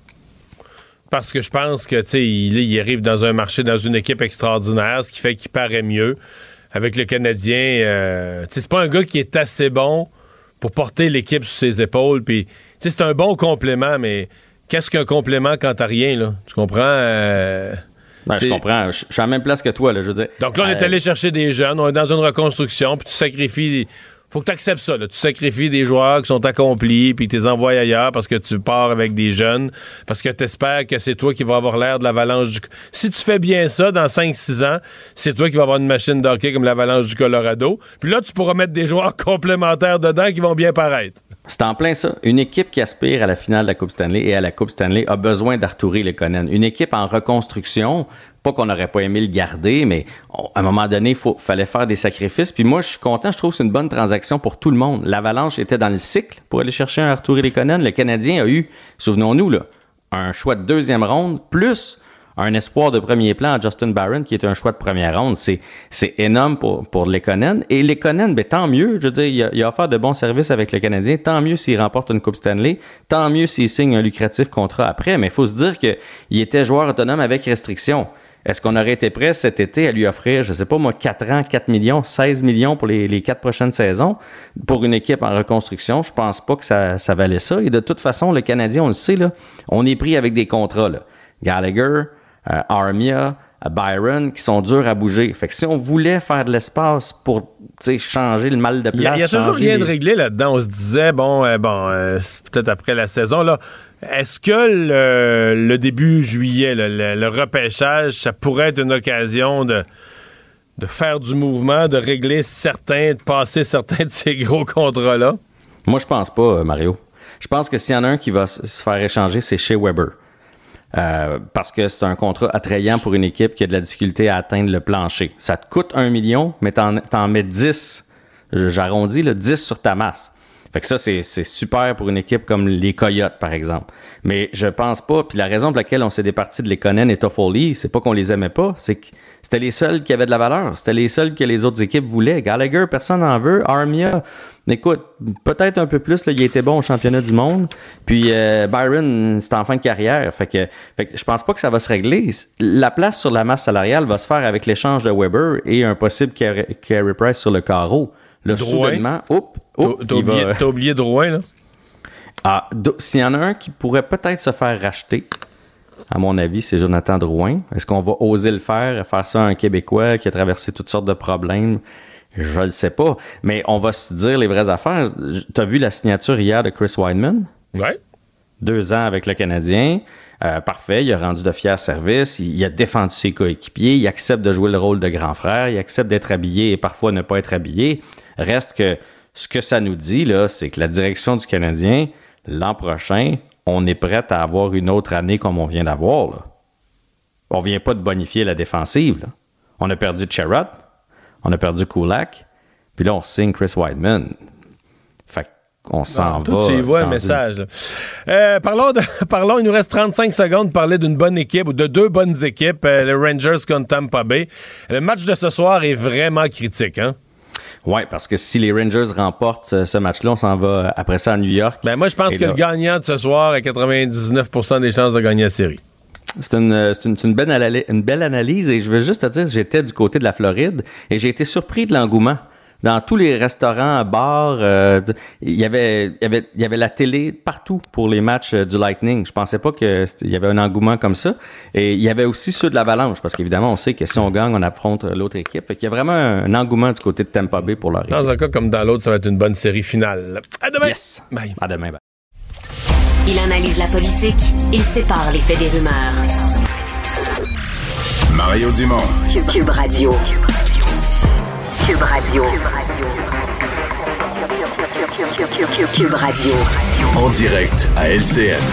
Parce que je pense que, tu sais, il, il arrive dans un marché, dans une équipe extraordinaire, ce qui fait qu'il paraît mieux. Avec le Canadien, euh, tu sais, c'est pas un gars qui est assez bon pour porter l'équipe sur ses épaules. Puis, tu sais, c'est un bon complément, mais qu'est-ce qu'un complément quand t'as rien, là? Tu comprends? Euh, ben, je comprends. Je suis à la même place que toi, là, je veux dire. Donc là, on est allé chercher des jeunes, on est dans une reconstruction, puis tu sacrifies... Faut que tu acceptes ça, là. Tu sacrifies des joueurs qui sont accomplis puis tu les envoies ailleurs parce que tu pars avec des jeunes, parce que tu espères que c'est toi qui vas avoir l'air de l'Avalanche du... Si tu fais bien ça, dans cinq six ans, c'est toi qui vas avoir une machine de hockey comme l'Avalanche du Colorado. Puis là, tu pourras mettre des joueurs complémentaires dedans qui vont bien paraître. C'est en plein ça. Une équipe qui aspire à la finale de la Coupe Stanley et à la Coupe Stanley a besoin d'Arturi Lekonen. Une équipe en reconstruction, pas qu'on n'aurait pas aimé le garder, mais on, à un moment donné, il fallait faire des sacrifices. Puis moi, je suis content, je trouve que c'est une bonne transaction pour tout le monde. L'Avalanche était dans le cycle pour aller chercher un Arturi Lekonen. Le Canadien a eu, souvenons-nous, là, un choix de deuxième ronde, plus un espoir de premier plan à Justin Barron, qui est un choix de première ronde. C'est, c'est énorme pour, pour Lekonen. Et Lekonen, ben, tant mieux. Je veux dire, il a, il a offert de bons services avec le Canadien. Tant mieux s'il remporte une Coupe Stanley. Tant mieux s'il signe un lucratif contrat après. Mais il faut se dire qu'il était joueur autonome avec restriction. Est-ce qu'on aurait été prêt cet été à lui offrir, je ne sais pas moi, quatre ans, quatre millions, seize millions pour les, les quatre prochaines saisons pour une équipe en reconstruction? Je pense pas que ça, ça valait ça. Et de toute façon, le Canadien, on le sait, là, on est pris avec des contrats, là. Gallagher, Euh, Armia, euh, Byron, qui sont durs à bouger. Fait que si on voulait faire de l'espace pour changer le mal de place... Il y a, y a toujours rien les... de réglé là-dedans. On se disait, bon, euh, bon euh, peut-être après la saison, là, est-ce que le, le début juillet, là, le, le repêchage, ça pourrait être une occasion de, de faire du mouvement, de régler certains, de passer certains de ces gros contrats-là? Moi, je pense pas, Mario. Je pense que s'il y en a un qui va se faire échanger, c'est Shea Weber. Euh, parce que c'est un contrat attrayant pour une équipe qui a de la difficulté à atteindre le plancher. Ça te coûte un million, mais t'en, t'en mets dix, j'arrondis, là, dix sur ta masse. Fait que ça, c'est, c'est super pour une équipe comme les Coyotes, par exemple. Mais je pense pas, puis la raison pour laquelle on s'est départi de Lekonen et Toffoli, c'est pas qu'on les aimait pas, c'est que c'était les seuls qui avaient de la valeur. C'était les seuls que les autres équipes voulaient. Gallagher, personne n'en veut. Armia, écoute, peut-être un peu plus, là, il était bon au championnat du monde. Puis euh, Byron, c'est en fin de carrière. Fait que, fait que je pense pas que ça va se régler. La place sur la masse salariale va se faire avec l'échange de Weber et un possible Carey Price sur le carreau. Là, soudainement, hop, hop, t'as, t'as, oublié, va... t'as oublié Drouin, là? Ah, do, s'il y en a un qui pourrait peut-être se faire racheter, à mon avis, c'est Jonathan Drouin. Est-ce qu'on va oser le faire, faire ça à un Québécois qui a traversé toutes sortes de problèmes? Je le sais pas. Mais on va se dire les vraies affaires. T'as vu la signature hier de Chris Weidman? Ouais. Deux ans avec le Canadien. Euh, parfait, il a rendu de fiers services, il, il a défendu ses coéquipiers, il accepte de jouer le rôle de grand frère, il accepte d'être habillé et parfois ne pas être habillé. Reste que ce que ça nous dit, là, c'est que la direction du Canadien, l'an prochain, on est prêt à avoir une autre année comme on vient d'avoir. Là. On vient pas de bonifier la défensive. Là. On a perdu Sherratt, on a perdu Kulak, puis là, on signe Chris Wideman. Fait qu'on s'en Tout va. Tu y vois un message. Une... Euh, parlons, de, parlons, il nous reste trente-cinq secondes pour parler d'une bonne équipe ou de deux bonnes équipes, euh, les Rangers contre Tampa Bay. Le match de ce soir est vraiment critique, hein? Oui, parce que si les Rangers remportent ce, ce match-là, on s'en va après ça à New York. Ben moi, je pense Et que là, le gagnant de ce soir a quatre-vingt-dix-neuf pour cent des chances de gagner la série. C'est une, c'est une, c'est une, belle analyse, une belle analyse et je veux juste te dire, j'étais du côté de la Floride et j'ai été surpris de l'engouement. Dans tous les restaurants, bars, euh, il y avait, il y avait, il y avait la télé partout pour les matchs du Lightning. Je pensais pas qu'il y avait un engouement comme ça. Et il y avait aussi ceux de l'Avalanche, parce qu'évidemment, on sait que si on gagne, on affronte l'autre équipe. Fait qu'il y a vraiment un, un engouement du côté de Tampa Bay pour leur équipe. Dans un cas comme dans l'autre, ça va être une bonne série finale. À demain! Yes! Bye. À demain, bye. Il analyse la politique, il sépare les faits des rumeurs. Mario Dumont. Cube, Cube Radio. Cube Radio. Cube Radio. En direct à L C N.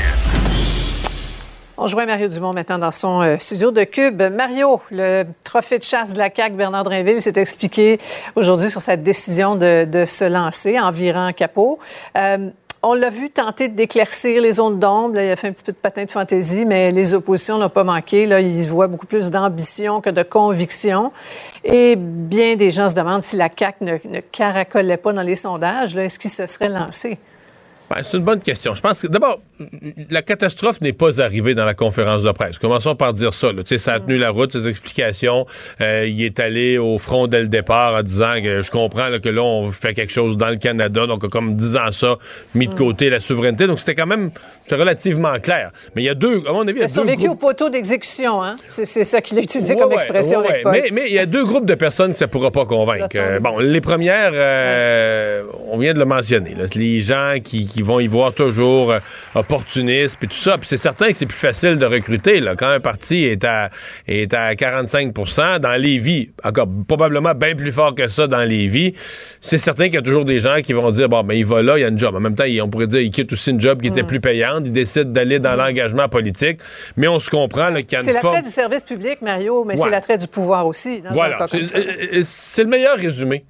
On joint Mario Dumont maintenant dans son euh, studio de Cube. Mario, le trophée de chasse de la C A Q, Bernard Drinville, s'est expliqué aujourd'hui sur sa décision de, de se lancer en virant capot. Euh, On l'a vu tenter d'éclaircir les zones d'ombre. Là, il a fait un petit peu de patin de fantaisie, mais les oppositions n'ont pas manqué. Là, ils voient beaucoup plus d'ambition que de conviction. Et bien des gens se demandent si la C A Q ne, ne caracolait pas dans les sondages. Là, est-ce qu'il se serait lancé? Ben, c'est une bonne question. Je pense que, d'abord, la catastrophe n'est pas arrivée dans la conférence de presse. Commençons par dire ça. Là. Tu sais, ça a tenu la route, ses explications. Euh, il est allé au front dès le départ en disant que je comprends là, que là, on fait quelque chose dans le Canada. Donc, comme disant ça, mis de côté la souveraineté. Donc, c'était quand même c'était relativement clair. Mais il y a deux, à mon avis, il y a deux survécu groupes... au poteau d'exécution, hein? C'est, c'est ça qu'il a utilisé ouais, comme expression ouais, avec ouais. Paul. Mais, mais il y a deux groupes de personnes que ça ne pourra pas convaincre. Euh, bon, les premières, euh, ouais. on vient de le mentionner. Là, les gens qui, qui vont y voir toujours euh, opportunistes, puis tout ça. Puis c'est certain que c'est plus facile de recruter là, quand un parti est à, est à quarante-cinq pour cent dans Lévis. Encore probablement bien plus fort que ça dans Lévis. C'est certain qu'il y a toujours des gens qui vont dire, bon, ben il va là, il y a une job. En même temps, on pourrait dire, il quitte aussi une job qui était mmh. plus payante. Il décide d'aller dans mmh. l'engagement politique. Mais on se comprend là, qu'il y a c'est une forme... C'est l'attrait du service public, Mario, mais ouais. c'est l'attrait du pouvoir aussi. Dans voilà. C'est, c'est, c'est le meilleur résumé.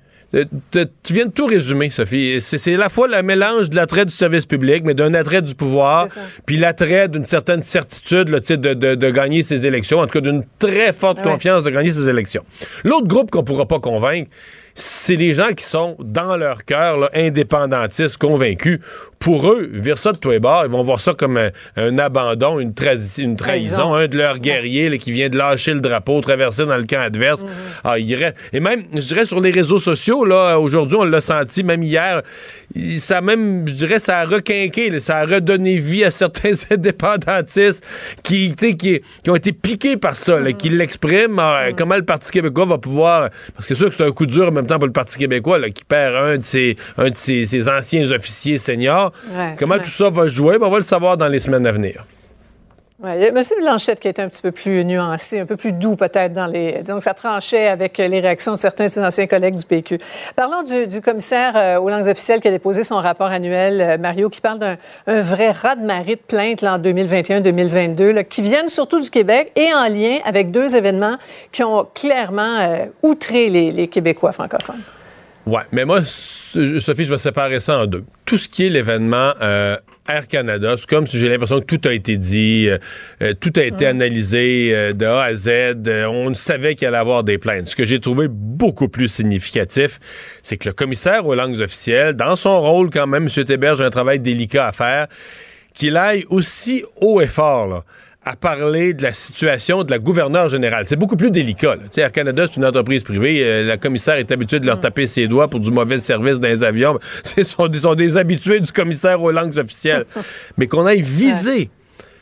Tu viens de tout résumer, Sophie. C'est, c'est à la fois le mélange de l'attrait du service public, mais d'un attrait du pouvoir, puis l'attrait d'une certaine certitude là, de, de, de gagner ses élections, en tout cas d'une très forte ouais. confiance de gagner ses élections. L'autre groupe qu'on pourra pas convaincre, c'est les gens qui sont, dans leur cœur, là, indépendantistes, convaincus. Pour eux, vire ça de tous les bords, ils vont voir ça comme un, un abandon, une, tra- une trahison. trahison. Un de leurs guerriers là, qui vient de lâcher le drapeau, traverser dans le camp adverse. Mm-hmm. Ah, il reste... Et même, je dirais, sur les réseaux sociaux, là, aujourd'hui, on l'a senti, même hier, ça même, je dirais, ça a requinqué, là, ça a redonné vie à certains indépendantistes qui, qui, qui ont été piqués par ça, là, mm-hmm. qui l'expriment. Ah, mm-hmm. Comment le Parti québécois va pouvoir... Parce que c'est sûr que c'est un coup dur en même temps pour le Parti québécois, là, qui perd un de ses, un de ses, ses anciens officiers seniors. Ouais, Comment ouais. tout ça va jouer? Ben, on va le savoir dans les semaines à venir. Ouais, il y a M. Blanchette qui a été un petit peu plus nuancé, un peu plus doux peut-être dans les... Donc, ça tranchait avec les réactions de certains de ses anciens collègues du P Q. Parlons du, du commissaire euh, aux langues officielles qui a déposé son rapport annuel, euh, Mario, qui parle d'un un vrai raz-de-marée de plaintes là, en deux mille vingt et un deux mille vingt-deux, là, qui viennent surtout du Québec et en lien avec deux événements qui ont clairement euh, outré les, les Québécois francophones. Ouais, mais moi, Sophie, je vais séparer ça en deux. Tout ce qui est l'événement euh, Air Canada, c'est comme si j'ai l'impression que tout a été dit, euh, tout a été mmh. analysé euh, de A à Z. Euh, on savait qu'il allait y avoir des plaintes. Ce que j'ai trouvé beaucoup plus significatif, c'est que le commissaire aux langues officielles, dans son rôle quand même, M. Théberge a un travail délicat à faire, qu'il aille aussi haut et fort, là, à parler de la situation de la gouverneure générale. C'est beaucoup plus délicat. Tu sais, Air Canada, c'est une entreprise privée. Euh, la commissaire est habituée de leur mm. taper ses doigts pour du mauvais service dans les avions. Ce sont, sont des habitués du commissaire aux langues officielles. Mais qu'on aille viser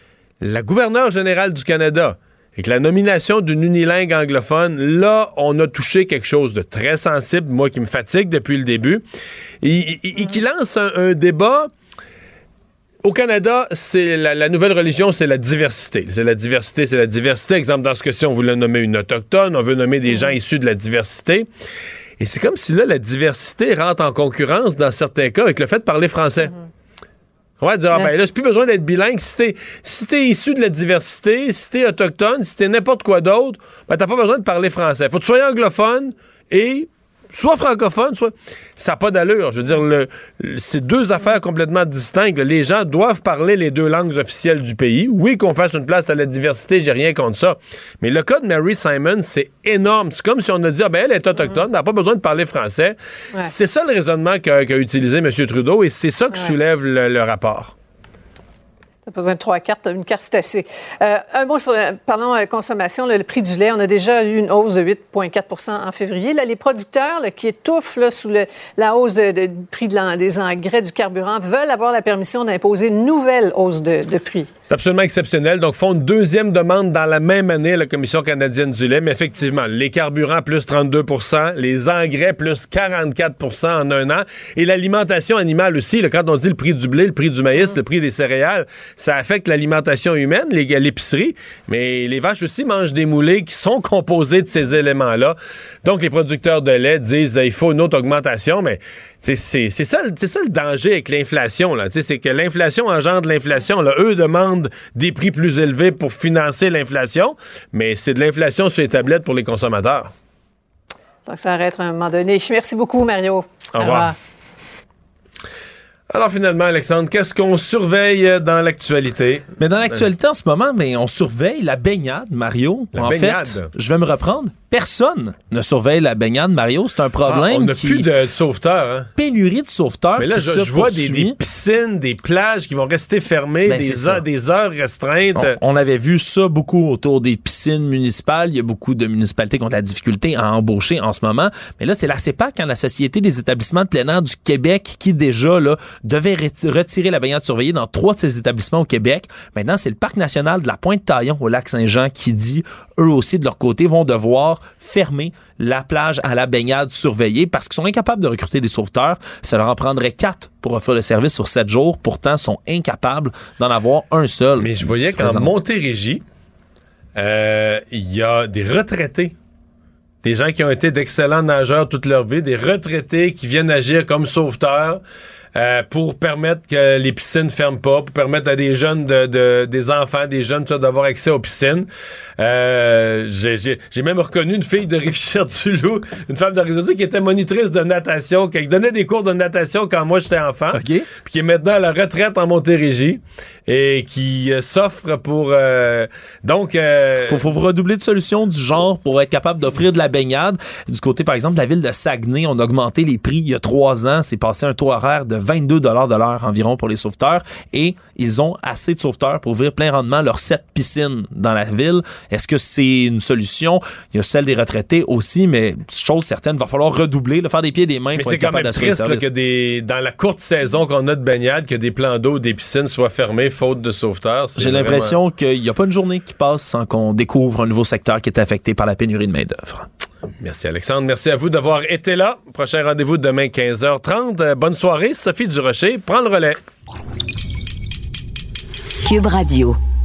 la gouverneure générale du Canada et que la nomination d'une unilingue anglophone, là, on a touché quelque chose de très sensible, moi qui me fatigue depuis le début, et, et, et qui lance un, un débat... Au Canada, c'est la, la nouvelle religion, c'est la diversité. C'est la diversité, c'est la diversité. Exemple, dans ce cas-ci, on voulait nommer une autochtone, on veut nommer des gens issus de la diversité. Et c'est comme si là, la diversité rentre en concurrence, dans certains cas, avec le fait de parler français. Mm-hmm. Ouais, dire, ah, ben là, c'est plus besoin d'être bilingue. Si t'es, si t'es issu de la diversité, si t'es autochtone, si t'es n'importe quoi d'autre, ben t'as pas besoin de parler français. Faut que tu sois anglophone et soit francophone, soit... Ça n'a pas d'allure. Je veux dire, le, le, c'est deux affaires complètement distinctes. Les gens doivent parler les deux langues officielles du pays. Oui, qu'on fasse une place à la diversité, j'ai rien contre ça. Mais le cas de Mary Simon, c'est énorme. C'est comme si on a dit, ah ben elle est autochtone, elle n'a pas besoin de parler français. Ouais. C'est ça le raisonnement qu'a, qu'a utilisé M. Trudeau et c'est ça que ouais. soulève le, le rapport. Pas besoin de trois cartes, une carte, c'est assez. Euh, un mot sur, parlons euh, consommation, là, le prix du lait. On a déjà eu une hausse de huit virgule quatre pour cent en février. Là, les producteurs là, qui étouffent là, sous le, la hausse de, de, du prix de des engrais, du carburant, veulent avoir la permission d'imposer une nouvelle hausse de, de prix. C'est absolument exceptionnel. Donc, font une deuxième demande dans la même année à la Commission canadienne du lait. Mais effectivement, les carburants plus trente-deux pour cent, les engrais plus quarante-quatre pour cent en un an. Et l'alimentation animale aussi. Là, quand on dit le prix du blé, le prix du maïs, mmh. le prix des céréales, ça affecte l'alimentation humaine, les, l'épicerie, mais les vaches aussi mangent des moulées qui sont composés de ces éléments-là. Donc, les producteurs de lait disent euh, il faut une autre augmentation, mais c'est, c'est, c'est, ça, c'est ça le danger avec l'inflation. Là. C'est que l'inflation engendre l'inflation. Là. Eux demandent des prix plus élevés pour financer l'inflation, mais c'est de l'inflation sur les tablettes pour les consommateurs. Donc, ça arrête à un moment donné. Merci beaucoup, Mario. Au revoir. Au revoir. Alors finalement, Alexandre, qu'est-ce qu'on surveille dans l'actualité? Mais dans l'actualité en ce moment, mais on surveille la baignade, Mario. La en baignade. fait, je vais me reprendre. Personne ne surveille la baignade, Mario. C'est un problème. Ah, on n'a qui... plus de, de sauveteurs. Hein? Pénurie de sauveteurs. Mais là, qui je, se je vois poursuit. des, des piscines, des plages qui vont rester fermées, ben, des, heures, des heures restreintes. On, on avait vu ça beaucoup autour des piscines municipales. Il y a beaucoup de municipalités qui ont de la difficulté à embaucher en ce moment. Mais là, c'est la C E P A C, hein, la Société des établissements de plein air du Québec, qui déjà là, devait retirer la baignade surveillée dans trois de ces établissements au Québec. Maintenant, c'est le Parc national de la Pointe-Taillon au Lac-Saint-Jean qui dit, eux aussi, de leur côté, vont devoir fermer la plage à la baignade surveillée parce qu'ils sont incapables de recruter des sauveteurs. Ça leur en prendrait quatre pour offrir le service sur sept jours. Pourtant, ils sont incapables d'en avoir un seul. Mais je voyais qu'en Montérégie, euh, il y a des retraités, des gens qui ont été d'excellents nageurs toute leur vie, des retraités qui viennent agir comme sauveteurs. Euh, pour permettre que les piscines ferment pas, pour permettre à des jeunes, de, de des enfants, des jeunes, ça, d'avoir accès aux piscines. Euh, j'ai, j'ai, j'ai même reconnu une fille de Rivière-du-Loup, une femme de Rivière-du-Loup qui était monitrice de natation, qui donnait des cours de natation quand moi j'étais enfant, okay. Puis qui est maintenant à la retraite en Montérégie et qui euh, s'offre pour... Euh, donc... Euh, faut, faut redoubler de solutions du genre pour être capable d'offrir de la baignade. Du côté, par exemple, de la ville de Saguenay, on a augmenté les prix il y a trois ans. C'est passé un taux horaire de vingt-deux dollars de l'heure environ pour les sauveteurs et ils ont assez de sauveteurs pour ouvrir plein rendement leurs sept piscines dans la ville. Est-ce que c'est une solution? Il y a celle des retraités aussi, mais chose certaine, il va falloir redoubler, le faire des pieds et des mains mais pour être capable d'assurer le service. Mais c'est quand même triste là, que des, dans la courte saison qu'on a de baignade, que des plans d'eau, des piscines soient fermés faute de sauveteurs. J'ai vraiment... l'impression qu'il n'y a pas une journée qui passe sans qu'on découvre un nouveau secteur qui est affecté par la pénurie de main-d'œuvre. Merci Alexandre. Merci à vous d'avoir été là. Prochain rendez-vous demain quinze heures trente. Bonne soirée. Sophie Durocher prend le relais. Cube Radio.